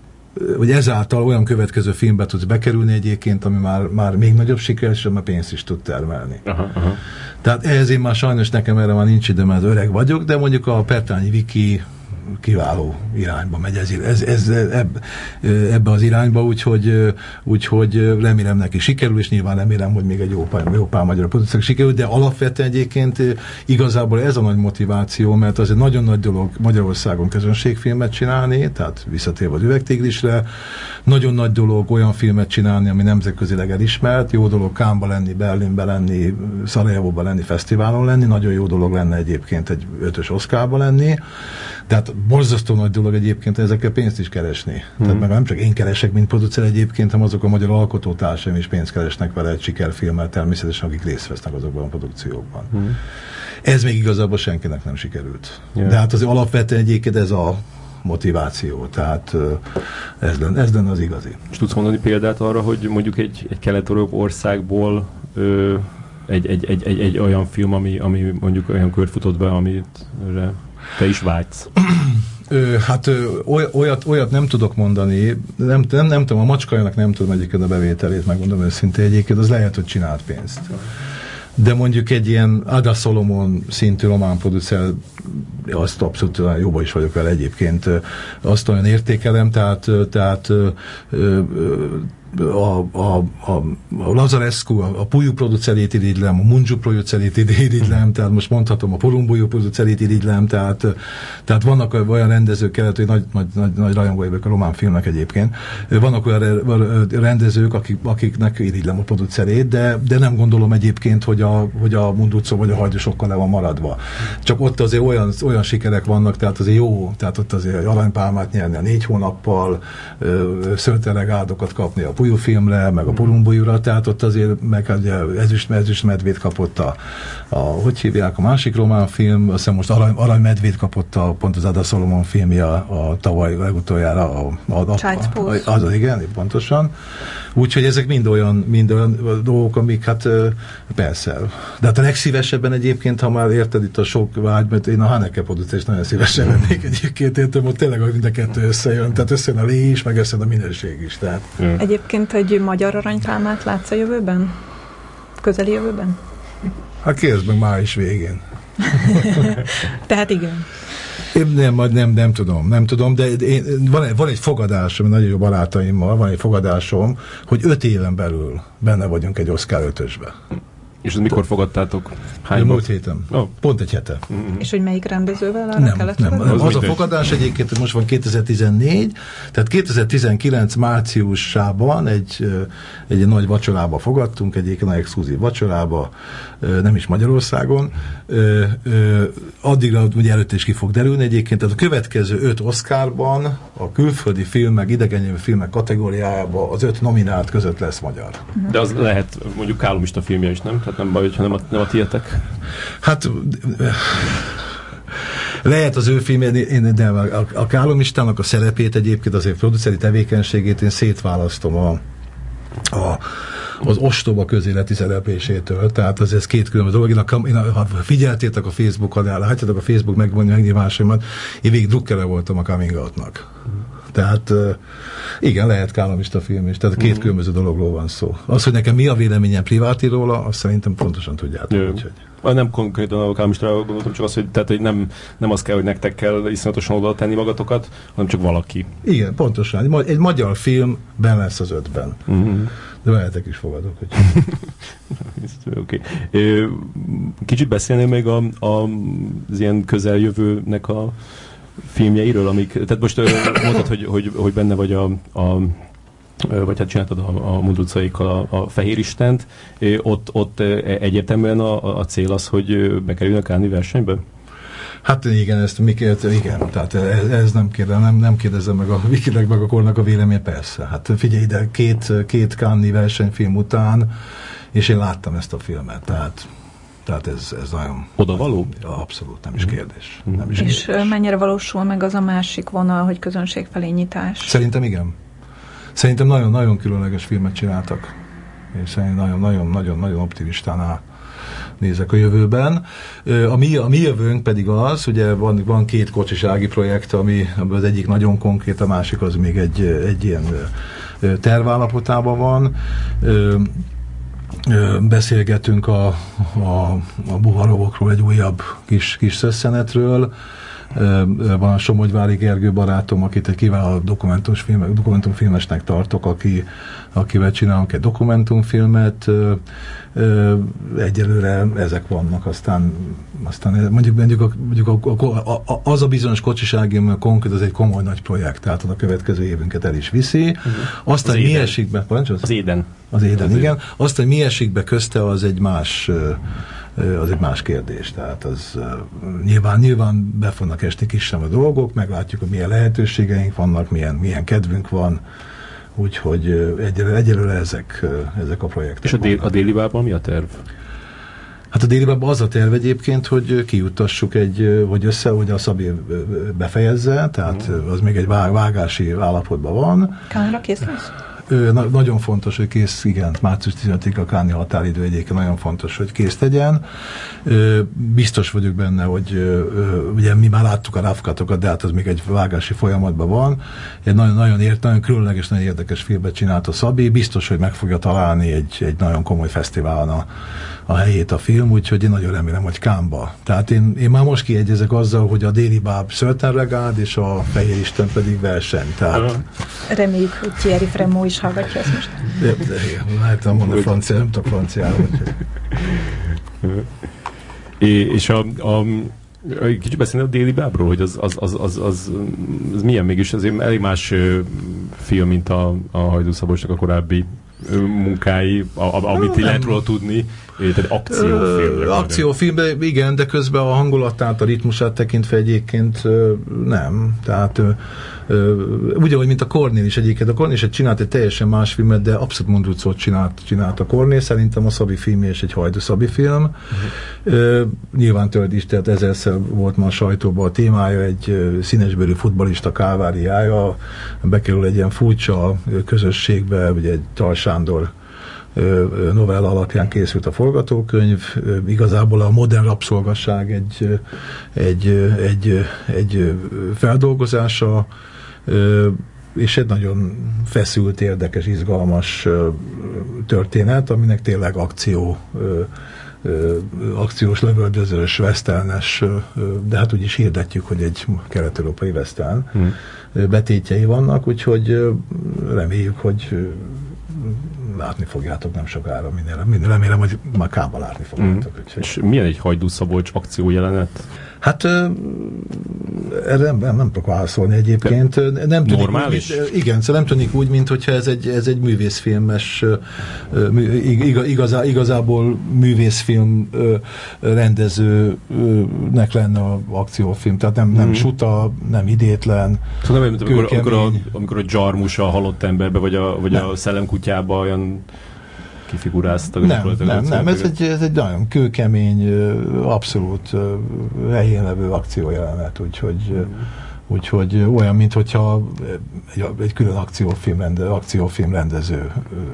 Speaker 3: hogy ezáltal olyan következő filmbe tudsz bekerülni egyébként, ami már, már még nagyobb siker, és már pénzt is tud termelni. Aha, aha. Tehát ehhez én már sajnos nekem erre már nincs időm, mert öreg vagyok, de mondjuk a Pertányi Viki kiváló irányba megy ez, ez, ez ebb, ebbe az irányba, úgyhogy, úgyhogy remélem neki sikerül, és nyilván remélem, hogy még egy jó pár, jó pár magyar producer sikerül, de alapvetően egyébként igazából ez a nagy motiváció, mert az egy nagyon nagy dolog Magyarországon közönségfilmet csinálni, tehát visszatérve az Üvegtigrisre, nagyon nagy dolog olyan filmet csinálni, ami nemzetközileg elismert, jó dolog Cannesba lenni, Berlinbe lenni, Szarajevóba lenni, fesztiválon lenni, nagyon jó dolog lenne egyébként egy ötös Oscarba lenni, tehát borzasztó nagy dolog egyébként ezekkel pénzt is keresni. Mm. Tehát meg nem csak én keresek, mint producer egyébként, hanem azok a magyar alkotótársaim is pénzt keresnek vele egy sikerfilmmel természetesen, akik részt vesznek azokban a produkciókban. Mm. Ez még igazából senkinek nem sikerült. Yeah. De hát az alapvetően egyébként ez a motiváció, tehát ez lenne, ez lenne az igazi.
Speaker 1: És tudsz mondani példát arra, hogy mondjuk egy, egy kelet-európai országból ö, egy, egy, egy, egy, egy olyan film, ami, ami mondjuk olyan kört futott be, amit te is vágysz?
Speaker 3: Ö, hát ö, olyat, olyat nem tudok mondani, nem, nem, nem tudom, a Macskajának nem tudom egyébként a bevételét, megmondom őszintén egyébként, az lehet, hogy csinált pénzt. De mondjuk egy ilyen Ada Solomon szintű román producer, azt abszolút jobban is vagyok vele egyébként, azt olyan értékelem, tehát, tehát ö, ö, a, a, a, a Lazarescu, a, a Puyu producerét irigylem, a Munju producerét irigylem, tehát most mondhatom a Porumbolyó producerét irigylem, tehát, tehát vannak olyan rendezők, kellett, hogy nagy, nagy, nagy, nagy rajongói vagyok a román filmnek egyébként, vannak olyan rendezők, akik, akiknek irigylem a producerét, de, de nem gondolom egyébként, hogy a, hogy a Munducó vagy a Hajdú sokkal le van maradva. Csak ott azért olyan, olyan sikerek vannak, tehát azért jó, tehát ott azért aranypálmát nyerni a négy hónappal, szörtelegáldokat kapni a Puyu filmre, meg a Porumbolyúra, tehát ott azért meg ezüst, ezüst medvét kapott a, a, hogy hívják, a másik román film, azt hiszem most arany, arany medvét kapott a, pont az Ada Solomon filmje a, a tavaly legutoljára a, a, a, a, az az igen, pontosan. Úgyhogy ezek mind olyan, mind olyan dolgok, amik hát persze. De hát a legszívesebben egyébként, ha már érted itt a sok vágy, mert én a Haneke producert nagyon szívesen vennék egyébként, értem, hogy tényleg mind a kettő összejön, tehát összejön a lé is, meg összejön a minőség is. Tehát.
Speaker 2: Egyébként egy magyar aranypálmát látsz a jövőben? Közeli jövőben?
Speaker 3: Hát kérdezd meg május végén.
Speaker 2: Tehát igen.
Speaker 3: Én nem, nem, nem tudom, nem tudom, de én, van, egy, van egy fogadásom, nagyon jó barátaimmal, van egy fogadásom, hogy öt éven belül benne vagyunk egy Oscar ötösbe.
Speaker 1: És ezt mikor fogadtátok?
Speaker 3: Hány múlt héten. Oh. Pont egy hete.
Speaker 2: Mm-hmm. És hogy melyik rendezővel arra
Speaker 3: nem,
Speaker 2: kellett
Speaker 3: nem,
Speaker 2: fogadni?
Speaker 3: Az, az a fogadás egyébként, hogy most van kétezer-tizennégy, tehát kétezer-tizenkilenc márciusában egy, egy nagy vacsorába fogadtunk, egyébként nagy exkluzív vacsorába, nem is Magyarországon. Addigra ugye előtt is ki fog derülni egyébként, tehát a következő öt Oscarban a külföldi filmek, idegennyelvű filmek kategóriájában az öt nominált között lesz magyar.
Speaker 1: De az lehet mondjuk kálomista filmje is, nem? Tehát nem baj, hogyha nem a, nem a tietek.
Speaker 3: Hát lehet az ő filmje, én, de a, a Kálomistának a szerepét egyébként, azért produceri tevékenységét én szétválasztom a, a, az ostoba közéleti szereplésétől, tehát az ez két különböző dolog. Én a, én a, ha figyeltétek a Facebookon, hagyjátok a Facebook megnyilvánulásaimat, én végig drukkere voltam a Coming Out-nak. Tehát igen, lehet kálomista film is, tehát két mm. különböző dologról van szó. Az, hogy nekem mi a véleményem priváti róla, azt szerintem pontosan tudjátok. Úgyhogy.
Speaker 1: Nem konkrétan a kálomistrára gondoltam, csak az, hogy, tehát, hogy nem, nem az kell, hogy nektek kell iszonyatosan oda tenni magatokat, hanem csak valaki.
Speaker 3: Igen, pontosan. Egy magyar film benne lesz az ötben. Mm-hmm. De veletek is fogadok. Hogy...
Speaker 1: okay. Kicsit beszélnél még a, a, az ilyen közeljövőnek a filmjeiről, amik, tehát most mondtad, hogy, hogy, hogy benne vagy a, a vagy hát csináltad a, a Mundruc utcaikkal a, a Fehér Istent, ott, ott egyértelműen a, a cél az, hogy bekerülnek állni versenybe?
Speaker 3: Hát igen, ezt Mikelt, igen, tehát ez, ez nem kérdezem, nem, nem kérdezem meg a Wikileg meg a kornak a vélemény, persze. Hát figyelj ide, két, két Cannes-i versenyfilm után, és én láttam ezt a filmet, tehát Tehát ez, ez nagyon...
Speaker 1: Odavaló?
Speaker 3: Abszolút, nem is kérdés.
Speaker 1: Mm.
Speaker 3: Nem is
Speaker 2: és
Speaker 3: kérdés.
Speaker 2: mennyire valósul meg az a másik vonal, hogy közönség felé nyitás?
Speaker 3: Szerintem igen. Szerintem nagyon-nagyon különleges filmet csináltak. És szerintem nagyon-nagyon optimistán nézek a jövőben. A mi, a mi jövőnk pedig az, ugye van, van két kocsisági projekt, ami az egyik nagyon konkrét, a másik az még egy, egy ilyen tervállapotában van. Beszélgetünk a, a, a Buharovokról, egy újabb kis, kis szösszenetről. Van a Somogyvári Gergő barátom, akit egy kiváló dokumentumfilm, dokumentumfilmesnek tartok, aki, akivel csinálunk egy dokumentumfilmet. Egyelőre ezek vannak, aztán, aztán mondjuk, mondjuk, a, mondjuk a, a, a, az a bizonyos kocsisági, mert konkrét, az egy komoly nagy projekt, tehát a következő évünket el is viszi. Uh-huh. Aztán az mi Éden. esik be... Parancsol?
Speaker 1: Az Éden.
Speaker 3: Az Éden, az igen. Éden. Aztán mi esik be közte, az egy más az egy más kérdés. Tehát az uh, nyilván, nyilván be fognak esni kisebb a dolgok, meglátjuk, hogy milyen lehetőségeink vannak, milyen, milyen kedvünk van, úgyhogy uh, egyelőre, egyelőre ezek, uh, ezek a projektek.
Speaker 1: És a, dél, a Déli Bárban mi a terv?
Speaker 3: Hát a Déli Bárban az a terv egyébként, hogy kijuttassuk egy, hogy össze, hogy a Szabi befejezze, tehát mm. az még egy vágási állapotban van.
Speaker 2: Cannes-ra kész lesz?
Speaker 3: Na, nagyon fontos, hogy kész, igen, március tizenötödike a Cannes-i határidő, egyébként nagyon fontos, hogy kész tegyen. Biztos vagyok benne, hogy ugye mi már láttuk a rafkatokat, de hát az még egy vágási folyamatban van. Egy nagyon, nagyon, ért, nagyon különleges, nagyon érdekes filmet csinált a Szabi. Biztos, hogy meg fogja találni egy, egy nagyon komoly fesztiválon a, a helyét a film, úgyhogy én nagyon remélem, hogy Cannes-ba. Tehát én, én már most kiegyezek azzal, hogy a Déli Báb Szöltenregád és a Fehér Isten pedig verseny. Tehát...
Speaker 2: Reméljük, hogy Thierry Frémaux is hallgatja ezt most.
Speaker 3: De, de, lehetem mondani francia, nem tudok franciául.
Speaker 1: És a, a kicsit beszélni a Déli Bábról, hogy az, az, az, az, az, az milyen mégis, azért elég más film, mint a, a Hajdú Szabolcsnak a korábbi munkái, a, a, amit nem. lehet róla tudni, tehát akciófilm.
Speaker 3: Akciófilm, igen, de közben a hangulatát, a ritmusát tekintve egyébként nem. Tehát úgy, ahogy mint a Kornél is egyébként. A Kornél is csinált egy teljesen más filmet, de abszolút Mundrucot csinált, csinált a Kornél. Szerintem a Szabi filmje és egy Hajdú Szabi film. Uh-huh. Nyilván tölt is, tehát ezerszer volt ma a sajtóban a témája, egy színesbőrű futballista káváriája, bekerül egy ilyen furcsa közösségbe, ugye egy Tal Sándor novella alapján készült a forgatókönyv. Igazából a modern rabszolgasság egy, egy, egy, egy feldolgozása, és egy nagyon feszült, érdekes, izgalmas történet, aminek tényleg akció ö, akciós, lövöldözős, westernes, ö, de hát úgyis hirdetjük, hogy egy kelet-európai western hmm. betétjei vannak, úgyhogy ö, reméljük, hogy ö, látni fogjátok nem sokára, minél, minél remélem, hogy már kámban látni fogjátok. Mm.
Speaker 1: És milyen egy Hajdú Szabolcs akciójelenet?
Speaker 3: Hát erre nem, nem, nem tudok válaszolni egyébként. Nem
Speaker 1: normális?
Speaker 3: Tűnik, mint, igen, szóval nem tűnik úgy, mint hogyha ez egy, ez egy művészfilmes, igazá, igazából művészfilm rendezőnek lenne az akciófilm. Tehát nem, nem mm. suta, nem idétlen.
Speaker 1: Szóval nem, amikor, amikor, a, amikor a Jarmus a halott emberbe, vagy a, vagy a szellemkutyába olyan kifiguráztak.
Speaker 3: Nem, nem, nem. Ez egy, ez egy nagyon kőkemény, abszolút helyén levő akciójelenet, úgyhogy, mm. úgyhogy olyan, mint hogyha egy, egy külön akciófilm, rende, akciófilm rendező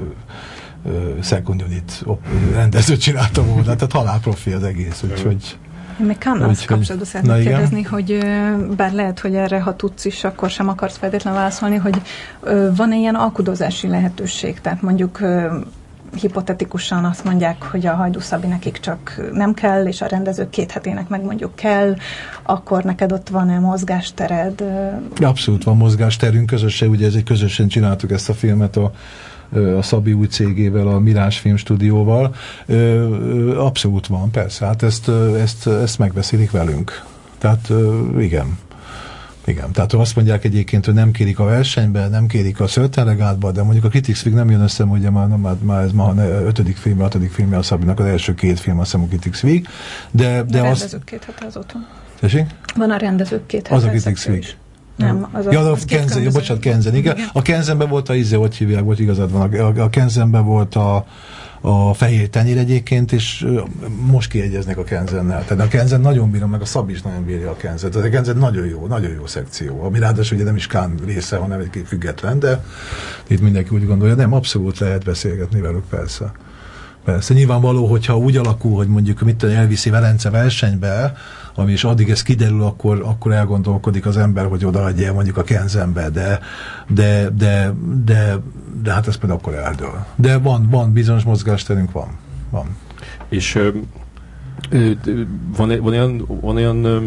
Speaker 3: second unit rendező csinálta volna, tehát halálprofi az egész, úgyhogy
Speaker 2: én még Cannes kapcsolatban szeretném kérdezni, hogy bár lehet, hogy erre, ha tudsz is, akkor sem akarsz feltétlenül válaszolni, hogy van-e ilyen alkudozási lehetőség? Tehát mondjuk hipotetikusan azt mondják, hogy a Hajdú Szabi nekik csak nem kell, és a rendezők két hetének meg mondjuk kell, akkor neked ott van-e mozgástered?
Speaker 3: Abszolút van mozgásterünk, közösen, ugye ez egy közösen csináltuk ezt a filmet a a Szabi új cégével, a Mirás Filmstúdióval. Abszolút van, persze. Hát ezt, ezt, ezt megbeszélik velünk. Tehát igen. Igen. Tehát azt mondják egyébként, hogy nem kérik a versenybe, nem kérik a szörtelegátba, de mondjuk a Critics Week nem jön össze, ugye már, már, már ez ma ötödik film, hatodik filmje a Szabinak, az első két film, azt hiszem a Critics Week. De, de
Speaker 2: a
Speaker 3: azt...
Speaker 2: rendezők két hete az otthon.
Speaker 3: Tessék?
Speaker 2: Van a rendezők két hete.
Speaker 3: Az a Critics Week.
Speaker 2: Nem, az
Speaker 3: ja,
Speaker 2: a,
Speaker 3: a Kenzen, ja, bocsánat, Kenzen, igen. igen. A Kenzenben volt a izé, hogy hívják, hogy igazad van. A, a Kenzenben volt a, a Fehér Tenyér egyébként, és most kiegyeznek a Kenzennel. Tehát a Kenzen nagyon bírom, meg a Szabi is nagyon bírja a Kenzet. Tehát a Kenzen nagyon jó, nagyon jó szekció. Ami ráadásul ugye nem is Cannes része, hanem egy független, de itt mindenki úgy gondolja, nem, abszolút lehet beszélgetni velük, persze. Persze, nyilvánvaló, hogyha úgy alakul, hogy mondjuk mit elviszi Velence versenybe, ami is addig ez kiderül, akkor, akkor elgondolkodik az ember, hogy odaadja mondjuk a Kenzenbe, de, de, de, de, de hát ez például akkor eldől. De van, van bizonyos mozgásterünk, van. van.
Speaker 1: És ö, ö, van, van olyan, van olyan ö,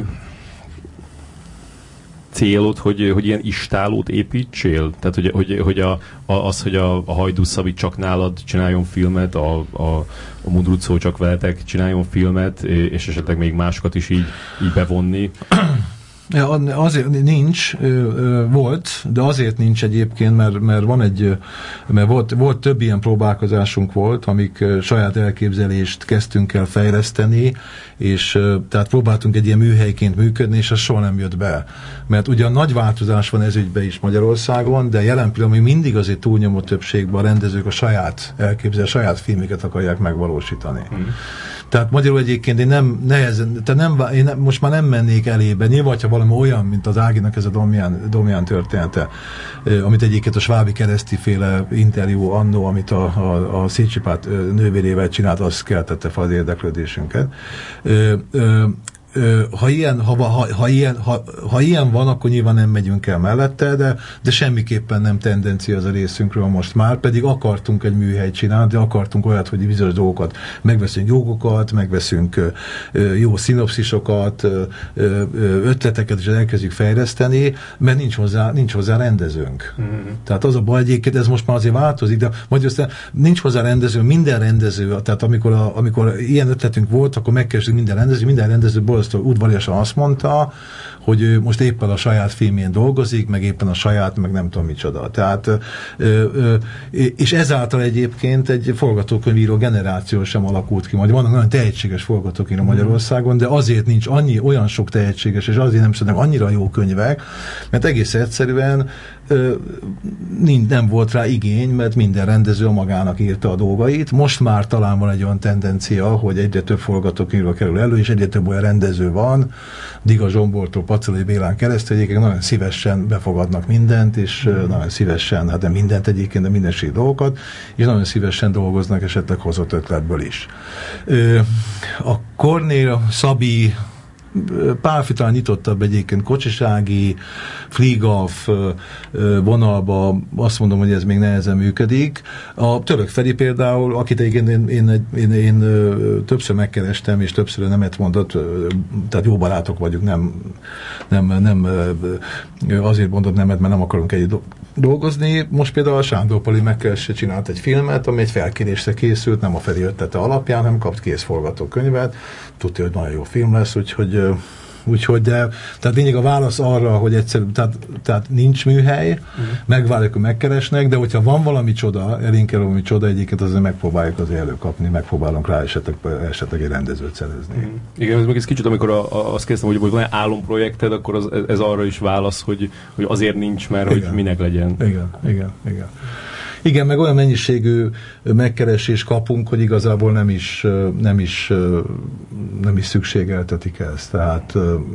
Speaker 1: célod, hogy, hogy ilyen istálót építsél? Tehát, hogy, hogy, hogy a, a, az, hogy a, a Hajdú Szabi csak nálad csináljon filmet, a, a, a Mundruczó csak veletek csináljon filmet, és esetleg még másokat is így, így bevonni.
Speaker 3: Ja, azért nincs, volt, de azért nincs egyébként, mert, mert van egy, mert volt, volt több ilyen próbálkozásunk volt, amik saját elképzelést kezdtünk el fejleszteni, és tehát próbáltunk egy ilyen műhelyként működni, és az soha nem jött be. Mert ugyan nagy változás van ez ügyben is Magyarországon, de jelen pillanatban mindig azért túlnyomó többségben a rendezők a saját elképzelés, a saját filmeket akarják megvalósítani. Mm. Tehát magyarul egyébként én nem nehezen, tehát nem, én nem, most már nem mennék elébe. Nyilván, ha valami olyan, mint az Áginak ez a Domján, Domján története, amit egyébként a Svábi Kereszti féle interjú annó, amit a, a, a Szécsipát nővérével csinált, az keltette fel az érdeklődésünket. Ö, ö, Ha ilyen, ha, ha, ha, ilyen, ha, ha ilyen van, akkor nyilván nem megyünk el mellette, de, de semmiképpen nem tendencia az a részünkről most már, pedig akartunk egy műhelyt csinálni, de akartunk olyat, hogy bizonyos dolgokat, megveszünk jogokat, megveszünk jó szinopszisokat, ötleteket, és elkezdjük fejleszteni, mert nincs hozzá, nincs hozzá rendezőnk. Mm-hmm. Tehát az a baj, egyébként ez most már azért változik, de Magyarországon nincs hozzá rendező, minden rendező, tehát amikor, a, amikor ilyen ötletünk volt, akkor megkeresünk minden rendező, minden rendező udvariasan azt mondta, hogy ő most éppen a saját filmjén dolgozik, meg éppen a saját, meg nem tudom micsoda. Tehát, ö, ö, és ezáltal egyébként egy forgatókönyvíró generáció sem alakult ki. Majd vannak nagyon tehetséges forgatókönyvíró Magyarországon, de azért nincs annyi, olyan sok tehetséges, és azért nem szerintem annyira jó könyvek, mert egész egyszerűen ö, nem volt rá igény, mert minden rendező magának írta a dolgait. Most már talán van egy olyan tendencia, hogy egyre több forgatókönyvíró kerül elő, és egyre több olyan rendező van, Diga Zsombortól Pacalai Bélán keresztül egyébként nagyon szívesen befogadnak mindent, és mm. nagyon szívesen, hát nem mindent egyébként, de mindenségi dolgokat, és nagyon szívesen dolgoznak esetleg hozott ötletből is. A Kornél, Szabi, Pálfi talán nyitottabb egyébként kocsisági, flea-golf vonalba, azt mondom, hogy ez még nehezen működik. A Török Feri például, akit egyébként én, én, én, én többször megkerestem, és többször nemet mondott, tehát jó barátok vagyunk, nem, nem, nem azért mondott nemet, mert nem akarunk együtt dolgozni. Most például a Sándor Pali megkeresse csinált egy filmet, ami egy felkérésre készült, nem a Feri ötlete alapján, hanem kapt kész forgatókönyvet. Tudja, hogy nagyon jó film lesz, úgyhogy, úgyhogy de, tehát lényeg a válasz arra, hogy egyszerű, tehát, tehát nincs műhely, uh-huh. megvárjuk, hogy megkeresnek, de hogyha van valami csoda, elénk valami csoda, egyiket azért megpróbáljuk azért előkapni, megpróbálunk rá esetleg, esetleg egy rendezőt szerezni. Uh-huh. Igen,
Speaker 1: ez meg ez kicsit, amikor a, a, azt kérdeztem, hogy, hogy van egy álomprojekted, akkor az, ez arra is válasz, hogy, hogy azért nincs, mert igen. hogy minek legyen.
Speaker 3: Igen, igen, igen. Igen, meg olyan mennyiségű megkeresés kapunk, hogy igazából nem is, nem is, nem is szükségeltetik ezt. Tehát,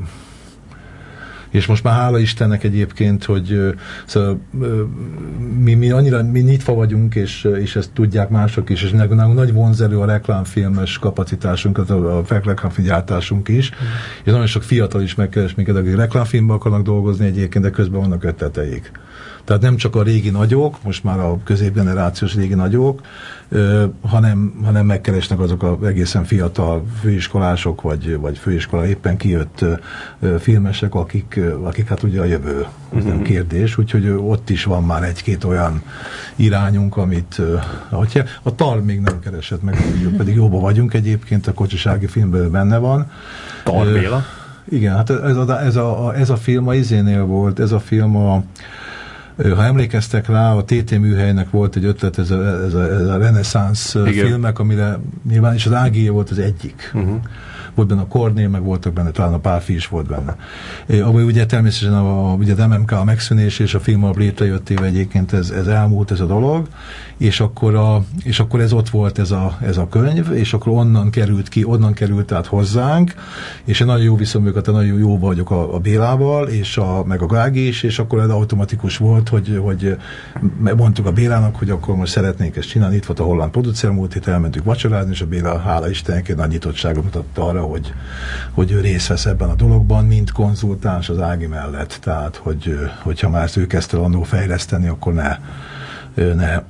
Speaker 3: és most már hála Istennek egyébként, hogy szóval, mi, mi annyira mi nyitva vagyunk, és, és ezt tudják mások is, és nálunk nagy vonzerő a reklámfilmes kapacitásunk, a, a reklámfilmgyártásunk is, mm. és nagyon sok fiatal is megkeres minket, akik reklámfilmben akarnak dolgozni egyébként, de közben vannak ötleteik. Tehát nem csak a régi nagyok, most már a középgenerációs régi nagyok, ö, hanem, hanem megkeresnek azok az egészen fiatal főiskolások, vagy, vagy főiskola éppen kijött ö, filmesek, akik, akik hát ugye a jövő, ez nem kérdés, úgyhogy ott is van már egy-két olyan irányunk, amit ö, ahogy a Tar még nem keresett meg, pedig jóba vagyunk egyébként, a kocsisági filmben benne van.
Speaker 1: Tar Béla?
Speaker 3: Ö, igen, hát ez a, ez a, ez a film a izénél volt, ez a film a ha emlékeztek rá, a té té műhelynek volt egy ötlet, ez a, ez a, ez a reneszánsz filmek, amire nyilván, és az Ági volt az egyik. Uh-huh. Volt benne a Kornél, meg voltak benne, talán a Pálfi is volt benne. Ahogy ugye természetesen a, a, ugye az em em ká a megszűnés és a filmalap létrejöttével egyébként ez, ez elmúlt ez a dolog, és akkor, a, és akkor ez ott volt ez a, ez a könyv, és akkor onnan került ki, onnan került át hozzánk, és én nagyon jó viszonyukat, nagyon jó vagyok a, a Bélával, és a, meg a Gági is, és akkor ez automatikus volt, hogy, hogy mondtuk a Bélának, hogy akkor most szeretnénk ezt csinálni, itt volt a holland producer, múlt hét elmentünk vacsorázni, és a Béla, hála Istennek, egy nagy nyitottságot mutatta arra, hogy, hogy ő részt vesz ebben a dologban, mint konzultáns az Ági mellett. Tehát, hogy, hogyha már ezt ő kezdte annó fejleszteni, akkor ne, ne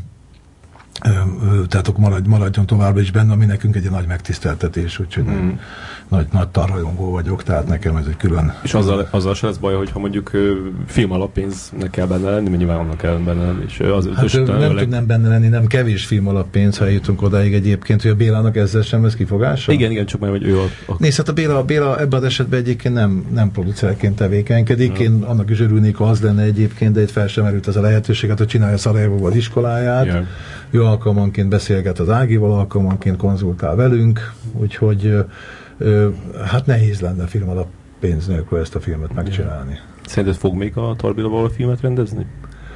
Speaker 3: tehát akkor maradj, maradjon továbbra is benne, ami nekünk egy nagy megtiszteltetés, úgyhogy mm. nagy, nagy tarrajongó vagyok, tehát nekem ez egy külön...
Speaker 1: És azzal, azzal se lesz baj, hogyha mondjuk film alappénznek kell benne lenni, mert nyilván annak kell benne lenni. És az
Speaker 3: hát nem leg... tudnám benne lenni, nem kevés film alappénz, ha eljutunk odáig egyébként, hogy a Bélának ezzel sem lesz kifogása?
Speaker 1: Igen, igen, csak majd, hogy ő a... a...
Speaker 3: Nézd, hát a Béla, a Béla ebben az esetben egyébként nem, nem producerként tevékenykedik, ja. Én annak is örülnék, ha az lenne egyébként, de itt fel sem merült az a lehetőséget, hogy csinálja Szarajevóban az iskoláját. Ja. Jó alkalmanként beszélget az Ágival, alkalmanként konzultál velünk, úgyhogy ö, hát nehéz lenne film alap pénz nélkül ezt a filmet megcsinálni.
Speaker 1: Szerinted fog még a Tar Bélával a filmet rendezni?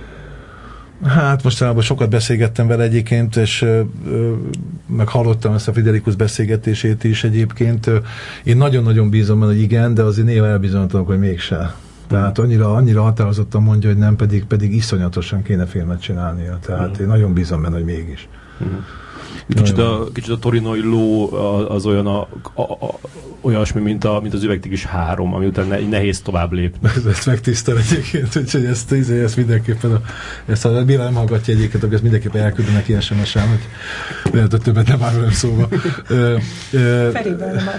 Speaker 3: Hát mostanában sokat beszélgettem vele egyébként, és ö, ö, meg hallottam ezt a Friderikus beszélgetését is egyébként. Én nagyon-nagyon bízom benne, hogy igen, de azért néha elbizonyítanak, hogy mégse. Tehát annyira, annyira határozottan mondja, hogy nem, pedig, pedig iszonyatosan kéne filmet csinálnia. Tehát uh-huh. én nagyon bízom benne, hogy mégis. Uh-huh.
Speaker 1: Kicsit a, kicsit a torinoi ló az olyan a, a, a, olyasmi, mint, a, mint az Üvegtigris három, ami után ne, nehéz tovább lépni.
Speaker 3: Ezt megtisztel egyébként, úgyhogy ezt, ezt mindenképpen a, ezt a Béla nem hallgatja egyébként, akkor ezt mindenképpen elküldöm neki es em es-en, hogy lehet, hogy többet nem árulom szóba.
Speaker 2: Feriből nem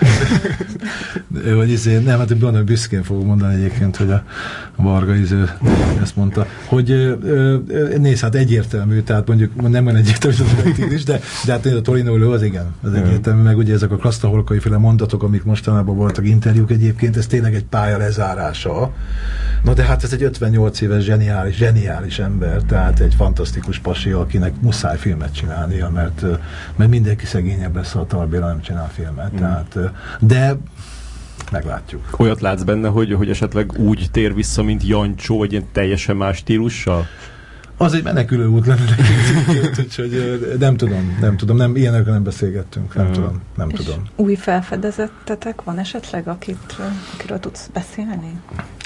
Speaker 3: Vagy izé, nem, hát nagyon büszkén fogok mondani egyébként, hogy a Varga izé ezt mondta, hogy nézd, hát egyértelmű, tehát mondjuk nem olyan egyértelmű az Üvegtigris, de, de hát a torinoi ló az igen, az egyértelmű, meg ugye ezek a Krasztaholkai féle mondatok, amik mostanában voltak interjúk egyébként, ez tényleg egy pálya lezárása. Na de hát ez egy ötvennyolc éves zseniális, zseniális ember, tehát egy fantasztikus pasi, akinek muszáj filmet csinálnia, mert, mert mindenki szegényebb lesz, ha a Tar Béla nem csinál filmet. Mm. Tehát, de meglátjuk.
Speaker 1: Olyat látsz benne, hogy, hogy esetleg úgy tér vissza, mint Jancsó, vagy ilyen teljesen más stílussal?
Speaker 3: Az egy menekülő út lenne nekünk, úgyhogy nem tudom, nem tudom, nem, ilyenekről nem beszélgettünk, nem mm. tudom, nem
Speaker 2: és
Speaker 3: tudom.
Speaker 2: Új felfedezettetek van esetleg, akit, akiről tudsz beszélni?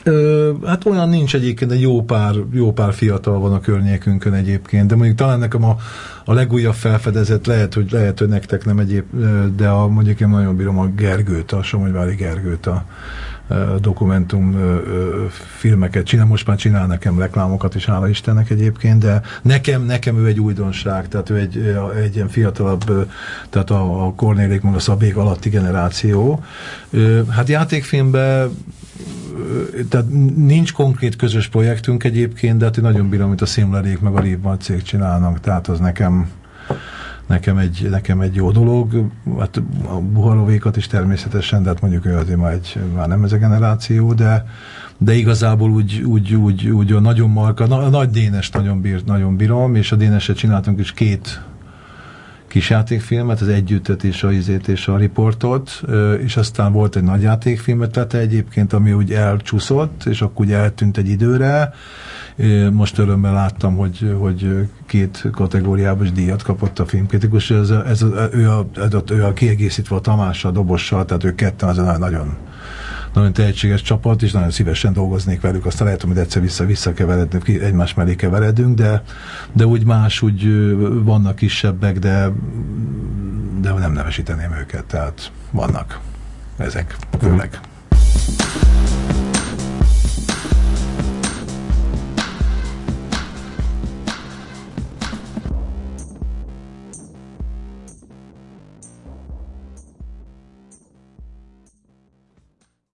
Speaker 3: Ö, hát olyan nincs egyébként, egy jó pár, jó pár fiatal van a környékünkön egyébként, de mondjuk talán nekem a, a legújabb felfedezet lehet, hogy lehet, hogy nektek nem egyéb, de a, mondjuk én nagyon bírom a Gergőt, a Somogyvári Gergőt, a, a dokumentum ö, ö, filmeket csinál, most már csinál nekem reklámokat is, hála Istennek egyébként, de nekem, nekem ő egy újdonság, tehát ő egy, egy ilyen fiatalabb, tehát a, a Kornélék meg a Szabék alatti generáció. Ö, hát játékfilmben tehát nincs konkrét közös projektünk egyébként, de hát én nagyon bírom, amit a Szimlerék meg a Rívman cég csinálnak, tehát az nekem nekem egy, nekem egy jó dolog. Hát a Buharovékat is természetesen, de hát mondjuk ő azért már, egy, már nem ez a generáció, de, de igazából úgy, úgy, úgy, úgy nagyon marka, a Nagy Dénest nagyon, bír, nagyon bírom, és a Dénesre csináltunk is két kis játékfilmet, az Együttet és a Izét és a Riportot, és aztán volt egy nagy játékfilmet, tehát egyébként, ami úgy elcsúszott, és akkor úgy eltűnt egy időre. Most örömmel láttam, hogy, hogy két kategóriában is díjat kapott a filmkritikus, ez a, ez a, ő, a, ő a kiegészítve a Tamással, a Dobossal, tehát ők ketten az a nagyon nagyon tehetséges csapat, és nagyon szívesen dolgoznék velük, aztán lehet, hogy egyszer vissza, visszakeveredünk, egymás mellé keveredünk, de, de úgy más, úgy vannak kisebbek, de, de nem nevesíteném őket, tehát vannak ezek főleg.